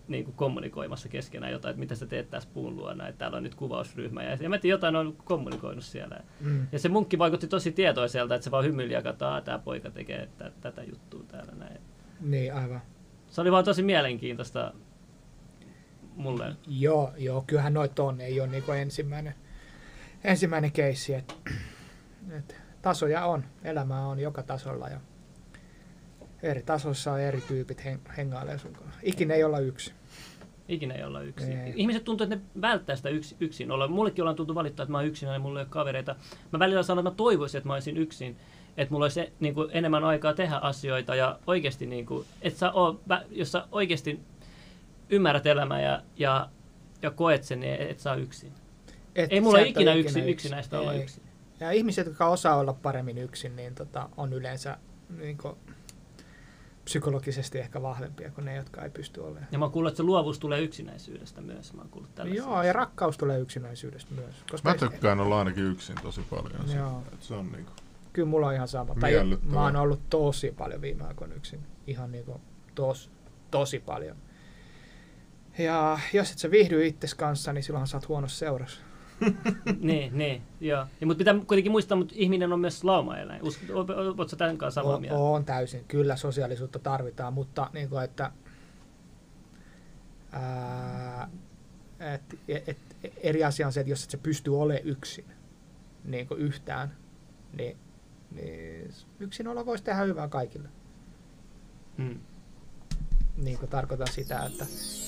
niin kuin kommunikoimassa keskenään jotain, että mitä sä teet tässä puun luona, että täällä on nyt kuvausryhmä. Ja, ja mä tiedän, jotain on kommunikoinut siellä. Mm. Ja se munkki vaikutti tosi tietoiselta, että se vaan hymyili ja katsoi, että tämä poika tekee t- tätä juttua täällä näin. Niin, aivan. Se oli vaan tosi mielenkiintoista mulle. Joo, joo, kyllähän noita on, ei ole niinku ensimmäinen, ensimmäinen keissi. Et, et tasoja on, elämää on joka tasolla ja eri tasoissa on eri tyypit heng- hengailee sun kanssa. Ikinä ei olla yksin. Ikinä ei olla yksin. Ei. Ihmiset tuntuu, että ne välttää sitä yks, yksin olla. Mullekin ollaan tuntu valittaa, että mä oon yksin ja mulla ei ole kavereita. Mä välillä sanon, että mä toivoisin, että mä olisin yksin. Että mulla olisi niin kuin, enemmän aikaa tehdä asioita ja oikeasti, niin kuin, että sä oot, jos sä oikeasti ymmärrät elämää ja, ja, ja koet sen, niin et saa yksin. Et ei mulla et ikinä, ole yksin, yksin. yksinäistä olla yksin. Ja ihmiset, jotka osaa olla paremmin yksin, niin tota, on yleensä niin kuin, psykologisesti ehkä vahvempia kuin ne, jotka ei pysty olemaan. Ja mä oon kuullut, että se luovuus tulee yksinäisyydestä myös. Mä oon kuullut Joo, ja rakkaus tulee yksinäisyydestä myös. Koska mä tykkään olla ainakin yksin tosi paljon. Joo. Se, se on niinku kyllä mulla on ihan sama. Tai mä oon ollut tosi paljon viime aikoina yksin. Ihan niinku tos, tosi paljon. Ja jos et sä viihdy itses kanssa, niin silloinhan sä oot huonossa seurassa. niin, niin, joo. Ja, mutta pitää kuitenkin muistaa, että ihminen on myös laumaeläin. Oletko sä tämän kanssa samaa mieltä? On täysin. Kyllä sosiaalisuutta tarvitaan, mutta niin kuin, että ää, et, et, et, eri asia on se, että jos et sä pysty olemaan yksin niin kuin yhtään, niin, niin yksinolo voisi tehdä hyvää kaikille. Hmm. Niin kuin tarkoitan sitä, että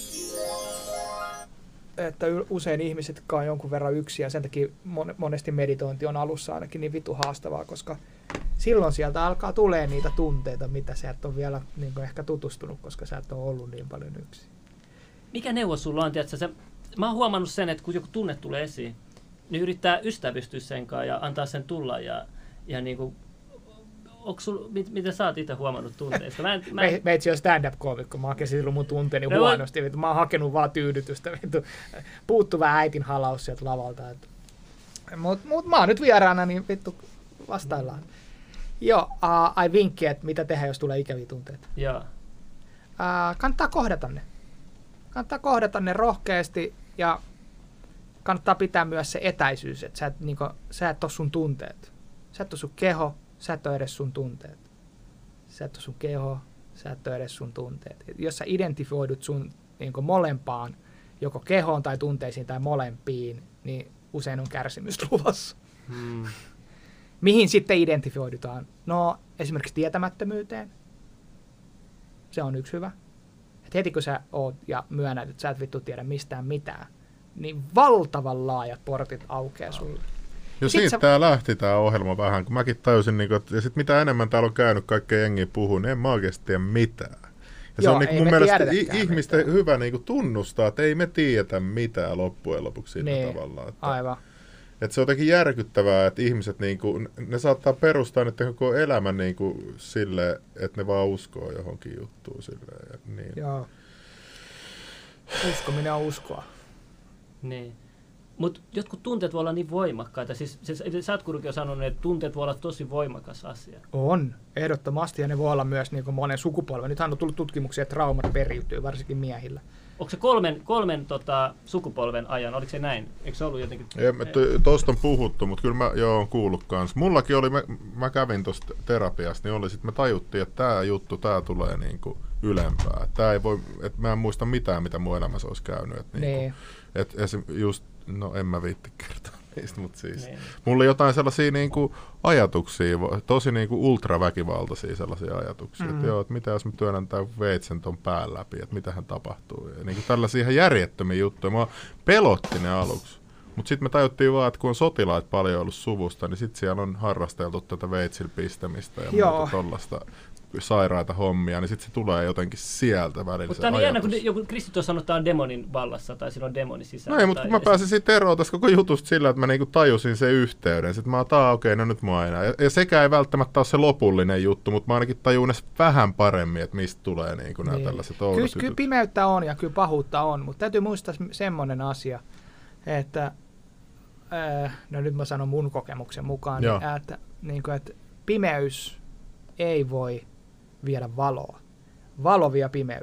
että usein ihmiset, jotka on jonkun verran yksin, ja sen takia monesti meditointi on alussa ainakin niin vitu haastavaa, koska silloin sieltä alkaa tulee niitä tunteita, mitä sä et ole vielä niin kuin ehkä tutustunut, koska sä et ole ollut niin paljon yksin. Mikä neuvo sulla on? Tiedätkö, sä, mä oon huomannut sen, että kun joku tunne tulee esiin, niin yrittää ystävystyä sen kanssa ja antaa sen tulla. Ja, ja niin kuin, sul, mit, miten sä oot itse huomannut tunteista? Mä en, mä en... Meitsi on stand-up-koomikko, mä oon käsitellyt mun tunteeni no, huonosti. Vittu, mä oon hakenut vaan tyydytystä. Vittu, puuttuva äitin halaus sieltä lavalta. Mutta mut, mä oon nyt vieraana, niin vittu vastaillaan. Mm. Joo, uh, ai vinkki, että mitä tehdä, jos tulee ikäviä tunteita. Joo. Uh, kannattaa kohdata ne. Kannattaa kohdata ne rohkeasti ja kannattaa pitää myös se etäisyys, että sä et, niinku, sä et ole sun tunteet. Sä et ole sun keho, sä et ole edes sun tunteet. Sä et ole sun keho, sä et ole edes sun tunteet. Jos sä identifioidut sun niinku molempaan, joko kehoon tai tunteisiin tai molempiin, niin usein on kärsimys luvassa. Hmm. Mihin sitten identifioidutaan? No esimerkiksi tietämättömyyteen. Se on yksi hyvä. Et heti kun sä oot ja myönnät, että sä et vittu tiedä mistään mitään, niin valtavan laajat portit aukeaa sulle. Ja sit siitä sä... tää lähti tää ohjelma vähän, kun mäkin tajusin, niin että ja sit mitä enemmän täällä on käynyt, kaikkea jengiä puhuu, niin en mä oikeasti tiedä mitään. Ja Joo, se on niin mun mielestä ihmisten mitään. Hyvä niin kuin tunnustaa, että ei me tiedetä mitään loppujen lopuksi sillä niin, tavalla. Että, aivan. Että se on jotenkin järkyttävää, että ihmiset, niin kuin, ne saattaa perustaa nyt koko elämän niin kuin silleen, että ne vaan uskoo johonkin juttuun. Silleen, ja niin. Joo. Uskominen on uskoa. Niin. Mutta jotkut tunteet voi olla niin voimakkaita. Siis, siis Sadhgurukin on sanonut, että tunteet voi olla tosi voimakas asia. On, ehdottomasti. Ja ne voi olla myös niin kuin monen sukupolven. Nythän on tullut tutkimuksia, että traumat periytyy, varsinkin miehillä. Onko se kolmen, kolmen tota, sukupolven ajan? Oliko se näin? Eikö se ollut jotenkin? Tuosta on puhuttu, mutta kyllä mä joo, on kuullut kanssa. Mullakin oli, mä, mä kävin tuosta terapiasta, niin oli sit me tajuttiin, että tämä juttu, tämä tulee niinku ylempää. Tää ei voi, et mä en muista mitään, mitä mun elämässä olisi käynyt. Et niinku, et esim, just, no en mä viitti kertoa niistä, mutta siis niin. Mulla oli jotain sellaisia niinku ajatuksia, tosi niinku ultraväkivaltaisia sellaisia ajatuksia, mm-hmm. että joo, että mitä jos mä työnnän tämän veitsen ton pään läpi, että mitähän tapahtuu. Ja niinku tällaisia ihan järjettömiä juttuja. Mä pelotti ne aluksi. Mutta sitten me tajuttiin vaan, että kun on sotilaat paljon ollut suvusta, niin sitten siellä on harrasteltu tätä veitsillä pistämistä ja joo. muuta tollaista sairaita hommia, niin sitten se tulee jotenkin sieltä välillä. Mutta tämä on jännä, kun joku kristitty sanoo, että tämä on demonin vallassa tai siinä on demoni sisällä. No ei, mutta kun mä pääsin siitä eroon tässä koko jutusta sillä, että mä niinku tajusin sen yhteyden. Sitten mä oon, että okei, no nyt mua enää. Ja, ja sekä ei välttämättä ole se lopullinen juttu, mutta mä ainakin tajun edes vähän paremmin, että mistä tulee niinku nämä niin. tällaiset oudot jutut. Kyllä pimeyttä on ja kyllä pahuutta on, mutta täytyy muistaa semmoinen asia, että äh, no nyt mä sanon mun kokemuksen mukaan, niin, että, niin kuin, että pimeys ei voi viedä valoa. Valo vie pimeyden.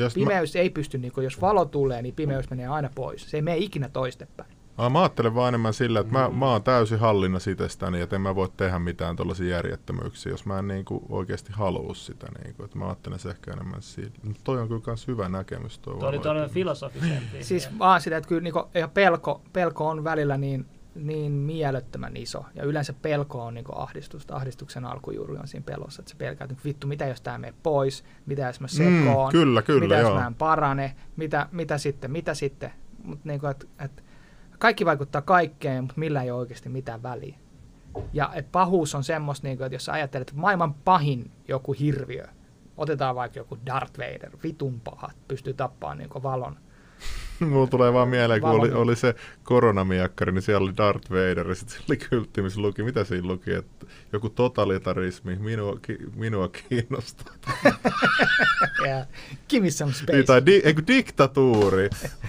Jos pimeys mä... ei pysty, niin kun, jos valo tulee, niin pimeys menee aina pois. Se ei mene ikinä toistepäin. Ah, mä ajattelen vaan enemmän sillä, että mä, mä oon täysin hallinnassa itsestäni, että en mä voi tehdä mitään tuollaisia järjettömyyksiä, jos mä en niin kuin oikeasti halua sitä. Niin kuin, että mä ajattelen se ehkä enemmän siitä. Mutta toi on kyllä myös hyvä näkemys. Toi toi oli tuollainen filosofisempi. Siis vaan sitä, että kyllä niin kuin, ja pelko, pelko on välillä niin, niin mielettömän iso. Ja yleensä pelko on niin kuin ahdistusta. Ahdistuksen alkujuuri on siinä pelossa, että se pelkää, että vittu, mitä jos tää menee pois, mitä jos mä sekoon, mm, kyllä, kyllä, mitä joo. jos mä en parane, mitä, mitä sitten, mitä sitten. Mutta niin kuin, että, että kaikki vaikuttaa kaikkeen, mutta millä ei ole oikeasti mitään väliä. Ja et pahuus on semmoista, niin että jos sä ajattelet, että maailman pahin joku hirviö, otetaan vaikka joku Darth Vader, vitun paha, pystyy tappaamaan niin valon. Mulla tulee vaan mieleen, kun oli, oli se koronamiakkari, niin siellä oli Darth Vader, ja sitten oli kyltti, missä luki, mitä siinä luki, että joku totalitarismi, minua, ki, minua kiinnostaa. Yeah. Give me some space. Tai di, eiku, diktatuuri.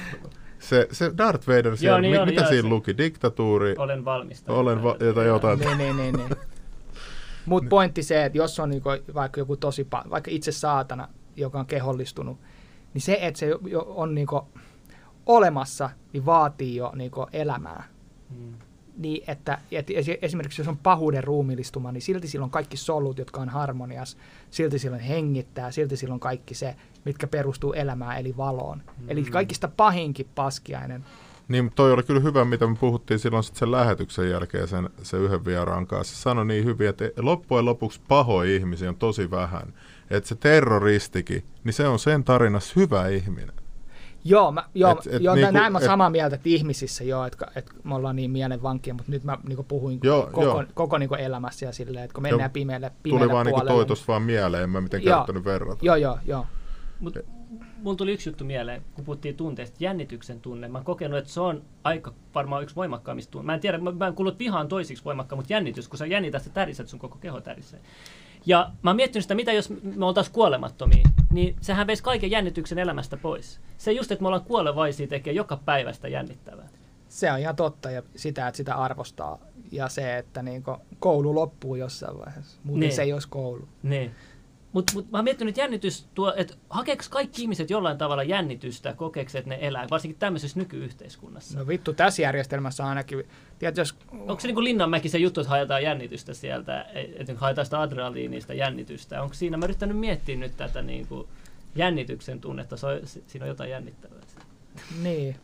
Se, se Darth Vader siellä, joo, niin mi, oli, mitä joo, siinä se, luki? Diktatuuri. Olen valmista. Olen va- jotain. jotain. Niin, niin, niin, niin. Mutta pointti se, että jos on niinku vaikka joku tosi, vaikka itse saatana, joka on kehollistunut, niin se, että se on niinku olemassa, niin vaatii jo niinku elämää. Hmm. Niin, että, että esimerkiksi jos on pahuuden ruumiillistuma, niin silti sillä on kaikki solut, jotka on harmonias, silti sillä on hengittää, silti sillä on kaikki se, mitkä perustuu elämään, eli valoon. Hmm. Eli kaikista pahinkin paskiainen. Niin, toi oli kyllä hyvä, mitä me puhuttiin silloin sit sen lähetyksen jälkeen sen, sen yhden vieraan kanssa. Se sanoi niin hyvin, että loppujen lopuksi pahoja ihmisiä on tosi vähän. Että se terroristikin, niin se on sen tarinassa hyvä ihminen. Joo, mä, joo, et, et, joo niinku, näin mä oon et, samaa mieltä, että ihmisissä joo, että, että me ollaan niin mielenvankia, mutta nyt mä niinku puhuin joo, koko, joo. koko niinku elämässä ja silleen, että kun mennään joo, pimeälle, pimeälle tuli vaan puolelle. niinku toi tosta vaan mieleen, en mä mitenkään yrittänyt verrata. Joo, joo, joo. Mut mulla tuli yksi juttu mieleen, kun puhuttiin tunteista, jännityksen tunne. Mä oon kokenut, että se on aika varmaan yksi voimakkaimmista tunne. Mä en tiedä, mä, mä en kuullut vihaan toisiksi voimakkaan, mutta jännitys, kun sä jännität, sä tärisät, sun koko keho tärisee. Ja mä oon miettinyt sitä, mitä jos me oltaisiin kuolemattomia, niin sehän veisi kaiken jännityksen elämästä pois. Se just, että me ollaan kuolevaisia, tekee joka päivästä jännittävää. Se on ihan totta, ja sitä, että sitä arvostaa. Ja se, että niinku koulu loppuu jossain vaiheessa. Muuten niin. Se ei olisi koulu. Niin. Mutta mut mä oon miettinyt, että jännitys tuo, että hakeeko kaikki ihmiset jollain tavalla jännitystä, kokeeko, että ne elää, varsinkin tämmöisessä nykyyhteiskunnassa? No vittu, tässä järjestelmässä ainakin. Tiedät, jos... Onko se niin kuin Linnanmäki se juttu, että haetaan jännitystä sieltä, että haetaan sitä adrenaliinista jännitystä? Onko siinä, mä yrittänyt miettiä nyt tätä niin kuin jännityksen tunnetta, se on, siinä on jotain jännittävää. Niin.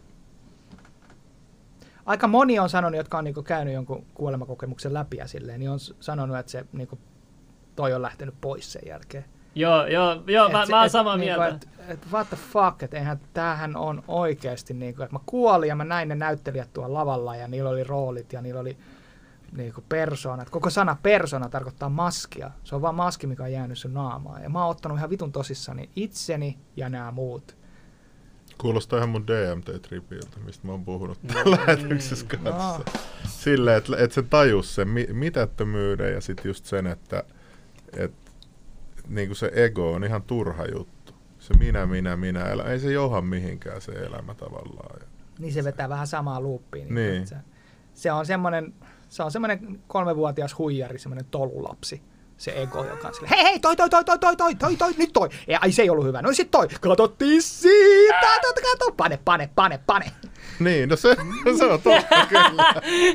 Aika moni on sanonut, jotka on niin kuin käynyt jonkun kuolemakokemuksen läpi ja silleen, niin on sanonut, että se niin kuin toi on lähtenyt pois sen jälkeen. Joo, joo, joo mä, se, mä oon et, samaa niinku, mieltä. Että et, what the fuck, että eihän tämähän on oikeasti, niinku, että mä kuolin ja mä näin ne näyttelijät tuolla lavalla ja niillä oli roolit ja niillä oli niinku persoonat. Koko sana persona tarkoittaa maskia. Se on vaan maski, mikä on jäänyt sun naamaan. Ja mä oon ottanut ihan vitun tosissani itseni ja nämä muut. Kuulostaa ihan mun D M T-tripiltä, mistä mä oon puhunut tällä lähetyksessä kanssa. No. Silleen, että et sen tajus sen mi- mitättömyyden ja sitten just sen, että et, niinku se ego on ihan turha juttu. Se minä, minä, minä elä. Ei se joha mihinkään se elämä tavallaan. Niin se vetää vähän samaa loopia. Niin. Se, se on semmoinen se on semmoinen kolmevuotias huijari, semmoinen tolulapsi. Se ego, joka on silleen, hei hei, toi, toi, toi, toi, toi, toi, toi, toi, nyt toi. Ja, ai se ei ollut hyvä, no sit toi, katsottiin siitä, kato, kato, pane, pane, pane, pane. Niin, no se, se on totta kyllä.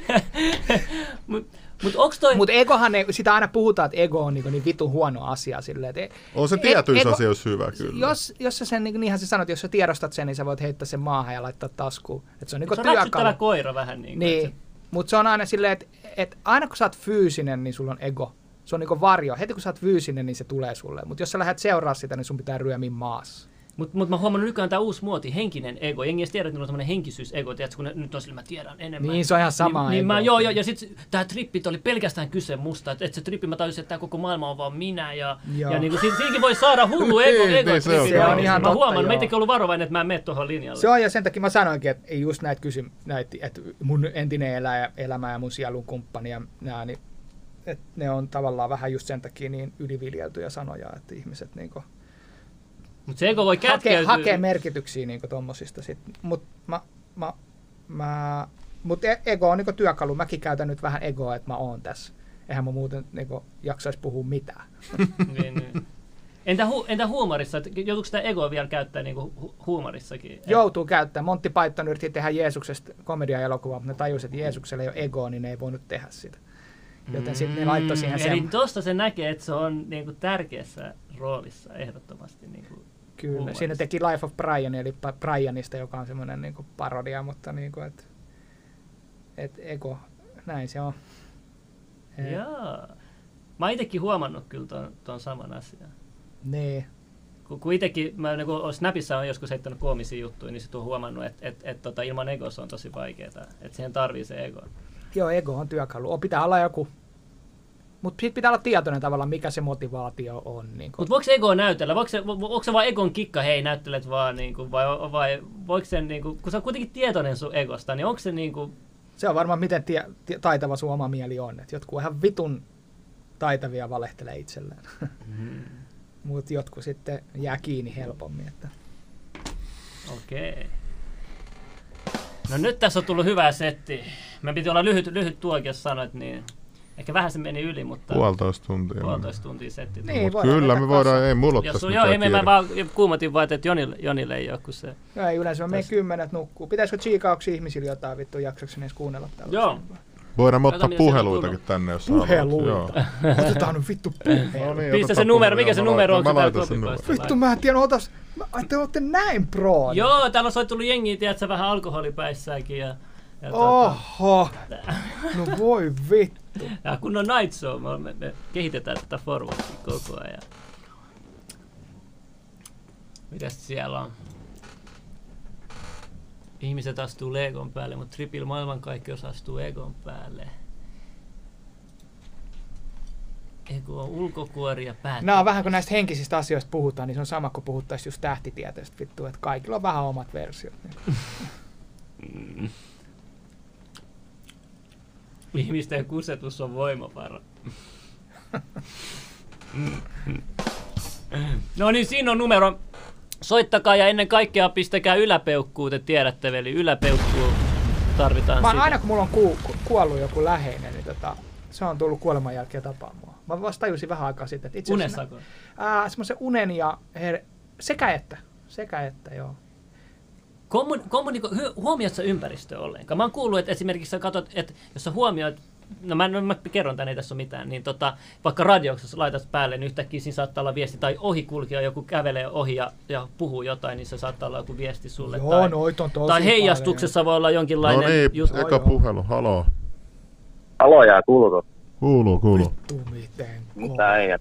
Mut, mut onks toi... Mut egohan, sitä aina puhutaan, että ego on niin, niin vitun huono asia silleen. Et, on se tietyissä e- asioissa hyvä kyllä. Jos, jos sä sen, niin, niinhän sä sanot, jos sä tiedostat sen, niin sä voit heittää sen maahan ja laittaa taskuun. Et se on niinku se on työkalu. räksyttävä koira vähän niin. Niin, se... mutta se on aina silleen, että et aina kun sä oot fyysinen, niin sulla on ego. Se on niinku varjo. Heti kun sä oot fyysinen, niin se tulee sulle. Mutta jos sä lähdet seuraa sitä, niin sun pitää ryömiä maassa. Mutta mut mä huomannut nykyään tämä uusi muoti, henkinen ego. Jengi edes tiedä, että niillä on tämmöinen henkisyysego. Tiedätkö, kun ne, nyt on sillä mä tiedän enemmän. Niin, se on ihan sama niin, ego. Niin mä, joo, joo, ja sitten tämä trippi oli pelkästään kyse musta. Että et se trippi, mä tajusin, että tämä koko maailma on vaan minä. Ja, ja niin kuin, siinäkin voi saada hullu ego. ego niin, se on, se on ihan mä totta, huomaan, joo. mä itsekin ollut varovainen, että mä en mene tuohon linjalle. Se on, ja sen takia mä sanoinkin, että just näitä kysy, näitä, että mun entinen elä, elämä ja mun sielun kumppani ja nää, niin että ne on tavallaan vähän just sen takia niin yliviljeltyjä sanoja, että ihmiset niinku Mut se ego voi hakee, hakee merkityksiä niinku tommosista. Mutta mä, mä, mä, mut ego on niinku työkalu. Mäkin käytän nyt vähän egoa, että mä oon tässä. Eihän mä muuten niinku jaksaisi puhua mitään. niin, niin. Entä, hu, entä huumorissa? Joutuuko sitä egoa vielä käyttää niin kuin hu, huumorissakin? Joutuu käyttämään. Monty Python yritti tehdä Jeesuksesta komediaelokuvaa, mutta ne tajusivat, että Jeesuksella ei ole egoa, niin ne ei voinut tehdä sitä. Joten mm, sitten ne laittoi siihen sen... Eli sen... tuosta se näkee, että se on niin kuin tärkeässä roolissa ehdottomasti. Niin kuin Kyllä, huumorissa. siinä teki Life of Brian, eli Brianista, joka on semmoinen niin kuin parodia, mutta niin kuin, että et ego, näin se on. Jaa. Mä oon itekin huomannut kyllä ton, ton saman asian. Nee. Kun, kun itekin, mä niin kun Snapissa on joskus heittänyt koomisia juttuja, niin sit on huomannut, että et, et, tota, ilman egoa se on tosi vaikeaa. Että siihen tarvii se ego. Joo, ego on työkalu. O, pitää olla joku, mutta sit pitää olla tietoinen tavallaan, mikä se motivaatio on. Niin mutta voiko se egoa näytellä? Voiko se, vo, onko se vaan egon kikka, hei näyttelet vaan, niin kuin, vai, vai voiko se, niin kuin, kun sä on kuitenkin tietoinen sun egosta, niin onko se niin kuin... Se on varmaan miten tie, tie, taitava sun oma mieli on. Et jotkut ihan vitun taitavia valehtelee itselleen. Mm. Mutta jotkut sitten jää kiinni helpommin. Että. Okei. No nyt tässä on tullut hyvä setti. Me piti olla lyhyt, lyhyt tuokin, jos sanoit, niin ehkä vähän se meni yli, mutta... Puolitoista tuntia. Puolitoista tuntia setti. Niin, kyllä me voidaan, ei mulla ole jos tässä joo, ei, mitään mä vaan kuumotin vaan, että Jonille, Jonille ei ole, kun se... Joo, ei yleensä, mä menen kymmenet nukkuu. Pitäisikö tsiikauksi ihmisille jotain vittu, jaksaksi edes kuunnella tällä? Joo. Voidaan ottaa puheluitakin tänne, jos puheluita. Otetaan nyt vittu puheluita. No niin, pistä se numero, mikä se numero on, kun täällä kopipäästä. Vittu, mä en tiedä, otas, te ootte näin pro. Joo, täällä on tullut jengiä, tiedätkö, vähän alkoholipäissäänkin. Ja, ja oho, no voi vittu. Ja kun on Night Show, me, me, me kehitetään tätä formattia koko ajan. Mitäs siellä on? Ihmiset astuu Legon päälle, mutta Triple maailmankaikkeus astuu Egon päälle. Ego on ulkokuori ja päätä. Nämä on vähän kun näistä henkisistä asioista puhutaan, niin se on sama kuin puhuttaisiin just tähtitieteestä vittu, että kaikilla on vähän omat versiot. Mm. Ihmisten kusetus on voimavara. No niin, siinä on numero. Soittakaa ja ennen kaikkea pistäkää yläpeukkuu, te tiedätte veli, yläpeukkuu tarvitaan. Mä sitä. aina kun mulla on ku, ku, kuollut joku läheinen, niin tota, se on tullut kuoleman jälkeen tapaamaan mua. Mä vasta tajusin vähän aikaa sitten, että itse asiassa... Unessako? Ää, semmoisen unen ja her, sekä että, sekä että, joo. Kommun, kommuniko, huomioit sä ympäristöä ollenkaan? Mä oon kuullut, että esimerkiksi sä katsot, että jos sä huomioit, no mä, no mä kerron tän, ei tässä ole mitään, niin tota, vaikka radioksi laitat päälle, niin yhtäkkiä siinä saattaa olla viesti, tai ohikulkija, joku kävelee ohi ja, ja puhuu jotain, niin se saattaa olla joku viesti sulle. Joo, tai, noit on tosi tai heijastuksessa paljon. Voi olla jonkinlainen no niin, juttu. eka puhelu, haloo. Haloo jää, kuuluuko? Kuuluu, kuuluu. Vittu miten. Mitä ei?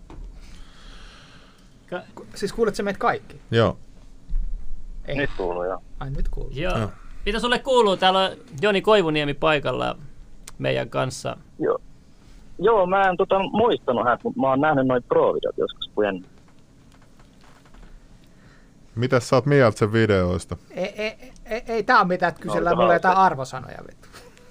Ka- siis kuulet sä meitä kaikki? Joo. Ei. Nyt kuuluu, joo. Ai nyt kuuluu. Joo. No. Mitä sulle kuuluu? Täällä on Joni Koivuniemi paikalla meidän kanssa. Joo. Joo, mä en tota, muistanut häntä, mutta mä oon nähnyt noita pro-videot joskus pujen. Mitäs sä oot mieltä sen videoista? Ei, ei, ei, ei tää on mitään, että kysellään no, mulle jotain arvosanoja vittu.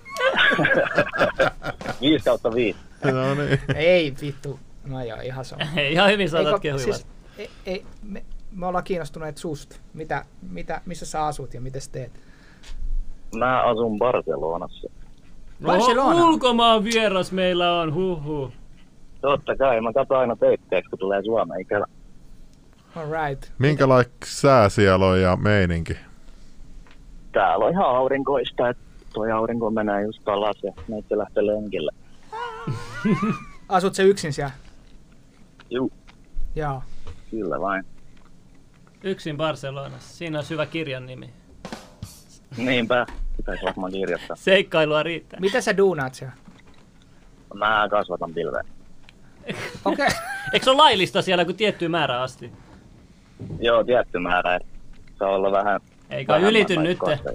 Viisi kautta viisi. No niin. Ei vittu. No joo, ihan sama. Ihan hyvin saatat kehuivat. Siis, ei, ei, me, me ollaan kiinnostuneet susta. Mitä, mitä, missä sä asut ja mitä sä teet? Mä asun Barcelonassa. Barcelona? Ulkomaan vieras meillä on, huhu. Totta kai, mä katson aina töitteeksi, kun tulee Suomeen ikävä. Alright. Minkälainen sää siellä on ja meininki? Täällä on ihan aurinkoista, että toi aurinko menee just alas ja näitä lähtee lenkille. Asut se yksin siellä? Juu. Joo. Kyllä vain. Yksin Barcelonassa. Siinä on hyvä kirjan nimi. Niinpä. Pitäisi varmaan kirjoittaa. Seikkailua riittää. Mitä sä duunaat siellä? Mä kasvatan pilveä. Okei. Okay. Eikö se ole laillista siellä kuin tiettyyn määrään asti? Joo, tietty määrä. Että saa olla vähän... Eikä ylity nyt.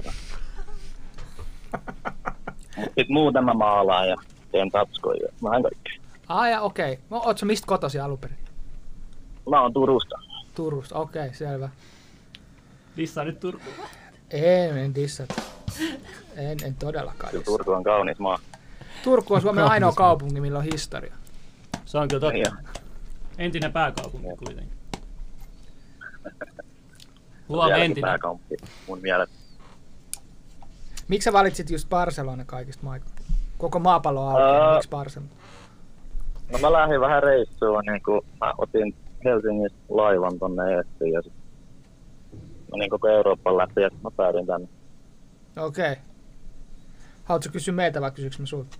Mut sit muuten mä maalaan ja teen tatskoja. Vähän kaikkea. Ah ja okei. Okay. No, oot sä mistä kotosi alun perin? Mä oon Turusta. Turusta, okei, okay, selvä. Dissaa nyt Turku. En, en dissat. En, en todellakaan Kyllä Turku on kaunis maa. Turku on Suomen ainoa kaupunki, millä on historia. Se on kyllä totta. Niin. Entinen pääkaupunki ja. Kuitenkin. Luo entinen. Pääkaupunki mun mielestä. Miksi sä valitsit just Barcelona kaikista maista? Koko maapallo auki, uh, miksi Barcelona? No mä lähdin vähän reissuun, niin kun mä otin Helsingistä laivan tonne Eestiin ja sitten menin koko Euroopan läpi ja mä päädyin tänne. Okei. Okay. Haluatko kysyä meiltä vai kysyykö mä sulta?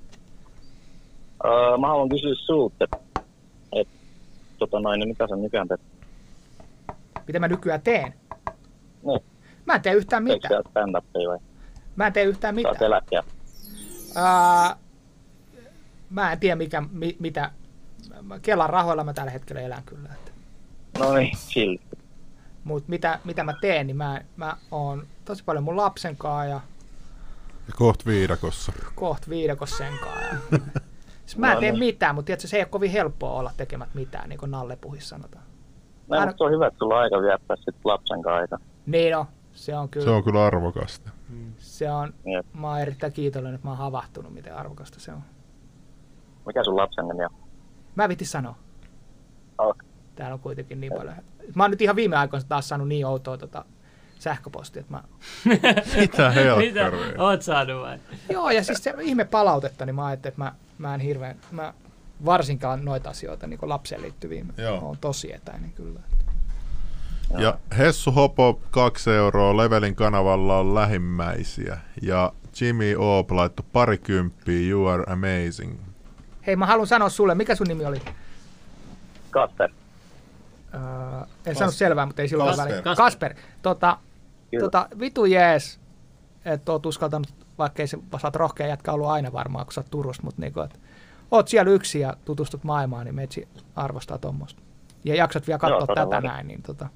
Öö, mä haluan kysyä sulta, että et, tota noin, niin mitä sä nykyään teet? Mitä mä nykyään teen? Niin. Mä en tee yhtään mitään. Teekö sä stand-upia vai? Mä en tee yhtään mitään. Saat eläkkiä. Uh, mä en tiedä mikä, mi, mitä. Kelan rahoilla mä tällä hetkellä elän kyllä. Että. No niin, chill. Mut mitä, mitä mä teen, niin mä, mä oon tosi paljon mun lapsen kanssa ja... ja koht viidakossa. Koht viidakossa sen kanssa. Ja... siis mä en no, tee no. mitään, mutta tiedätkö, se ei ole kovin helppoa olla tekemät mitään, niin kuin Nalle Puhis sanotaan. No, Aina... mutta se on hyvä, että sulla on aika viettää sit lapsen kanssa. Niin on. Se on kyllä, se on kyllä arvokasta. Se on, yep. Mä oon erittäin kiitollinen, että mä oon havahtunut, miten arvokasta se on. Mikä sun lapsen nimi on? Mä en vitti sanoa. Okay. Täällä on kuitenkin niin paljon. Mä oon nyt ihan viime aikoina taas saanut niin outoa tota sähköpostia, että mä... Mitä helkkaria? Mitä oot saanut vai? Joo, ja siis se ihme palautetta, niin mä ajattelin, että mä, mä en hirveän... Mä varsinkaan noita asioita niin kuin lapseen liittyviä. Mä oon tosi etäinen kyllä. Ja Hessu Hopo kaksi euroa, Levelin kanavalla on lähimmäisiä. Ja Jimmy Oop laittoi parikymppiä, you are amazing. Hei, mä haluan sanoa sulle, mikä sun nimi oli? Kasper. Öö, en sano selvää, mutta ei silloin ole väliä. Kasper. Kasper. Tota, tota, vitu jees, että oot uskaltanut, vaikka ei se, sä oot rohkea jätkä ollut aina varmaan, kun sä oot Turusta, mutta niinku, että oot siellä yksin ja tutustut maailmaan, niin meitsi arvostaa tommoista. Ja jaksat vielä katsoa Joo, tätä näin, niin tota...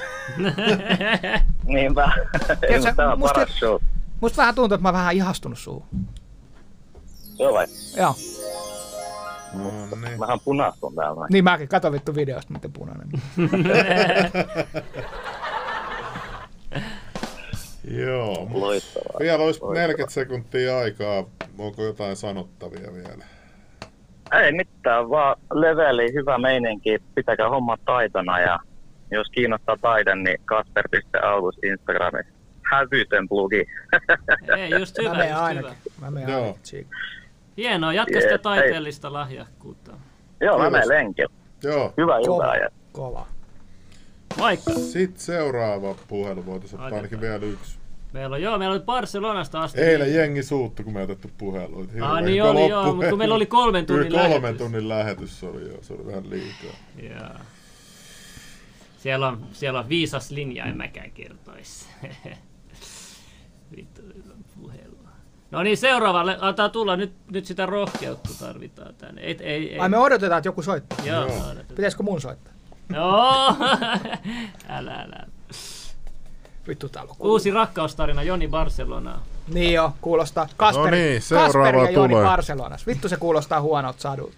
Niinpä. Ei, mutta tämä on musta, paras show. Musta vähän tuntuu, että mä oon vähän ihastunut suuhun. Joo vai? Joo. No, niin. Mähän punastun täällä. Niin mäkin, kato vittu videosta, miten punainen. Joo. Loistavaa. Vielä olisi neljäkymmentä sekuntia aikaa. Onko jotain sanottavia vielä? Ei mitään, vaan leveli, hyvä meininki. Pitäkää homma taitona ja jos kiinnostaa taiden, niin kasper piste august Instagramissa. Hävytön plugi. Ei, just hyvä, Mä menen just ainakin. hyvä. Mä menen ainakin. Hienoa, jatka sitä taiteellista lahjakkuutta. Joo, mä menen lenkillä. Joo. Hyvä iltaa. Kova. Moikka. Sitten seuraava puhelu, voitaisiin ottaa ainakin vielä yksi. Meillä on, joo, meillä oli Barcelonasta asti. Eilen jengi suuttu, kun me otettu puheluita. Ah, niin oli, joo, mutta kun meillä oli kolmen tunnin Yli kolmen lähetys. tunnin lähetys, se oli, joo, se oli vähän liikaa. Joo. Siellä on, siellä on viisas linja, en mäkään kertoisi. Vittu, puhelua. No niin, seuraavalle. Antaa tulla. Nyt, nyt sitä rohkeutta tarvitaan tänne. Ei, ei, ei. Ai me odotetaan, että joku soittaa. Joo. Joo. Pitäisikö mun soittaa? Joo. älä, älä. Vittu täällä on Uusi rakkaustarina Joni Barcelonaa. Niin joo, kuulostaa. Kasper, no niin, Kasper ja Joni tulee. Barcelonassa. Vittu se kuulostaa huonolta sadulta.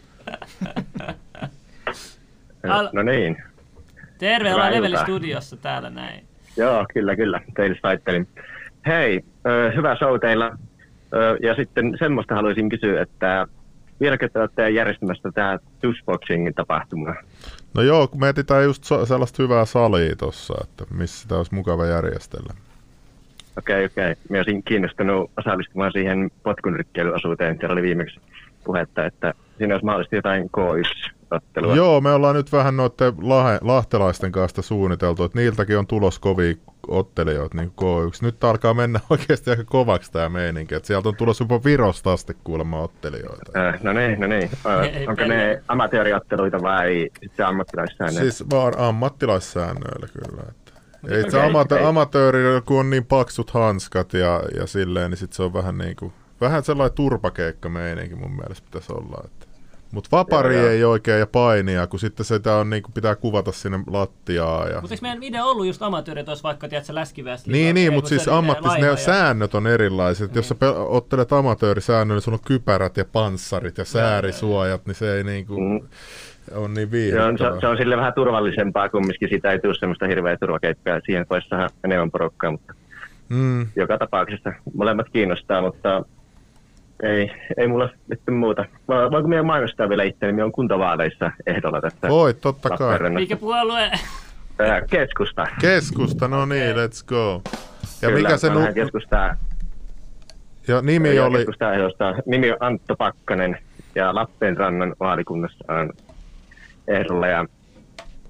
Al- no niin. Terve, ollaan Leveli Studiossa täällä näin. Joo, kyllä, kyllä. Teille soittelin. Hei, ö, hyvä show teillä. Ö, ja sitten semmoista haluaisin kysyä, että vieläkö te olette järjestämässä tämä Tushboxingin tapahtuma? No joo, kun me etsitään just so- sellaista hyvää salia tossa, että missä sitä olisi mukava järjestellä. Okei, okay, okei. Okay. Minä olisin kiinnostunut osallistumaan siihen potkunyrkkeilyosuuteen. Siellä oli viimeksi puhetta, että siinä olisi mahdollisesti jotain K yksi-ottelua. Joo, me ollaan nyt vähän noiden lahe- lahtelaisten kanssa suunniteltu, että niiltäkin on tulos kovia ottelijoita, niin kuin K yksi. Nyt alkaa mennä oikeasti aika kovaksi tämä meininki, että sieltä on tulossa jopa Virosta asti kuulemma ottelijoita. Äh, no niin, no niin. Äh, onko ne amatööriotteluita vai sitten ammattilaissäännöillä? Siis vaan ammattilaissäännöillä kyllä. Että. Ei okay, se amate- okay. amatööri, kun on niin paksut hanskat ja, ja silleen, niin sit se on vähän niin kuin, vähän sellainen turpakeikka meininki mun mielestä pitäisi olla. Että. Mut vapari joo, ei joo. oikein ja painia, kun sitten sitä on, niin kuin pitää kuvata sinne lattiaa. Ja... Mutta eikö meidän video ollut just amatöörit, olisi vaikka tiedätkö, läskivästi? Niin, niin mutta siis ammattis, ne ja... säännöt on erilaiset. Niin. Jos sä pe- ottelet amatöörisäännöillä, niin sulla on kypärät ja panssarit ja säärisuojat, niin se ei niin kuin... Mm. On niin viihdyttävää. Se, se on sille vähän turvallisempaa kumminkin, siitä ei tule semmoista hirveä turvakeikkaa, siihen voisi saada enemmän porukkaa, mutta mm. joka tapauksessa molemmat kiinnostaa, mutta ei, ei mulla sitten muuta. Voinko minä mainostaa vielä itseäni, minä olen kuntavaaleissa ehdolla tässä. Voi, totta kai. Mikä puolue? Keskusta. Keskusta, no niin, let's go. Ja Kyllä, mikä se nu... keskustaa. Ja nimi ja oli... Keskusta nimi on Antto Pakkanen ja Lappeenrannan vaalikunnassa on ehdolla ja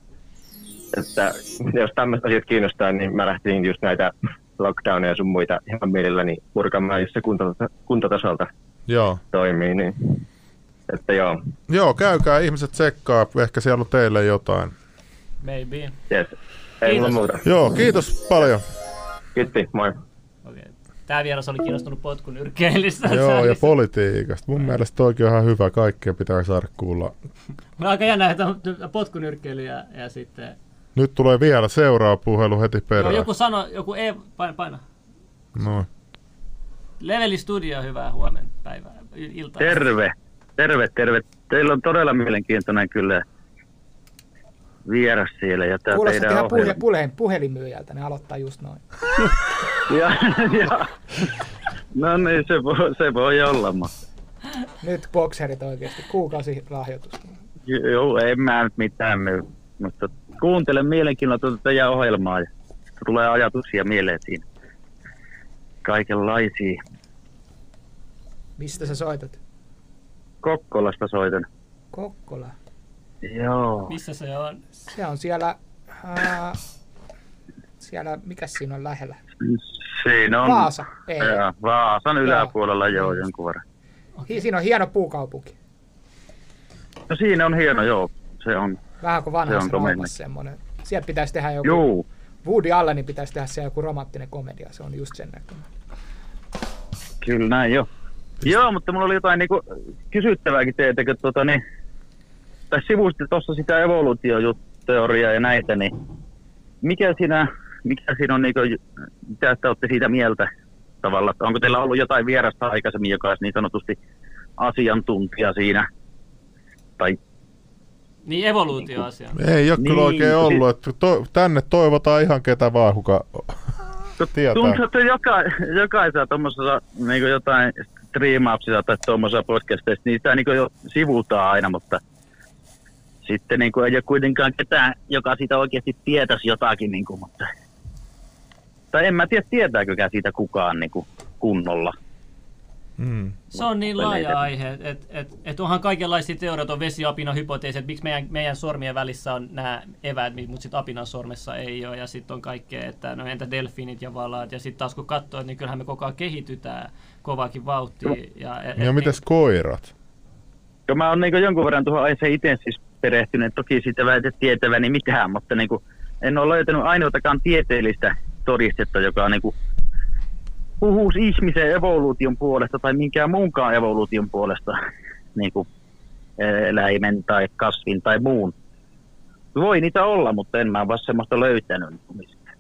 että jos tämmöiset asiat kiinnostaa, niin mä lähtin just näitä lockdowneja sun muita ihan mielelläni purkamaan, jos se kuntata, kuntatasolta joo. toimii. Niin. Että joo. Joo, käykää, ihmiset tsekkaa, ehkä siellä on teille jotain. Maybe. Yes. Ei mulla muuta. Joo, kiitos paljon. Kiitti, moi. Okay. Tää vieras oli kiinnostunut potkunyrkkeilystä. Joo, ja politiikasta. Mun mielestä toikin on ihan hyvä, kaikkea pitää saada kuulla. Mä aika jännä, että on potkunyrkkeily ja, ja sitten... Nyt tulee vielä seuraava puhelu heti perään. Joo, joku sano, joku ei, paina, paina. Noin. Leveli Studio, hyvää huomen päivää, iltaa. Terve, terve, terve. Teillä on todella mielenkiintoinen kyllä vieras siellä. Ja tää kuulostaa ihan ohjelma... puhe, puhelinmyyjältä, ne aloittaa just noin. ja, ja. No niin, se voi, se voi olla. Mutta. Nyt bokserit oikeasti, kuukausi lahjoitus. Joo, en mä nyt mitään myy, mutta kuuntelen mielenkiinnolla tuota teidän ohjelmaa ja tulee ajatuksia mieleen siinä. Kaikenlaisia. Mistä sä soitat? Kokkolasta soitan. Kokkola? Joo. Missä se on? Se on siellä, äh, siellä, mikäs siinä on lähellä? Siinä on... Vaasa? Ei. Ja, Vaasan yläpuolella joo, joo jonkun verran. Okay. Siinä on hieno puukaupunki. No siinä on hieno, joo. Se on. Vähän kuin vanhassa Roomassa semmoinen. Sieltä pitäisi tehdä joku... Joo. Woody Allenin pitäisi tehdä se joku romanttinen komedia, se on just sen näköinen. Kyllä näin jo. Joo, mutta mulla oli jotain niinku kysyttävääkin teetäkö tota niin... Tai sivusti tuossa sitä evoluutioteoriaa ja näitä, niin... Mikä siinä, mikä siinä on niinku... Mitä te olette siitä mieltä tavallaan? Onko teillä ollut jotain vierasta aikaisemmin, joka olisi niin sanotusti asiantuntija siinä? Tai... Niin, evoluutioasia. Ei ole niin, kyllä oikein ollut. Että to, tänne toivotaan ihan ketä vaan, kuka tietää. Tuntuu, että joka, jokaisessa tuommoisessa niin jotain striimauksia tai tuommoisessa podcasteissa, niin sitä niin jo sivutaan aina, mutta sitten niin ei ole kuitenkaan ketään, joka siitä oikeasti tietäisi jotakin. Niin kuin, mutta... Tai en mä tiedä, tietääkökään siitä kukaan niin kuin, kunnolla. Mm. Se on niin laaja aihe, että et, et, et onhan kaikenlaisia teorioita, on vesiapina hypoteesit, että miksi meidän, meidän sormien välissä on nämä eväät, mutta sitten apinan sormessa ei ole, ja sitten on kaikkea, että no entä delfiinit ja valaat, ja sitten taas kun katsoo, niin kyllähän me koko ajan kehitytään kovaakin vauhtia. Ja, et, ja mitäs niin, koirat? Jo, mä oon niin jonkun verran tuohon aiheeseen itse siis perehtynyt, toki siitä väitet tietäväni mitään, mutta niin kuin, en ole löytänyt ainoatakaan tieteellistä todistetta, joka on niin kuin, puhuus ihmisen evoluution puolesta tai minkään muunkaan evoluution puolesta, niin kuin eläimen tai kasvin tai muun. Voi niitä olla, mutta en mä vaan semmoista löytänyt mistään.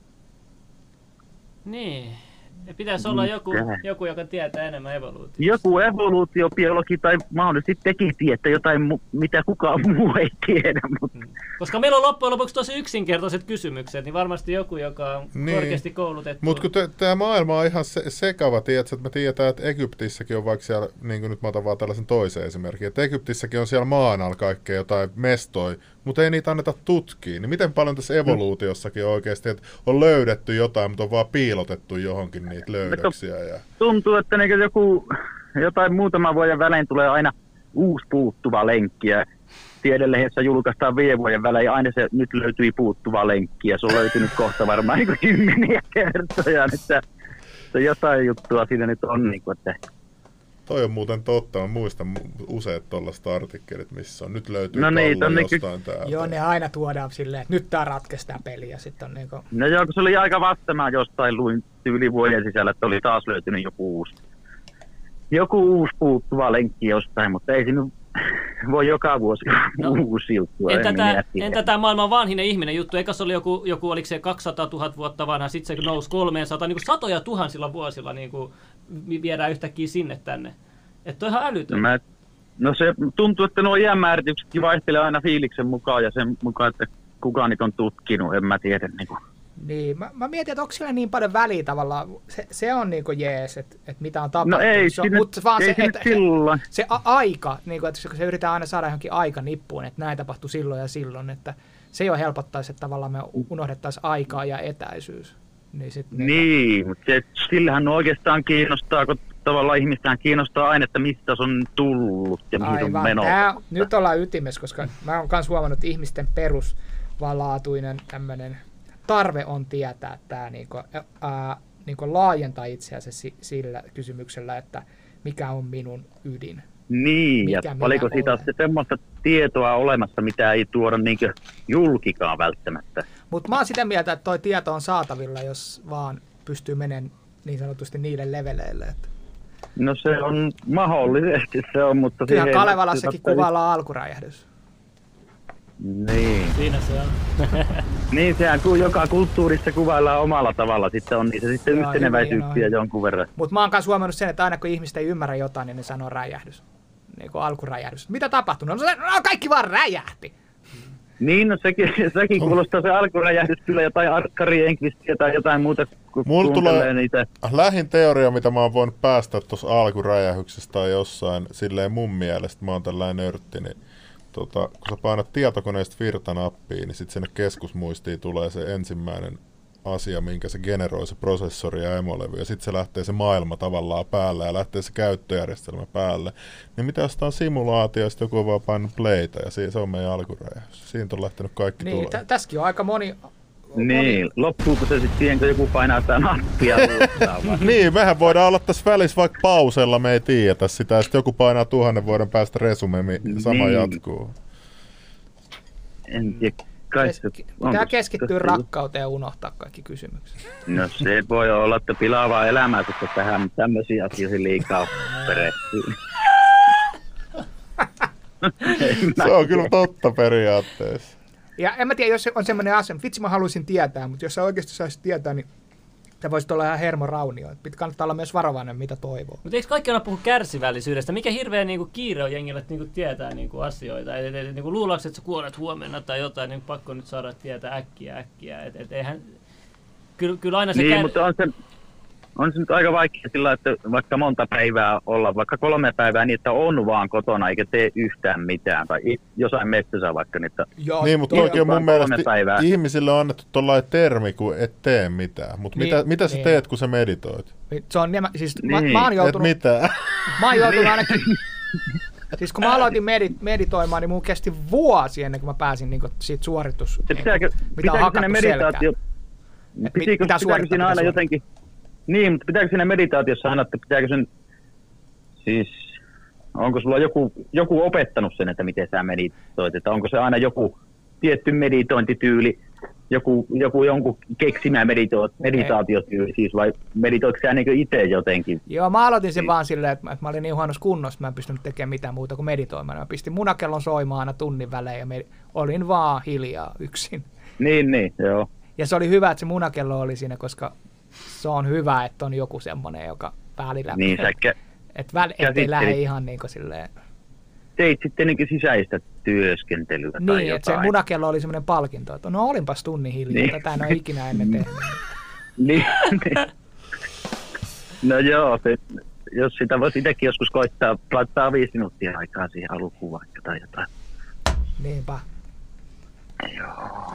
Niin. Pitäisi olla joku, joku, joka tietää enemmän evoluutiosta. Joku evoluutiobiologi tai mahdollisesti tekin tietää jotain, mitä kukaan muu ei tiedä. Mutta... Koska meillä on loppujen lopuksi tosi yksinkertaiset kysymykset, niin varmasti joku, joka on niin korkeasti koulutettu. Mutta kun tämä maailma on ihan se- sekava, tiedätkö, että me tiedetään, että Egyptissäkin on vaikka siellä, niin kuin nyt mä otan vaan tällaisen toisen esimerkin, että Egyptissäkin on siellä maan alla kaikkea jotain mestoi, mutta ei niitä anneta tutkia. Niin miten paljon tässä evoluutiossakin on oikeasti, että on löydetty jotain, mutta on vaan piilotettu johonkin niitä löydöksiä. Ja... Tuntuu, että niin joku, jotain muutaman vuoden välein tulee aina uusi puuttuva lenkki. Ja tiedelehdessä julkaistaan viiden vuoden välein ja aina se nyt löytyi puuttuva lenkki. Ja se on löytynyt kohta varmaan niin kymmeniä kertoja. Että se jotain juttua siinä nyt on. Niin kuin, että... Toi on muuten totta. Mä muistan useat tuollaiset artikkelit, missä on nyt löytyy no niin, pallo niin jostain ky- täältä. Joo, ne aina tuodaan silleen, että nyt tää ratkaisi tää peli. Ja sit on niin kuin... No joo, kun se oli aika vasta, mä jostain luin yli vuoden sisällä, että oli taas löytynyt joku uusi, joku uusi puuttuva lenkki jostain, mutta ei siinä voi joka vuosi no, uusi juttu. Entä tämä, entä tämä maailman vanhinen ihminen juttu? Eikä se oli joku, joku oliko se kaksisataatuhatta vuotta vanha, sitten se nousi kolmesataa, niin kuin satoja tuhansilla vuosilla niin kuin viedään yhtäkkiä sinne tänne. Että on ihan älytön. Mä, no se tuntuu, että nuo iänmäärityksetkin vaihtelee aina fiiliksen mukaan ja sen mukaan, että kuka niitä on tutkinut, en mä tiedä. Niin, kuin. niin mä, mä mietin, että onko sillä niin paljon väliä tavallaan, se, se on niin kuin jees, että, että mitä on tapahtunut. No ei, se on, mutta vaan ei se, että, se, se a, aika, niin kuin, että se yritetään aina saada johonkin aikanippuun, että näin tapahtui silloin ja silloin, että se jo helpottaisi, että tavallaan me unohdettaisiin aikaa ja etäisyys. Niin, sit, niin, niin mutta se, sillähän oikeastaan kiinnostaa, kun tavallaan ihmistään kiinnostaa aina, että mistä se on tullut ja mihin on menossa. Tää, nyt ollaan ytimessä, koska mä oon myös huomannut, että ihmisten perus perustavanlaatuinen tämmöinen tarve on tietää tämä niinku, ää, niinku laajentaa itseänsä sillä kysymyksellä, että mikä on minun ydin. Niin, mikä ja oliko siitä olen. semmoista tietoa olemassa, mitä ei tuoda niinkö julkikaan välttämättä. Mutta mä oon sitä mieltä, että toi tieto on saatavilla, jos vaan pystyy menemään niin sanotusti niille leveleille. Että. No se on mahdollisesti se on, mutta... Kyllähän Kalevalassakin kuvaillaan alkuräjähdys. Niin. Siinä se on. Niin, sehän kun joka kulttuurissa kuvaillaan omalla tavalla, sitten on niissä sitten no, yhteneväisyyksiä jonkun verran. Mutta mä oon kanssa huomannut sen, että aina kun ihmiset ei ymmärrä jotain, niin ne sanoo räjähdys. Niin kuin alkuräjähdys. Mitä tapahtui? No, no kaikki vaan räjähti. Niin, no sekin, sekin kuulostaa se alkuräjähdys kyllä jotain Arkari Enqvistiä tai jotain muuta. Mulla tulee niitä. Lähin teoria, mitä mä oon voinut päästä tuossa alkuräjähyksestä tai jossain, silleen mun mielestä, mä oon tällainen nörtti, niin tota, kun sä painat tietokoneesta virtanappiin, niin sitten sinne keskusmuistiin tulee se ensimmäinen asia, minkä se generoi, se prosessori ja emolevy, ja sitten se lähtee se maailma tavallaan päälle ja lähtee se käyttöjärjestelmä päälle. Niin mitä jos on simulaatio, ja sitten joku on vaan painut playta, ja se on meidän alkuräjähdys. Siitä on lähtenyt kaikki niin, tulee. T- tässäkin on aika moni... Niin, moni... loppuuko se sitten siihen, kun joku painaa sitä nappia Niin, mehän voidaan olla tässä välissä vaikka pausella, me ei tiedetä sitä, ja sitten joku painaa tuhannen vuoden päästä resume, niin sama niin. jatkuu. En tiedä. Keski- pitää keskittyä rakkauteen ja unohtaa kaikki kysymykset. No se voi olla, että pilaavaa elämää, että tähän tämmöisiin asioihin liikaa perehtyy. Se on kyllä totta periaatteessa. Ja en mä tiedä, jos on semmoinen asia, vitsi mä haluaisin tietää, mutta jos sä oikeasti saisit tietää, niin sä voisit olla ihan hermoraunio. Pitää kannattaa olla myös varovainen, mitä toivoo. Mutta eikö kaikki aina puhu kärsivällisyydestä? Mikä hirveä niinku, kiire on jengillä, että niinku, tietää niinku, asioita? Et, et, et, niinku, luulaanko, että sä kuolet huomenna tai jotain, niin pakko nyt saada tietää äkkiä äkkiä. Et, et, eihän... Kyllä, kyllä aina se niin, kär... mutta on se, on se nyt aika vaikea sillä, että vaikka monta päivää olla, vaikka kolme päivää niin, että on vaan kotona eikä tee yhtään mitään. Tai jossain metsässä vaikka niitä. Joo, niin, mutta toki on mun mielestä päivää. Ihmisille on annettu tollainen termi, kun et tee mitään. Mutta niin, mitä, mitä niin. sä teet, kun sä meditoit? Se on, siis, niin. mä, mä oon joutunut... Et mitään. Mä oon joutunut ainakin... Siis kun mä aloitin medit- meditoimaan, niin mun kesti vuosi ennen kuin mä pääsin niin kuin siitä suoritus... Pitääkö, mitä on hakattu meditaatio... selkään. Pitikö, mitä pitääkö siinä aina jotenkin... Niin, mutta pitääkö siinä meditaatiossa aina, että pitääkö sen... Siis... Onko sulla joku, joku opettanut sen, että miten sä meditoit? Että onko se aina joku tietty meditointityyli, joku, joku jonkun keksimä medito- meditaatiotyyli siis, vai meditoitko sä niin itse jotenkin? Joo, mä aloitin sen niin. vaan silleen, että mä, että mä olin niin huonossa kunnossa, mä en pystynyt tekemään mitään muuta kuin meditoimaan. Mä pistin munakellon soimaan aina tunnin välein ja me, olin vaan hiljaa yksin. Niin, niin, joo. Ja se oli hyvä, että se munakello oli siinä, koska se on hyvä, että on joku semmoinen, joka välillä... Niin, sä kä- Että väl, ettei lähde ihan niin kuin silleen... Teit sitten niin sisäistä työskentelyä tai niin, jotain. Että se munakello oli semmoinen palkinto, että no olinpas tunnin hiljaa, niin. Tätä en ole ikinä ennen tehnyt. niin, niin. No joo, se, jos sitä voisi itsekin joskus koittaa, laittaa viisi minuuttia aikaa siihen alkuun vaikka tai jotain. Niinpä. Joo.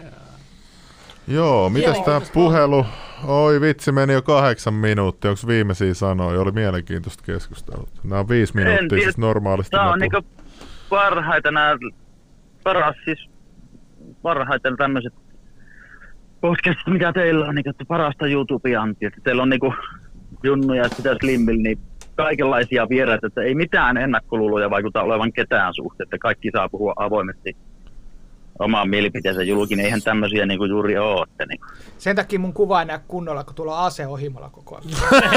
Joo, mitäs tää puhelu? Oi vitsi, meni jo kahdeksan minuuttia. Onko viimeisiä sanoja? Oli mielenkiintoista keskustelua. Nämä on viisi minuuttia, siis normaalisti. Tämä on niinku parhaita nämä, paras siis parhaita tämmöiset podcastit, mitä teillä on, niinku parasta YouTube-antia. Teillä on niinku Junnu ja sitä Slimmillä, niin kaikenlaisia vieraita, että ei mitään ennakkoluuloja vaikuta olevan ketään suhteen, että kaikki saa puhua avoimesti omaan mielipiteensä julkinen. Eihän tämmöisiä niinku juuri ole. Että niinku. Sen takia mun kuva ei näe kunnolla, kun tuolla on ase ohimolla koko ajan.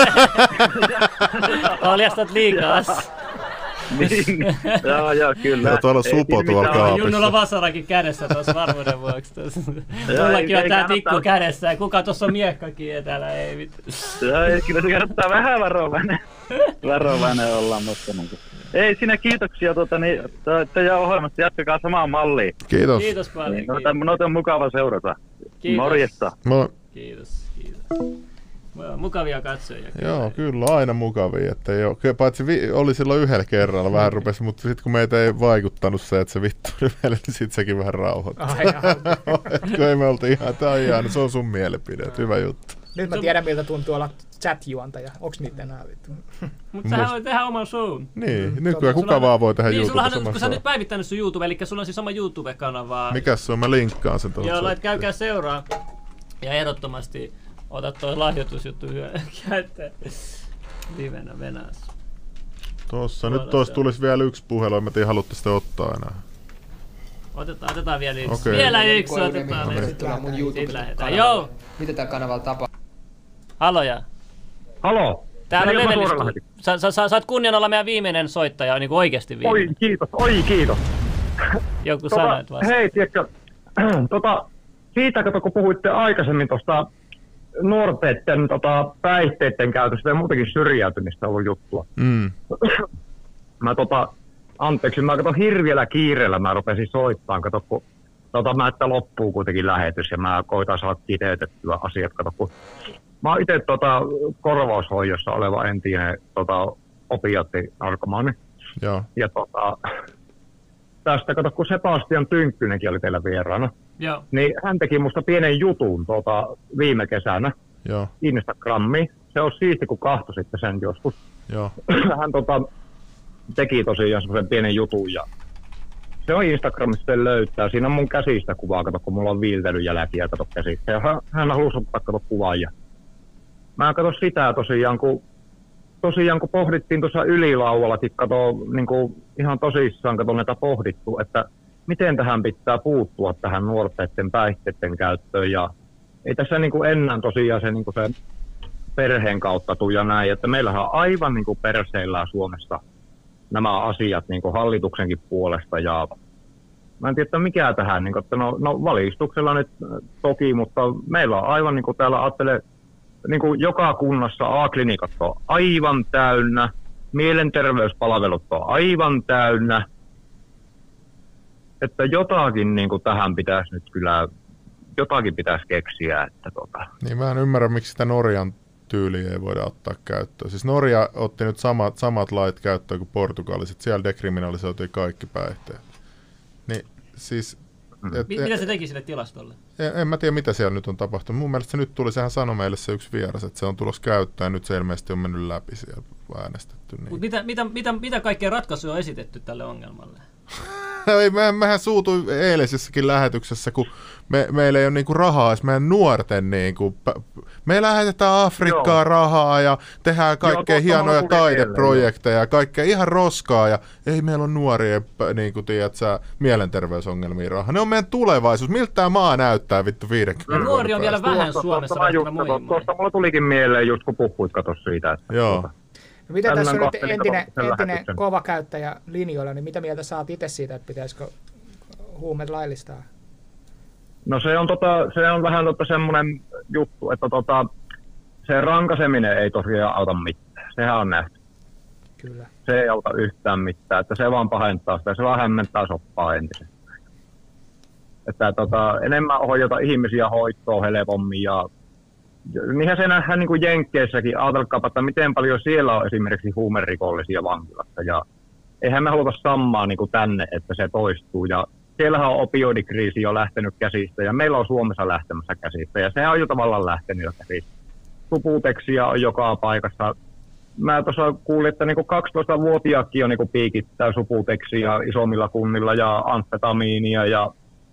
Paljastat liikaa. niin, joo, joo, kyllä. Ja tuolla supo tuolla kaapissa. Junnulla vasarakin kädessä tuossa varmuuden vuoksi. Mullakin on tää tikku kädessä ja kuka tuossa on miekkakin ja täällä ei vittu. Joo, kyllä se kannattaa vähän varovainen, varovainen olla, mutta niinku. Ei siinä kiitoksia tuota, niin, teidän ohjelmasta, jatkakaa samaan malliin. Kiitos. Kiitos paljon. Niin, noita, noita on mukava seurata. Kiitos. Morjesta. Moi. Kiitos, kiitos. Mukavia katsojia. Joo, kyllä aina mukavia. Että ei ole, paitsi vi- oli silloin yhdellä kerralla vähän rupesi, mutta sitten kun meitä ei vaikuttanut se, että se vittu rymeli, niin sitten sekin vähän rauhoitti. Kun ei me oltu ihan, tämä on ihan, se on sun mielipide, hyvä juttu. Nyt mä tiedän, miltä tuntuu olla chat-juontaja. Onks niitä enää vittu? Mutta sähän voi tehdä oman shown. Niin, mm, nykyään kuka vaan voi tehdä niin, YouTubessa oman. Kun sä oot nyt päivittänyt sun YouTube, eli sulla on siis oma YouTube-kanava. Mikäs se on? Mä linkkaan sen tuohon. Joo, lait käykää seuraa. Ja ehdottomasti ota toi lahjoitusjuttu käyttöön. Livenä Venäjässä. Tossa, nyt tossa tulisi vielä yksi puhelu, en mä tiedä haluatte sitä ottaa enää. Otetaan, otetaan vielä yksi. Okay. Vielä yksi otetaan. Okay. Sitten tullaan mun YouTube-kanavalle. Joo. Mitä tää kanavalla tapahtuu? Haloja. Halo. Täällä on Levelistu. Sä, sä, sä saat kunnian olla meidän viimeinen soittaja, niin kuin oikeesti viimeinen. Oi, kiitos, oi, kiitos. Joku tota, sanoit vasta. Hei, tiedätkö, tota, siitä kato, kun puhuitte aikaisemmin tuosta nuorteiden tota, päihteiden käytöstä ja muutenkin syrjäytymistä ollut juttua. Mm. Mä tota, anteeksi, mä kato hirviellä kiireellä mä rupesin soittamaan, kato, kun tota, mä että loppuu kuitenkin lähetys ja mä koitan saada kiteytettyä asiat, kato, kun mä oon itse tota, korvaushoidossa oleva entinen tota, opiaattinarkomaani. Joo. Ja tota, tästä, kato, kun Sebastian Tynkkynenkin oli teillä vieraana, Joo. niin hän teki musta pienen jutun tota, viime kesänä Joo. Instagramiin. Se on siisti, kun kahtositte sen joskus. Joo. Hän tota, teki tosiaan semmoisen pienen jutun ja se on Instagramissa löytää. Siinä on mun käsistä kuvaa, kato, kun mulla on viiltelyjälkiä, kato käsistä. Ja hän, hän halusi ottaa, kato, kuvaa. Ja mä katso sitä tosiaan, kun, tosiaan, kun pohdittiin tuossa ylilauallakin, kato, niin kuin ihan tosissaan, kato näitä pohdittu, että miten tähän pitää puuttua tähän nuorten päihteiden käyttöön. Ja ei tässä niin kuin ennen tosiaan se, niin kuin se perheen kautta tuu ja näin, että meillähän on aivan niin kuin perseillään Suomessa nämä asiat niin kuin hallituksenkin puolesta. Ja mä en tiedä, mikä tähän, niin kuin, että no, no valistuksella nyt toki, mutta meillä on aivan niin kuin täällä ajattelee, niin kuin joka kunnassa A-klinikat on aivan täynnä, mielenterveyspalvelut on aivan täynnä, että jotakin niin kuin tähän pitäisi nyt kyllä, jotakin pitäisi keksiä. Että tota. Niin mä en ymmärrä, miksi sitä Norjan tyyliä ei voida ottaa käyttöön. Siis Norja otti nyt samat, samat lait käyttöön kuin portugaliset, siellä dekriminalisoitiin kaikki päihteet. Niin siis... Et, M- mitä se teki sille tilastolle? En, en mä tiedä, mitä siellä nyt on tapahtunut. Mun mielestä se nyt tuli, sehän sanoi meille se yksi vieras, että se on tulossa käyttöön ja nyt se ilmeisesti on mennyt läpi siellä äänestetty. Niin. Mut mitä, mitä, mitä, mitä kaikkea ratkaisuja on esitetty tälle ongelmalle? Ei, mä, mähän suutuin eilisessäkin lähetyksessä, kun me, meillä ei ole niinku rahaa edes meidän nuorten. Niinku, me lähetetään Afrikkaan Joo. rahaa ja tehdään kaikkea Joo, hienoja taideprojekteja ja kaikkea ihan roskaa. Ja ei meillä ole nuorien niinku, tiedätkö, mielenterveysongelmia rahaa. Ne on meidän tulevaisuus. Miltä tämä maa näyttää vittu viidenkymmenen no, nuori on vielä vähän tuosta, Suomessa verrattuna muihin. Tuosta mulla tulikin mieleen just kun puhuit kato siitä. Että Joo. Tuota. No mitä tässä on nyt entinen, entinen kova käyttäjä linjoilla, niin mitä mieltä saat itse siitä, että pitäisikö huumeet laillistaa? No se on, tota, se on vähän tota semmoinen juttu, että tota, se rankaseminen ei tosiaan auta mitään. Sehän on nähty. Kyllä. Se ei auta yhtään mitään, että se vaan pahentaa sitä, se vaan hämmentää soppaa entisestään. Että tota, enemmän ohjata ihmisiä hoitoon helpommin ja niinhän se nähdään niin kuin Jenkkeissäkin, ajatelkaapa, että miten paljon siellä on esimerkiksi huumerikollisia vankilassa. Ja eihän me haluta samaa niin kuin tänne, että se toistuu. Ja siellähän on opioidikriisi jo lähtenyt käsistä ja meillä on Suomessa lähtemässä käsistä. Ja sehän on jo tavallaan lähtenyt jo käsistä. Suputeksia on joka paikassa. Mä tuossa kuulin, että niin kuin kaksitoistavuotiaakin on niin kuin piikittää suputeksia isommilla kunnilla ja amfetamiinia ja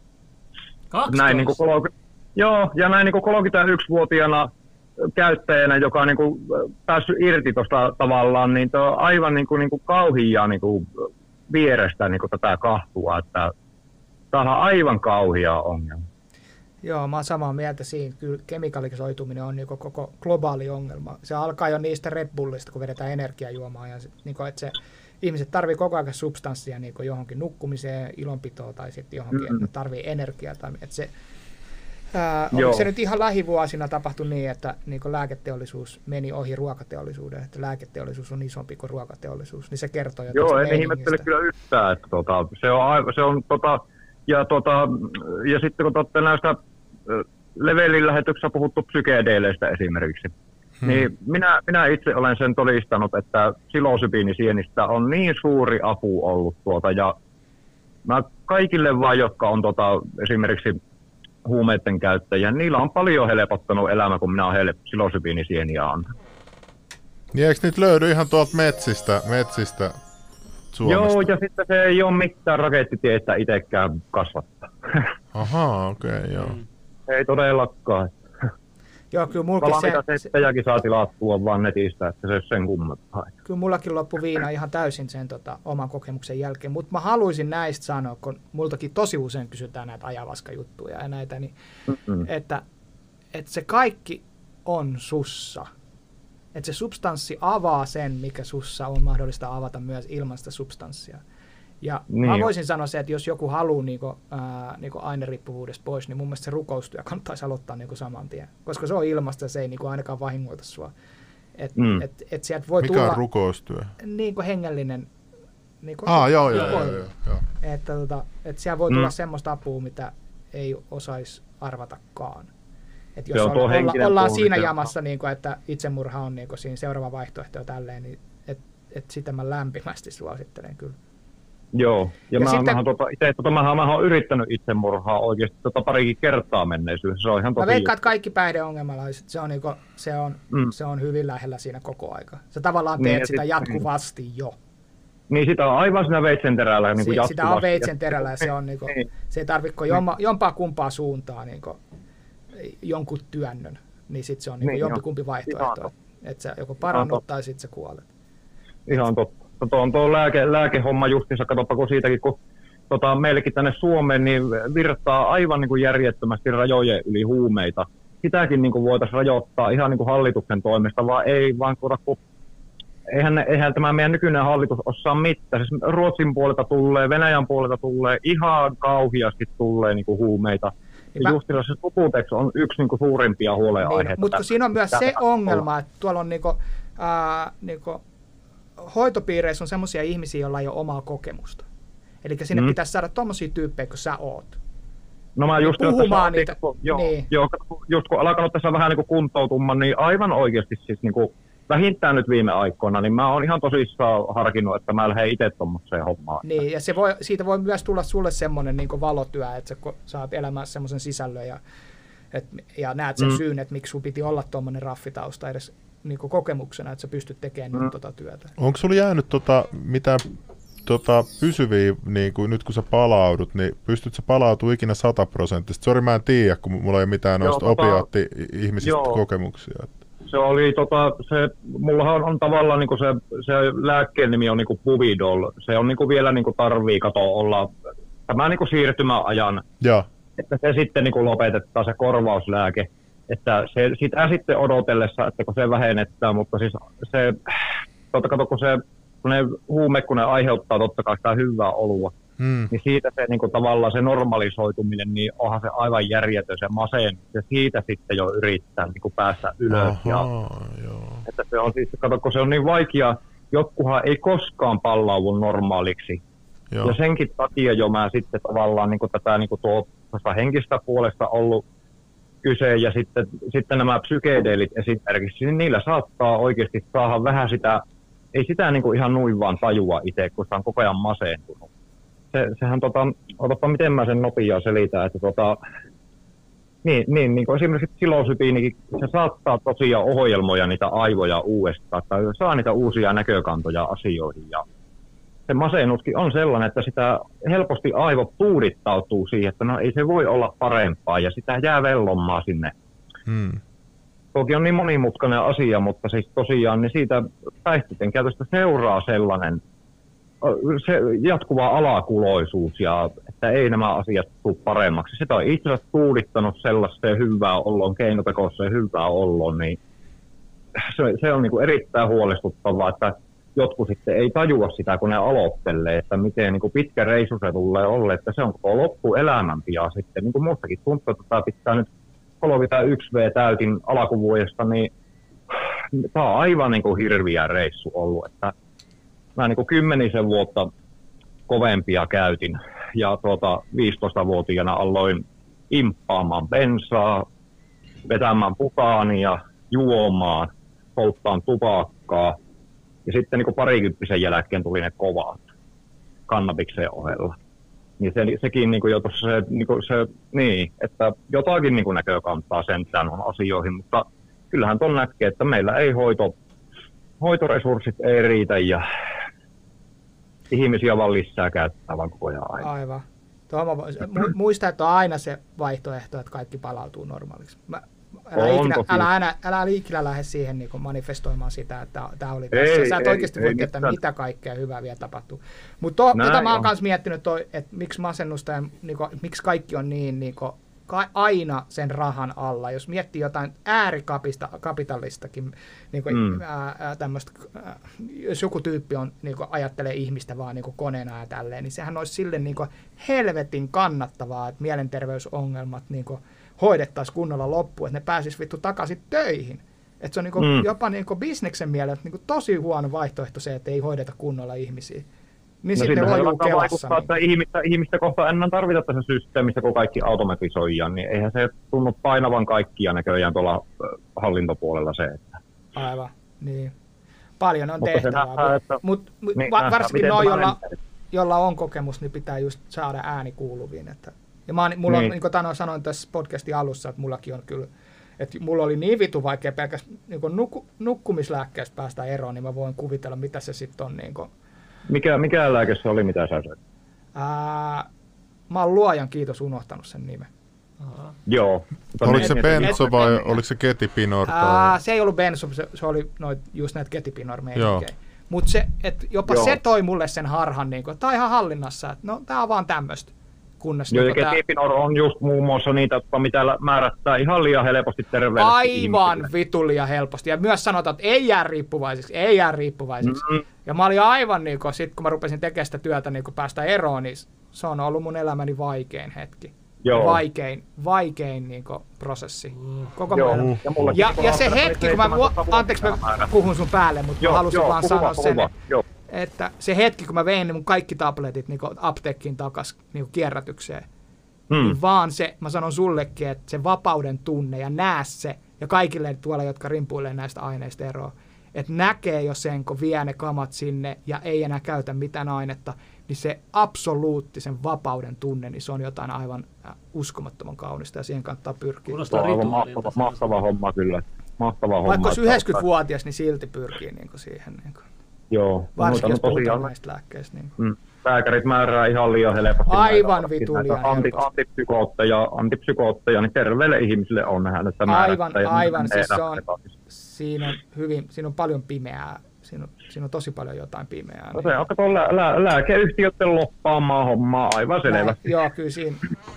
näin niin kuin Joo, ja näin niin kuin kolmekymmentäyksivuotiaana käyttäjänä, joka on niin kuin päässyt irti tuosta tavallaan, niin tuo on aivan niin kuin, niin kuin kauhia niin kuin vierestä niin kuin tätä kahtua, että tämä on aivan kauhia ongelma. Joo, mä oon samaa mieltä siinä. Kyllä kemikaalisoituminen on niin koko globaali ongelma. Se alkaa jo niistä Red Bullista, kun vedetään energiajuomaa. Ja sit, niin kuin, että se, ihmiset tarvii koko ajan substanssia niin kuin johonkin nukkumiseen, ilonpitoon tai sitten johonkin, mm-hmm. että tarvii energiaa. Tai, että se, Ää, oliko se nyt ihan lähivuosina tapahtui niin, että niin lääketeollisuus meni ohi ruokateollisuuden, että lääketeollisuus on isompi kuin ruokateollisuus, niin se kertoo jo Joo, en ihmettele kyllä yhtään, että tota, se on aivan, se on tota, ja tota, ja sitten kun olette näistä Levelin lähetyksessä puhuttu psykedeeleistä esimerkiksi, hmm. niin minä, minä itse olen sen todistanut, että psilosybiinisienistä on niin suuri apu ollut tuota, ja mä kaikille vaan, jotka on tota, esimerkiksi huumeiden käyttäjiä, niillä on paljon helpottanut elämä, kun minä olen heille psilosybiinisieniä antanut. Niin eikö niitä löydy ihan tuolta metsistä, metsistä Suomesta? Joo, ja sitten se ei ole mitään rakettitietä itsekään kasvattaa. Ahaa, okei, okay, joo. Ei todellakaan. Joo, kyllä mullakin se... settejäkin saa tilattua vaan netistä, että se sen kummempaa. Kyllä mullakin loppui viina ihan täysin sen tota, oman kokemuksen jälkeen, mutta mä haluaisin näistä sanoa, kun multakin tosi usein kysytään näitä ajavaskajuttuja ja näitä, niin, mm-hmm. että, että se kaikki on sussa. Että se substanssi avaa sen, mikä sussa on mahdollista avata myös ilman sitä substanssia. Ja niin mä voisin jo. sanoa se, että jos joku haluaa niinku, ää, niinku aineriippuvuudesta pois, niin mun mielestä se rukoustyö kannattaisi aloittaa niinku saman tien. Koska se on ilmasta ja se ei niinku ainakaan vahingoita sua. Et, mm. et, et sieltä voi Mikä tulla, on rukoustyö? Niinku hengellinen. Niinku, ah, joo, joo, joo, joo, joo. Että tota, et siellä voi tulla mm. semmoista apua, mitä ei osaisi arvatakaan. Et jos on, olla, ollaan siinä jamassa, niinku, että itsemurha on niinku siinä seuraava vaihtoehto ja tälleen, niin et, et sitä mä lämpimästi suosittelen kyllä. Joo, ja, ja mä, sitten, mähän, tota, ite, tota, mähän, mähän olen yrittänyt itsemurhaa oikeasti tota, parikin kertaa menneisyydessä. Se on ihan tosi... Mä veikkaan, että kaikki päihdeongelmalaiset, se on, niinku, se, on, mm. se on hyvin lähellä siinä koko aika. Sä tavallaan teet niin, sitä sit, jatkuvasti niin. jo. Niin sitä on aivan siinä veitsenterällä niin si, jatkuvasti. Sitä on veitsenterällä ja se, on, niinku, niin. se ei tarvitse jompa, jompaa kumpaa suuntaa niinku, jonkun työnnön. Niin sit se on niinku niin, jompikumpi vaihtoehto. Että sä joko parannut tai sit sä kuolet. Ihan totta. Tuo on tuo lääke, lääkehomma justiinsa, katsoppa kun siitäkin, kun tota, meillekin tänne Suomeen niin virtaa aivan niin kuin järjettömästi rajojen yli huumeita. Sitäkin niin kuin voitaisiin rajoittaa ihan niin kuin hallituksen toimesta, vaan ei vaan kun, eihän, eihän tämä meidän nykyinen hallitus osaa mitään. Siis Ruotsin puolelta tulee, Venäjän puolelta tulee, ihan kauhiasti tulee niin kuin huumeita. Ja justiinsa se Subutex on yksi niin kuin suurimpia huolenaiheita. Niin, mutta siinä on myös se ongelma, että tuolla on niin kuin, äh, niin kuin hoitopiireissä on semmoisia ihmisiä, joilla ei ole omaa kokemusta. Eli sinne mm. pitäisi saada tommosia tyyppejä, kun sä oot. No mä just puhumaan niitä. Kun, joo, niin. joo, just kun alkanut tässä vähän niin kuin kuntoutumaan, niin aivan oikeasti siis niin kuin vähintään nyt viime aikoina, niin mä oon ihan tosissaan harkinnut, että mä lähden itse tommoseen hommaan. Niin, ja se voi, siitä voi myös tulla sulle semmoinen niin kuin valotyö, että sä saat elämässä semmoisen sisällön ja, et, ja näet sen mm. syyn, että miksi sun piti olla tommonen raffitausta edes niin kuin kokemuksena, että sä pystyt tekemään mm. tota työtä. Onko sulla jäänyt tota, mitään tota, pysyviä, niin kuin nyt kun sä palaudut, niin pystyt sä palautumaan ikinä sataprosenttisesti? Sori, mä en tiedä, kun mulla ei ole mitään noista tota, opiaatti-ihmisistä joo. kokemuksia. Että. Se oli, tota, se, mullahan on tavallaan niin kuin se, se lääkkeen nimi on niin kuin Buvidol. Se on niin kuin vielä niin kuin tarvii kato olla tämä niin kuin siirtymäajan, ja. että se sitten niin kuin lopetetaan se korvauslääke. Että se, sitä sitten odotellessa, että kun se vähennetään, mutta siis se, totta kato, kun se kun ne huume, kun ne aiheuttaa totta kai sitä hyvää olua, hmm. niin siitä se niin kuin, tavallaan se normalisoituminen, niin onhan se aivan järjetön se maseen, ja siitä sitten jo yrittää niin kuin päästä ylös. Aha, ja, joo. Että se on siis, kato, kun se on niin vaikea, jotkuhan ei koskaan pallaudu normaaliksi. Joo. Ja senkin takia jo mä sitten tavallaan niin kuin tätä niin kuin tuosta henkistä puolesta ollut kyse, ja sitten, sitten nämä psykedeelit esimerkiksi, niin niillä saattaa oikeasti saada vähän sitä, ei sitä niin kuin ihan nuin vaan tajua itse, kun sitä on koko ajan masentunut. Se, sehän, tota, otapa miten mä sen nopeaa selitän, että tota, niin, niin, niin kuin esimerkiksi psilosybiinikin, se saattaa tosiaan ohjelmoida niitä aivoja uudestaan, tai saa niitä uusia näkökantoja asioihin, ja se masennuskin on sellainen, että sitä helposti aivot tuudittautuu siihen, että no ei se voi olla parempaa, ja sitä jää vellomaan sinne. Hmm. Toki on niin monimutkainen asia, mutta siis tosiaan niin siitä päihteiden käytöstä seuraa sellainen se jatkuva alakuloisuus, ja että ei nämä asiat tule paremmaksi. Sitä on itse asiassa tuudittanut sellaiseen hyvää olloon, keinotekoiseen hyvää olloon, niin se, se on niin kuin erittäin huolestuttavaa, että jotkut sitten ei tajua sitä, kun ne aloittelee, että miten niin kuin pitkä reisu se tulee olla, että se on koko loppuelämän pian sitten. Niin kuin mustakin tuntuu, että tämä pitää nyt kolmekymmentäyksi vuotta täytin alkuvuodesta, niin tämä on aivan niin kuin hirviä reissu ollut. Että mä niin kuin kymmenisen vuotta kovempia käytin, ja tuota, viisitoistavuotiaana aloin imppaamaan bensaa, vetämään pukaania, juomaan, polttaan tupakkaa. Ja sitten niin kuin parikymppisen jälkeen tuli ne kovat kannabikseen ohella. Niin se, sekin niin kuin jo tuossa se, niin kuin se, niin, että jotakin niin kuin näkökantaa sentään on asioihin, mutta kyllähän tuon näkee, että meillä ei hoito, hoitoresurssit ei riitä ja ihmisiä vaan lisää käyttää vaan koko ajan aina. Aivan. Tuohon mu- muista, että on aina se vaihtoehto, että kaikki palautuu normaaliksi. Mä, älä, ikinä, älä, älä, älä ikinä lähde siihen niin kuin manifestoimaan sitä, että tämä oli tässä. Ei, Sä et ei, oikeasti ei, voi ei tietää, mitään. mitä kaikkea hyvää vielä tapahtuu. Mutta tota mä oon myös miettinyt, toi, että miksi masennusta ja niin kuin, miksi kaikki on niin, niin kuin, ka- aina sen rahan alla. Jos miettii jotain äärikapitalistakin, niin kuin, mm. ää, tämmöistä, ää, jos joku tyyppi on, niin kuin, ajattelee ihmistä vaan niin kuin koneena ja tälleen, niin sehän olisi sille niin kuin, helvetin kannattavaa, että mielenterveysongelmat niin kuin, hoidettaisiin kunnolla loppuun, että ne pääsisi vittu takaisin töihin. Että se on niinku mm. jopa niinku bisneksen mielestä niinku tosi huono vaihtoehto se, että ei hoideta kunnolla ihmisiä. Niin no sitten ne hojuu kelassa. Niin. Että ihmistä, ihmistä kohta enää tarvita tässä systeemissä, kun kaikki automatisoidaan, niin eihän se tunnu painavan kaikkia näköjään tuolla hallintopuolella se. Että... Aivan, niin. Paljon on mutta tehtävää, mutta mut, mut, niin, va- varsinkin noin, jolla, jolla on kokemus, niin pitää just saada ääni kuuluviin. Että. Ja mä, mulla niin. on, niin kuin Tano sanoin tässä podcastin alussa, että mullakin on kyllä, että mulla oli niin vitu vaikea pelkästään niin nuk- nukkumislääkkeestä päästä eroon, niin mä voin kuvitella, mitä se sitten on. Niin kuin. Mikä, mikä lääke se oli, mitä sä söit? Ää, mä oon luojan kiitos unohtanut sen nimen. Aha. Joo. Oliko se benzo vai oliko se ketipinor? Ää, se ei ollut benzo, se, se oli noit, just näitä ketipinor-meininkejä. Mutta se, että jopa Joo. se toi mulle sen harhan, niin kuin, että tää on ihan hallinnassa, että no tää on vaan tämmöistä. Kunnes Joo, niin ja ketipinor on just muun muassa niitä, mitä määrättää ihan liian helposti terveelle. Aivan vitu liian helposti. Ja myös sanotaan, että ei jää riippuvaisiksi, ei jää riippuvaisiksi. Mm-hmm. Ja mä olin aivan, niin kuin, sit kun mä rupesin tekemään sitä työtä niin kun päästä eroon, niin se on ollut mun elämäni vaikein hetki. Joo. Vaikein, vaikein niin kuin, prosessi. Koko Joo. elämä. Ja, ja, ja se hetki, kun mä, anteeksi mä puhun sun päälle, mutta joo, mä halusin joo, vaan puhuva, sanoa puhuva, sen, joo. että se hetki, kun mä vein mun kaikki tabletit niin apteekkiin takas niin kierrätykseen, hmm. niin vaan se, mä sanon sullekin, että se vapauden tunne ja näe se, ja kaikille tuolla, jotka rimpuilee näistä aineista eroa, että näkee jo sen, kun vie ne kamat sinne ja ei enää käytä mitään ainetta, niin se absoluuttisen vapauden tunne, niin se on jotain aivan uskomattoman kaunista ja siihen kannattaa pyrkiä. Kuulostaa mahtava, mahtava homma kyllä. Mahtava homma. Vaikka olisi yhdeksänkymmentävuotias, niin silti pyrkii niin siihen. Niin Joo. varsinkin jos puhutaan näistä lääkkeistä. Niin mm. Lääkärit määrää ihan liian helposti. Aivan vitu liian anti, antipsykootteja, antipsykootteja, niin terveille ihmisille on nähdä, että aivan, aivan. Siis se on, siinä, on hyvin, siinä on paljon pimeää. Siinä on, siinä on tosi paljon jotain pimeää. No se on kato lää, lää, lääkeyhtiöiden loppaamaa hommaa aivan selvästi. Joo, kyllä siinä.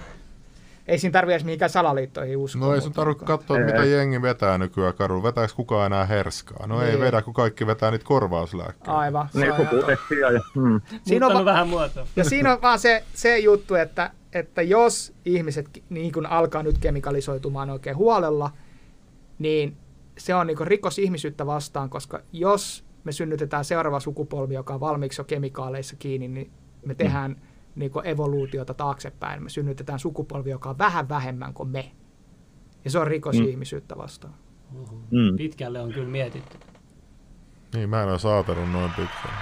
Ei siinä tarvitse edes mihinkään salaliittoihin uskoa. No ei sun tarvitse katsoa, mitä jengi vetää nykyään, Karu. Vetääkö kukaan enää herskaa? No niin. Ei vedä, kun kaikki vetää niitä korvauslääkkeitä. Aivan. Niin, kukutettia. Ja, hmm. Siinä on va- vähän muotoa. Ja siinä on vaan se, se juttu, että, että jos ihmiset niin kun alkaa nyt kemikalisoitumaan oikein huolella, niin se on niin kun rikos ihmisyyttä vastaan, koska jos me synnytetään seuraava sukupolvi, joka on valmiiksi jo kemikaaleissa kiinni, niin me tehdään mm. niin kuin evoluutiota taaksepäin. Me synnytetään sukupolvi, joka on vähän vähemmän kuin me. Ja se on rikos mm. ihmisyyttä vastaan. Uhuh. Mm. Pitkälle on kyllä mietitty. Niin, mä en ole saatellut noin pitkälle.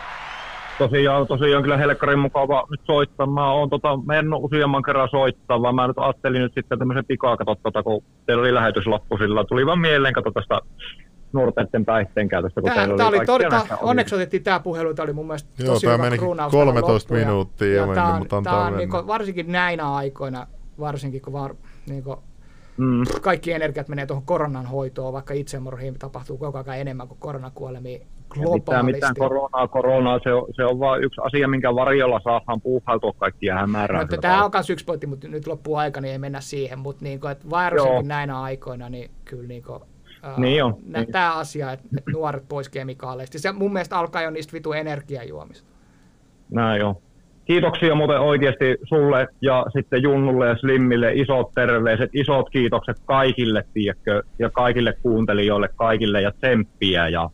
Tosiaan, tosiaan kyllä helkkarin mukava nyt soittaa. Mä oon tota, mennyt useamman kerran soittaa, vaan mä nyt ajattelin nyt sitten tämmöisen pikaa katot, tota, kun teillä oli lähetyslappu sillä. Tuli vaan mieleen katso tästä nuorten päihteen käytöstä. Kun Tää, oli tää oli todella, onneksi otettiin tämä puhelu, tämä oli mun mielestä Joo, tosi hyvä kruunaus. kolmetoista minuuttia ja, ja meni, on, mutta tää on niinku, varsinkin näinä aikoina, varsinkin kun var, niinku, mm. kaikki energiat menee tuohon koronan hoitoon, vaikka itsemurhiin tapahtuu koko ajan enemmän kuin koronakuolemia globaalisti. Mitään, mitään koronaa, koronaa se, on, se on vain yksi asia, minkä varjolla saadaan puuhailtua kaikkia hämärää. No, tämä on myös yksi pointti, mutta nyt loppuu aika, niin ei mennä siihen, mutta niinku, varsinkin näinä aikoina, niin kyllä niinku, Niin on. Niin. Tämä asia, että et nuoret pois kemikaaleista. Se mun mielestä alkaa jo niistä vitu energiajuomista. Näin on. Kiitoksia muuten oikeasti sulle ja sitten Junnulle ja Slimmille. Isot terveiset, isot kiitokset kaikille, tiedätkö, ja kaikille kuuntelijoille, kaikille ja tsemppiä. Ja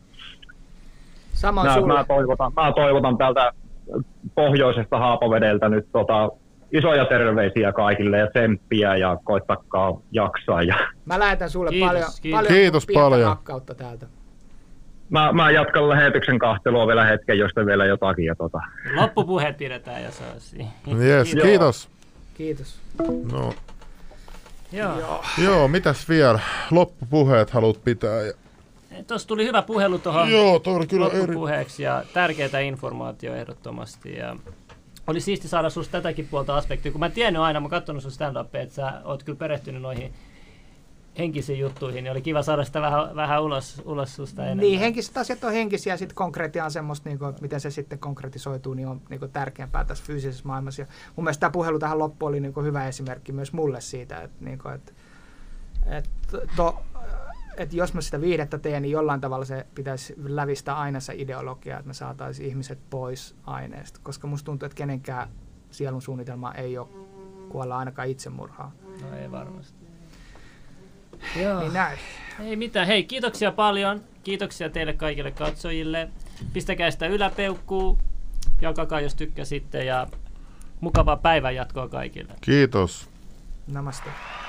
Samoin mä, sulle. Mä toivotan, mä toivotan täältä pohjoisesta Haapavedeltä nyt tota, isoja terveisiä kaikille ja tsemppiä ja koittakaa jaksaa. Ja mä lähetän sulle kiitos, paljon, kiitos. paljon, kiitos paljon. rakkautta täältä. Mä, mä jatkan lähetyksen kahtelua vielä hetken, jos te vielä jotakin. Ja tota. Loppupuheet pidetään ja se on siinä. Yes, kiitos. kiitos. Kiitos. No. Joo. Joo, mitäs vielä? Loppupuheet haluat pitää? Ja... Tuossa tuli hyvä puhelu tuohon Joo, toi oli kyllä loppupuheeksi ja tärkeää informaatiota ehdottomasti. Ja oli siisti saada susta tätäkin puolta aspektia, kun mä en tiennyt aina, mä oon katsonut sun stand-upia, että sä oot kyllä perehtynyt noihin henkisiin juttuihin, niin oli kiva saada sitä vähän, vähän ulos, ulos susta enemmän. Niin, henkiset asiat on henkisiä ja sitten konkreettia on semmoista, niin kuin, että miten se sitten konkretisoituu, niin on niin kuin tärkeämpää tässä fyysisessä maailmassa. Ja mun mielestä tämä puhelu tähän loppuun oli niin kuin hyvä esimerkki myös mulle siitä, että, niin kuin, että, että, to, että jos mä sitä viihdettä teen, niin jollain tavalla se pitäisi lävistää aina se ideologia, että me saataisiin ihmiset pois aineesta, koska musta tuntuu, että kenenkään sielun suunnitelma ei ole kuolla ainakaan itsemurhaa. No ei varmasti. Joo. Niin näin. Ei mitään. Hei, kiitoksia paljon. Kiitoksia teille kaikille katsojille. Pistäkää sitä yläpeukkuu. Jakakaa, jos tykkäsitte. Ja mukavaa päivänjatkoa kaikille. Kiitos. Namaste.